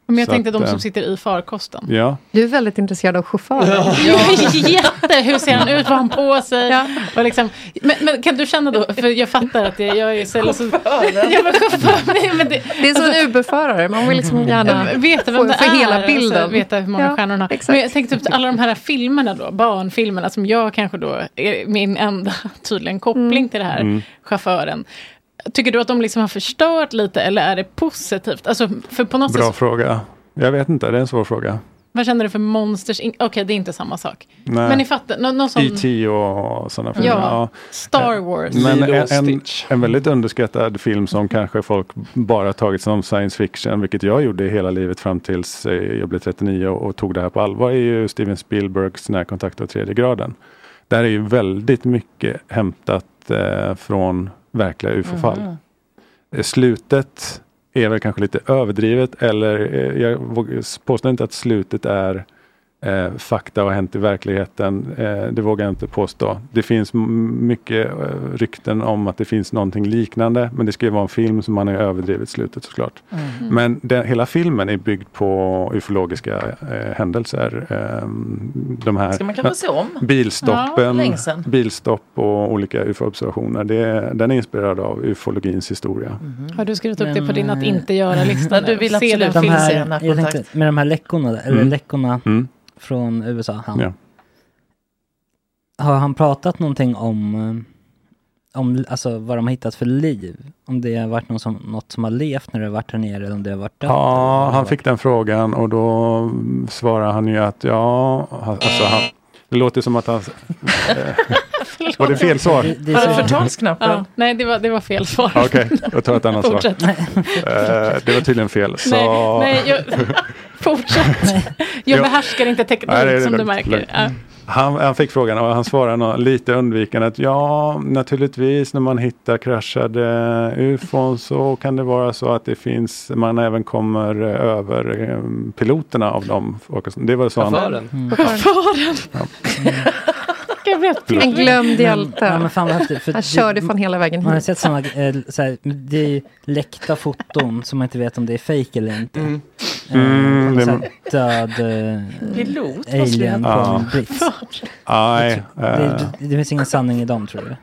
Men jag så tänkte att, de som äh, sitter i farkosten. Ja. Du är väldigt intresserad av chaufförer. Ja. Jätte, hur ser han ut, vad han på sig? Ja. Och liksom, men, men kan du känna då, för jag fattar att jag, jag är sällan så... Ja, men chaufför, men det, det är som alltså, en Uber-förare, man vill liksom gärna veta vem det för är, hela bilden. Alltså, veta hur många ja, stjärnorna har. Men jag tänkte typ alla de här filmerna då, barnfilmerna som jag kanske då är min enda tydligen koppling mm. till det här mm. chauffören. Tycker du att de liksom har förstört lite eller är det positivt? Alltså, för på något Bra sätt... fråga. Jag vet inte, det är en svår fråga. Vad känner du för monsters? Okej, okay, det är inte samma sak. Nej. Men ni fattar, nå- någon som... E T och sådana filmer. Ja, ja, Star Wars. Men en, en, en väldigt underskattad film som kanske folk bara tagit som science fiction, vilket jag gjorde hela livet fram tills jag blev trettionio och tog det här på allvar, är ju Steven Spielbergs Närkontakt av tredje graden. Där är ju väldigt mycket hämtat eh, från verkliga U F O-fall. Mm. Slutet är väl kanske lite överdrivet, eller eh, jag påstår inte att slutet är eh, fakta och hänt i verkligheten. Eh, det vågar jag inte påstå. Det finns m- mycket eh, rykten om att det finns någonting liknande, men det ska ju vara en film som man är överdrivet slutet såklart. Mm. Men den, hela filmen är byggd på ufologiska eh, händelser. Eh, de här ska man kanske se om? Bilstoppen, ja, bilstopp och olika U F O-observationer. Det, den är inspirerad av ufologins historia. Mm. Har du skrivit upp men, det på din att inte göra-listan? Du vill absolut de här, jag tänkte, med de här läckorna, eller mm. läckorna mm. från U S A. Han. Ja. Har han pratat någonting om, om alltså, vad de har hittat för liv? Om det har varit någon som, något som har levt när det har varit här nere eller om det har varit dött? Ja, han fick den frågan och då svarade han ju att ja, alltså han, det låter som att han... Var det fel svar? Det, det var det förtalsknappen? Ja, nej, det var, det var fel svar. Okej, okay, jag tar ett annat svar. uh, det var tydligen fel. Så... Nej, nej jag, fortsätt. Jag behärskar inte teknik nej, det det som du märker. Ja. Han, han fick frågan och han svarade lite undvikande att ja, naturligtvis när man hittar kraschade U F O så kan det vara så att det finns, man även kommer över um, piloterna av dem. Det var så Chauffören. han... Mm. Chauffören. Ja. En glömd hjälte. Ja, men fan vad häftigt. För han körde från hela vägen hit. Man har sett såna, eh, så här, det är ju läckta foton som man inte vet om det är fake eller inte. Mm. Mm, eh, det död eh, pilot alien på ja. en brits. Nej. Det, det, det finns ingen sanning i dem, tror du?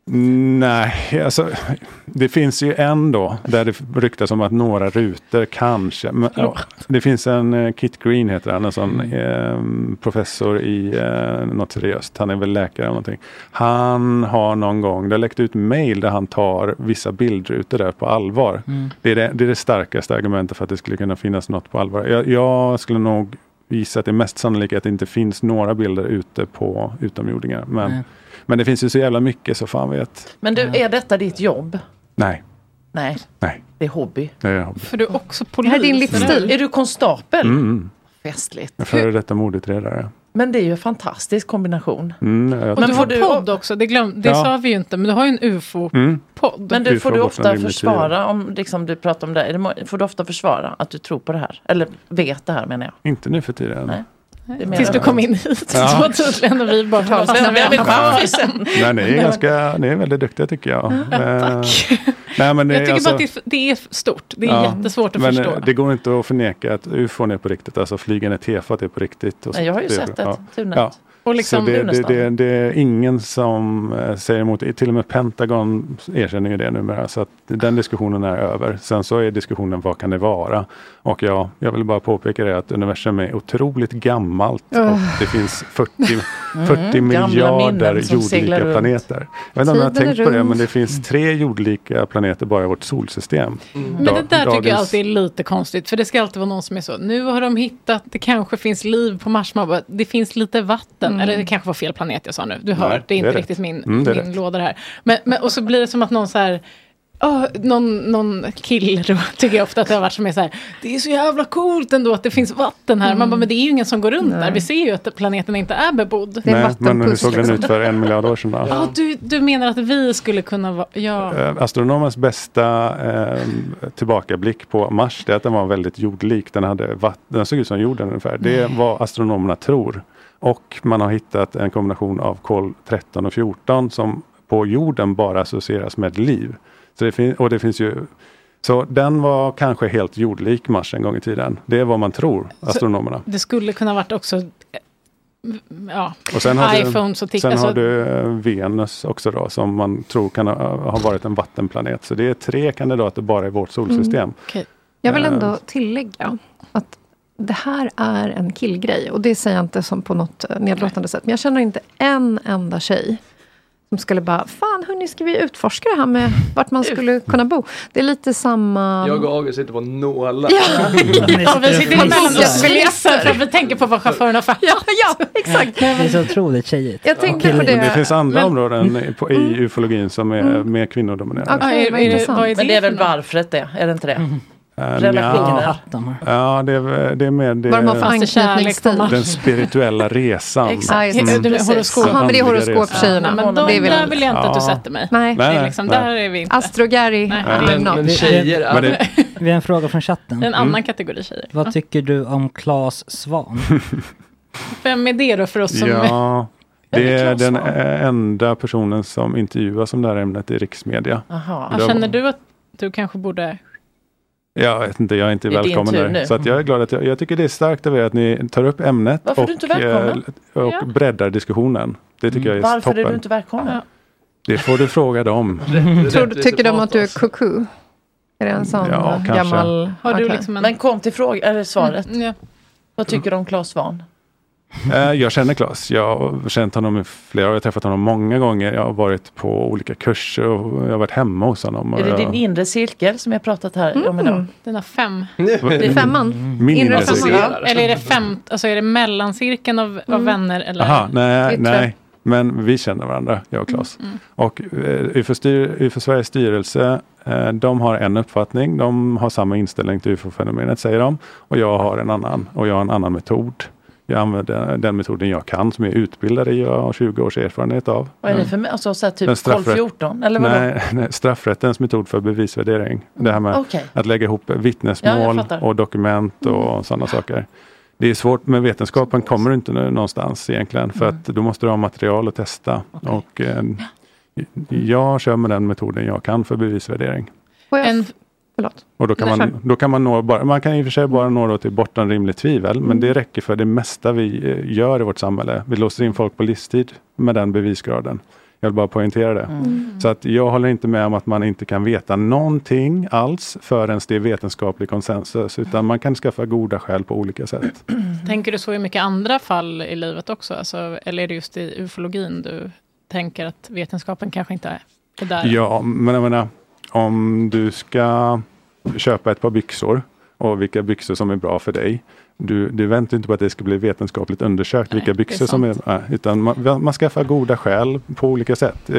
Nej, alltså det finns ju ändå där det ryktas om att några rutor kanske. Men, ja, det finns en uh, Kit Green heter han, en sån eh, professor i eh, något seriöst. Han är väl läkare eller någonting. Han har någon gång, det har läckt ut mejl där han tar vissa bildrutor där på allvar. Mm. Det, är det, det är det starkaste argumentet för att det skulle kunna finnas något på allvar. Jag, jag skulle nog visa att det är mest sannolikt att det inte finns några bilder ute på utomjordingar. Men mm. Men det finns ju så jävla mycket så fan vet. Men du, är detta ditt jobb? Nej. Nej. Nej. Det är hobby. Det är hobby. För du är också polis. Det här är din livsstil. Är du konstapel? Mm. Festligt. Jag före detta mordutredare. Men det är ju en fantastisk kombination. Mm, jag och du har du podd också, det, glöm, det ja. sa vi ju inte, men du har ju en U F O-podd. Mm. Men du, får du ofta försvara, om liksom, du pratar om det, får du ofta försvara att du tror på det här? Eller vet det här, menar jag? Inte nu för tiden. Nej. Tills du kom in hit ja. så tydligen och vi bara fastnade med en Nej, ni är ganska, ni är väldigt duktiga tycker jag. Ja, tack. Nej, men det, jag tycker alltså, bara att det, det är stort. Det är ja, jättesvårt att men förstå. Det går inte att förneka att U F O är på riktigt. Alltså flygen är tefat är på riktigt. Och Nej, jag har ju det, sett ja. ett tunet. Ja. Och liksom så det, det, det, det är ingen som äh, säger emot. Till och med Pentagon erkänner ju det numera. Så att den diskussionen är över. Sen så är diskussionen vad kan det vara? Och ja, jag vill bara påpeka det att universum är otroligt gammalt. Uh. Och det finns fyrtio, fyrtio mm, miljarder jordlika planeter. Jag vet inte om jag har tänkt på det, men det finns tre jordlika planeter bara i vårt solsystem. Mm. Men det där dagens... tycker jag alltid är lite konstigt. För det ska alltid vara någon som är så. Nu har de hittat, det kanske finns liv på Mars. Bara, det finns lite vatten. Mm. Eller det kanske var fel planet jag sa nu. Du hör, Nej, det är inte det är riktigt min, mm, min rätt. låda här. Men, men, och så blir det som att någon så här... Oh, någon, någon kille då, tycker jag ofta att det har varit som är så här, det är så jävla coolt ändå att det finns vatten här. Mm. Man bara, men det är ju ingen som går runt Nej. där. Vi ser ju att planeten inte är bebodd. Det är Nej, men hur såg den ut för en miljard år sedan? Ja, oh, du, du menar att vi skulle kunna vara... Ja. Äh, astronomens bästa äh, tillbakablick på Mars är att den var väldigt jordlik. Den, hade vatten, den såg ut som jorden ungefär. Det är vad astronomerna tror. Och man har hittat en kombination av kol tretton och fjorton som på jorden bara associeras med liv. Så det fin- och det finns ju Så den var kanske helt jordlik Mars en gång i tiden. Det är vad man tror, astronomerna. Så det skulle kunna varit också ja, och sen har iPhones och du, Sen alltså, har du Venus också då, som man tror kan ha, ha varit en vattenplanet. Så det är tre kandidater bara i vårt solsystem. Mm, okay. Jag vill ändå tillägga att det här är en killgrej. Och det säger jag inte som på något nedlåtande sätt. Men jag känner inte en enda tjej som skulle bara, fan hörni, ska vi utforska det här med vart man skulle kunna bo? Det är lite samma... Jag och August sitter på nålar. Ja, ja vi sitter emellan oss för att vi tänker på vad chaufförerna fattar. Ja, ja, exakt. Det är så otroligt tjejigt. Jag tänkte på det. Men det finns andra men... områden på, i mm. ufologin som är mm. mer kvinnodominerade. Okay, ja, är, är det, vad är det men det är väl varför det, är det inte det? Mm. Relationer. Ja, det är, det är med det, vad de har för anknytningsstil. Den spirituella resan. Exakt. Mm. Du, horoskop. Aha, men det är horoskoptjejerna. Men då, det där vill jag inte att du sätter mig. Nej. Nej, nej, liksom, nej. Där är vi inte. Astro-Gary. Men, men tjejer. Men det, vi har en fråga från chatten. En annan mm. kategori tjejer. Vad ja. tycker du om Claes Svahn? Vem är det då för oss som... Ja. Det är den enda personen som intervjuas om det här ämnet i riksmedia. Aha. Känner du att du kanske borde... Jag vet inte, jag är inte välkommen där. Nu. Så att jag är glad att jag, jag tycker det är starkt av er att ni tar upp ämnet varför och, är du inte välkommen? och ja. breddar diskussionen. Det tycker mm. jag är varför toppen. Varför är du inte välkommen? Ja. Det får du fråga dem. Tror du, tycker de att du är kuku? Är det en sån ja, gammal... Har du liksom en... Men kom till fråga, är det svaret? Mm. Ja. Vad tycker du om Claes Svahn? Jag känner Claes. Jag har känt honom i flera år. Jag har träffat honom många gånger. Jag har varit på olika kurser och jag har varit hemma hos honom. Är det jag... din inre cirkel som jag pratat här mm. om idag? Dina fem. Det är femman. Min inre, inre cirkel. cirkel. Eller är det fem, alltså är det mellancirkeln av, mm. av vänner? Eller? Aha, nej, nej. Men vi känner varandra, jag och Claes. Mm. Och U F O, styr, U F O Sveriges styrelse, eh, de har en uppfattning. De har samma inställning till U F O-fenomenet, säger de. Och jag har en annan. Och jag har en annan metod. Jag använder den metoden jag kan, som jag är utbildad i och har tjugo års erfarenhet av. Vad är det för mig? Alltså så här, typ tolv fjorton? Eller vad nej, nej, straffrättens metod för bevisvärdering. Mm. Det här med okay. att lägga ihop vittnesmål ja, och dokument och mm. sådana saker. Det är svårt, med vetenskapen kommer du inte någonstans egentligen. För mm. att då måste du ha material att testa. Okay. Och eh, jag kör med den metoden jag kan för bevisvärdering. En... Och då kan man, då kan man nå bara, man kan i och för sig bara nå då till bortom rimligt tvivel, mm. men det räcker för det mesta vi gör i vårt samhälle. Vi låser in folk på livstid med den bevisgraden. Jag vill bara poängtera det. Mm. Så att jag håller inte med om att man inte kan veta någonting alls förrän det är vetenskaplig konsensus, utan man kan skaffa goda skäl på olika sätt. Tänker du så i mycket andra fall i livet också? Alltså, eller är det just i ufologin du tänker att vetenskapen kanske inte är där? Ja, men jag menar, om du ska köpa ett par byxor och vilka byxor som är bra för dig. Du, du väntar inte på att det ska bli vetenskapligt undersökt vilka byxor är som är äh, utan man, man skaffar goda skäl på olika sätt.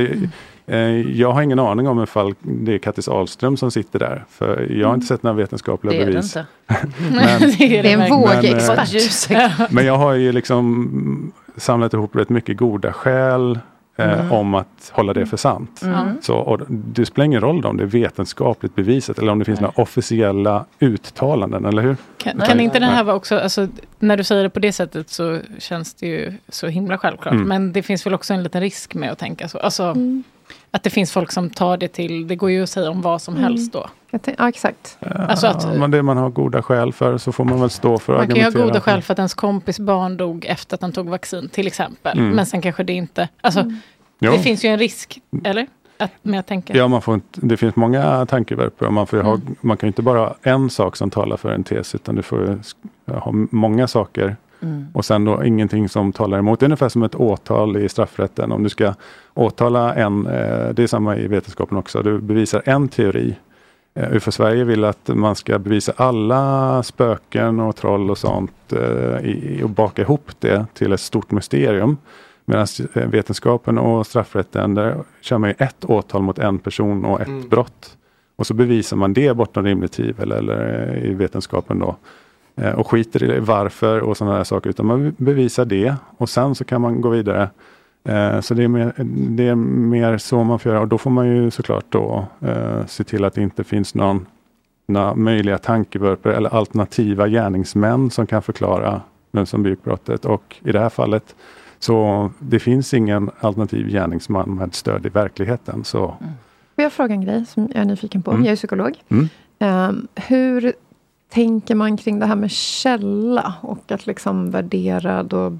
Mm. Jag har ingen aning om ifall det är Kattis Ahlström som sitter där, för jag har inte sett några vetenskapliga bevis. Det är det inte. men, det är en vågexpert. Men, men jag har ju liksom samlat ihop rätt mycket goda skäl Mm. om att hålla det för sant. Mm. Så, och det spelar ingen roll om det är vetenskapligt bevisat eller om det finns Nej. några officiella uttalanden, eller hur? Kan, kan inte den här vara också, alltså, när du säger det på det sättet så känns det ju så himla självklart. Mm. Men det finns väl också en liten risk med att tänka så. Alltså, mm. att det finns folk som tar det till, det går ju att säga om vad som mm. helst då. Ja, exakt. Ja, alltså att, men det man har goda skäl för så får man väl stå för att man kan ju ha goda skäl för att ens kompis barn dog efter att han tog vaccin till exempel. Mm. Men sen kanske det inte, alltså mm. det finns ju en risk, eller? Att, med att tänka. Ja, man får inte, det finns många tankevärper. Man, får mm. ha, man kan ju inte bara ha en sak som talar för en tes, utan du får ha många saker. Mm. Och sen då ingenting som talar emot. Det är ungefär som ett åtal i straffrätten. Om du ska åtala en, det är samma i vetenskapen också. Du bevisar en teori. U F O Sverige vill att man ska bevisa alla spöken och troll och sånt och baka ihop det till ett stort mysterium. Medan vetenskapen och straffrätten, där kör man ju ett åtal mot en person och ett mm. brott. Och så bevisar man det bortom rimligt tvivel eller i vetenskapen då. Och skiter i det, varför och sådana här saker. Utan man bevisar det och sen så kan man gå vidare. Så det är mer, det är mer så man får göra. Och då får man ju såklart då eh, se till att det inte finns någon, några möjliga tankevurper eller alternativa gärningsmän som kan förklara vem som begick brottet. Och i det här fallet så det finns ingen alternativ gärningsman med stöd i verkligheten. Så. Mm. Jag frågar en grej som jag är nyfiken på. Mm. Jag är psykolog. Mm. Um, hur tänker man kring det här med källa och att liksom värdera då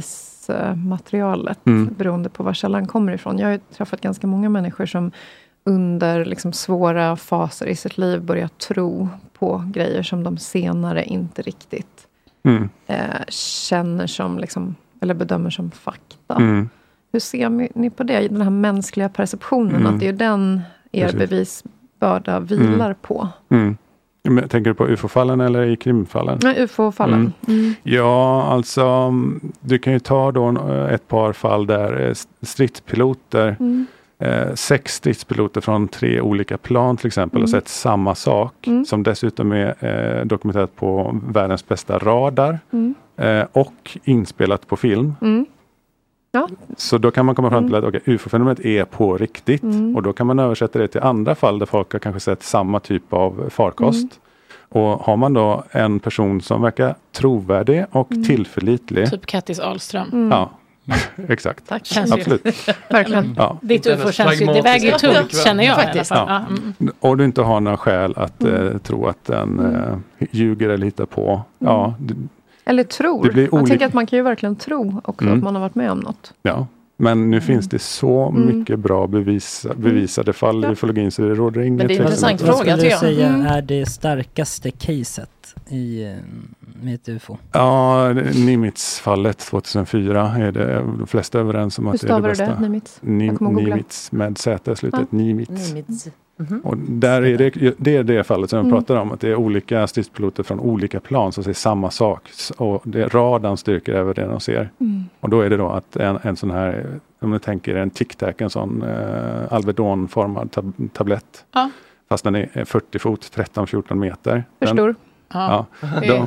bevismaterialet mm. beroende på var källan kommer ifrån? Jag har ju träffat ganska många människor som under liksom svåra faser i sitt liv börjar tro på grejer som de senare inte riktigt mm. eh, känner som liksom, eller bedömer som fakta. Mm. Hur ser ni på det? Den här mänskliga perceptionen, mm. att det är den er Precis. bevisbörda vilar mm. på. Mm. Tänker du på U F O-fallen eller i krimfallen? Nej, U F O-fallen. Mm. Mm. Ja, alltså du kan ju ta då ett par fall där stridspiloter mm. eh, sex stridspiloter från tre olika plan till exempel mm. har sett samma sak mm. som dessutom är eh, dokumenterat på världens bästa radar mm. eh, och inspelat på film. Mm. Ja. Så då kan man komma fram till att okay, U F O-fenomenet är på riktigt mm. och då kan man översätta det till andra fall där folk har kanske sett samma typ av farkost. Mm. Och har man då en person som verkar trovärdig och mm. tillförlitlig. Typ Kattis Ahlström. Mm. Ja, exakt. Tack. Absolut. Verkligen. Ja. Ditt U F O känns ju, det väger ju tungt känner jag faktiskt. I alla fall. Ja. Ja. Mm. Och du inte har några skäl att mm. eh, tro att den eh, ljuger eller hittar på. Mm. Ja, det, Eller tror. Jag tänker att man kan ju verkligen tro också mm. att man har varit med om något. Ja, men nu mm. finns det så mm. mycket bra bevis, bevisade fall ja. i ufologin så det råder inget. Men det är en intressant fråga. Vad skulle du säga mm. är det starkaste caset i, med ett U F O? Ja, Nimitz-fallet tjugohundrafyra är det de flesta överens om att det är det bästa. Hur stavar du det? Nimitz? Nimitz med Z i slutet. Ja. Nimitz. Nimitz. Mm-hmm. Och där är det, det är det fallet som jag mm. pratar om, att det är olika stridspiloter från olika plan som ser samma sak och det, radarn styrker över det de ser. Mm. Och då är det då att en, en sån här, om du tänker en tic-tac, en sån eh, Alvedon-formad tab- tablett. Ja. Fast den är fyrtio fot, tretton fjorton meter. Hur stor? Ja, de,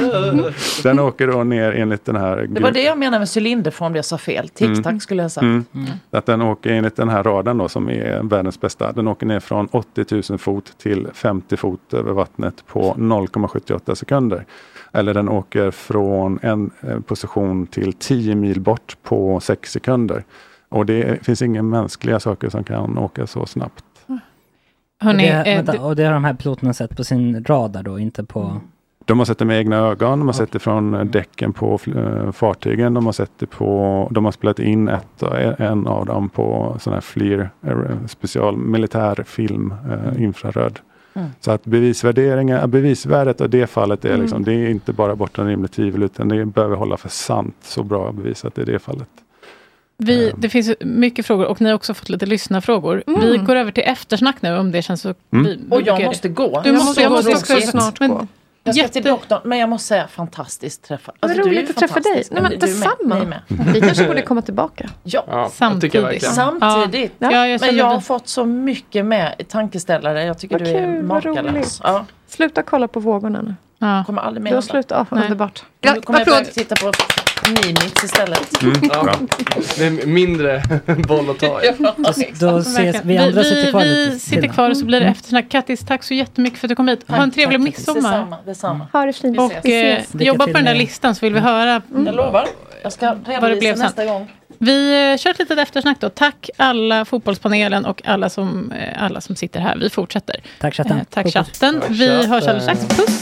den åker då ner enligt den här... Det var det jag menade med cylinderform, jag sa fel. Tic-tac mm. skulle jag säga. Mm. Mm. Att den åker enligt den här radarn då, som är världens bästa. Den åker ner från åttio tusen fot till femtio fot över vattnet på noll komma sjuttioåtta sekunder. Eller den åker från en position till tio mil bort på sex sekunder. Och det finns inga mänskliga saker som kan åka så snabbt. Hörrni, och, det, vänta, det, och det har de här piloterna sett på sin radar då, inte på... De har sett det med egna ögon, de har sett det från däcken på uh, fartygen, de har sett det på, de har spelat in ett, en av dem på sån här FLIR, special militärfilm, uh, infraröd. Mm. Så att bevisvärderingar, bevisvärdet av det fallet är liksom, mm. det är inte bara bortom rimligt tvivel utan det behöver hålla för sant, så bra bevisat i det fallet. Vi, det finns mycket frågor och ni har också fått lite lyssnarfrågor. Mm. Vi går över till eftersnack nu om det känns så... Mm. Vi, och jag måste gå. Du måste, jag måste också snart men, gå. Jag ska till doktorn, men jag måste säga fantastiskt träffa. Alltså, det är roligt att träffa dig. Nej, men detsamma. Med. Vi kanske borde komma tillbaka. Ja, ja samtidigt. Samtidigt. Ja. Ja, jag men jag har fått så mycket med tankeställare. Jag tycker vad du är kul, makalös. Ja. Sluta kolla på vågorna nu. Ja. Kommer aldrig med. Du har slutat. Ja, underbart. Ja, nu kommer jag börja titta på Nimitz istället. Mm, ja. Det är mindre boll att ta i. Ja, då ses vi andra vi, sitter kvar vi lite. sitter kvar och så blir det eftersnack. Kattis, tack så jättemycket för att du kom hit. Ha en trevlig midsommar. Detsamma, detsamma. Ha det fint. Och eh, jobba på den där listan så vill vi höra. Mm. Jag lovar. Jag ska redovisa nästa gång. Vi eh, kör ett litet eftersnack då. Tack alla fotbollspanelen och alla som, eh, alla som sitter här. Vi fortsätter. Tack chatten. Eh, tack chatten. Vi hörs alldeles strax. Puss.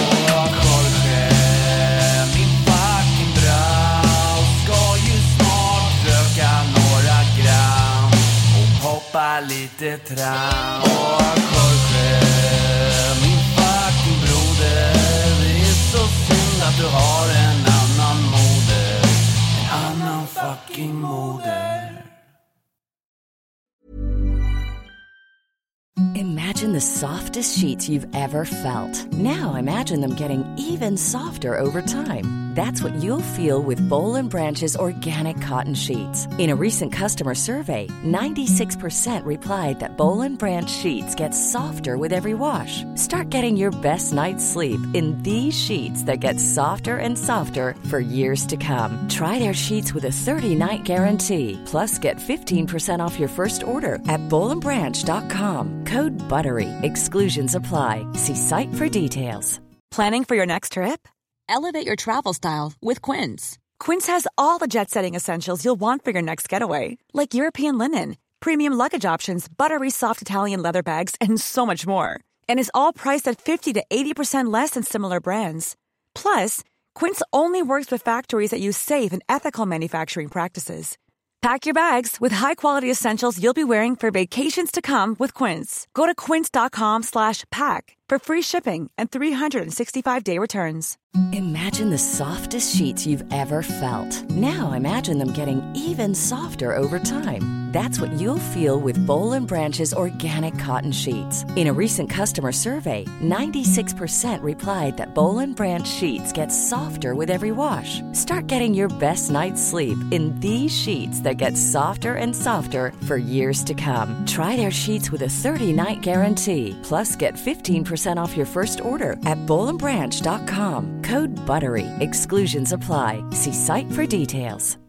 Lite tram och Jorge, min fucking broder. Det är så synd att du har en annan moder, en annan fucking moder. Imagine the softest sheets you've ever felt. Now imagine them getting even softer over time. That's what you'll feel with Boll and Branch's organic cotton sheets. In a recent customer survey, ninety-six percent replied that Boll and Branch sheets get softer with every wash. Start getting your best night's sleep in these sheets that get softer and softer for years to come. Try their sheets with a thirty-night guarantee. Plus, get fifteen percent off your first order at boll and branch dot com. Code BUTTERY. Exclusions apply. See site for details. Planning for your next trip? Elevate your travel style with Quince. Quince has all the jet-setting essentials you'll want for your next getaway, like European linen, premium luggage options, buttery soft Italian leather bags, and so much more. And is all priced at fifty to eighty percent less than similar brands. Plus, Quince only works with factories that use safe and ethical manufacturing practices. Pack your bags with high-quality essentials you'll be wearing for vacations to come with Quince. Go to quince.com slash pack for free shipping and three sixty-five day returns. Imagine the softest sheets you've ever felt. Now imagine them getting even softer over time. That's what you'll feel with Boll and Branch's organic cotton sheets. In a recent customer survey, ninety-six percent replied that Boll and Branch sheets get softer with every wash. Start getting your best night's sleep in these sheets that get softer and softer for years to come. Try their sheets with a thirty night guarantee. Plus, get fifteen percent off your first order at boll and branch dot com. Code BUTTERY. Exclusions apply. See site for details.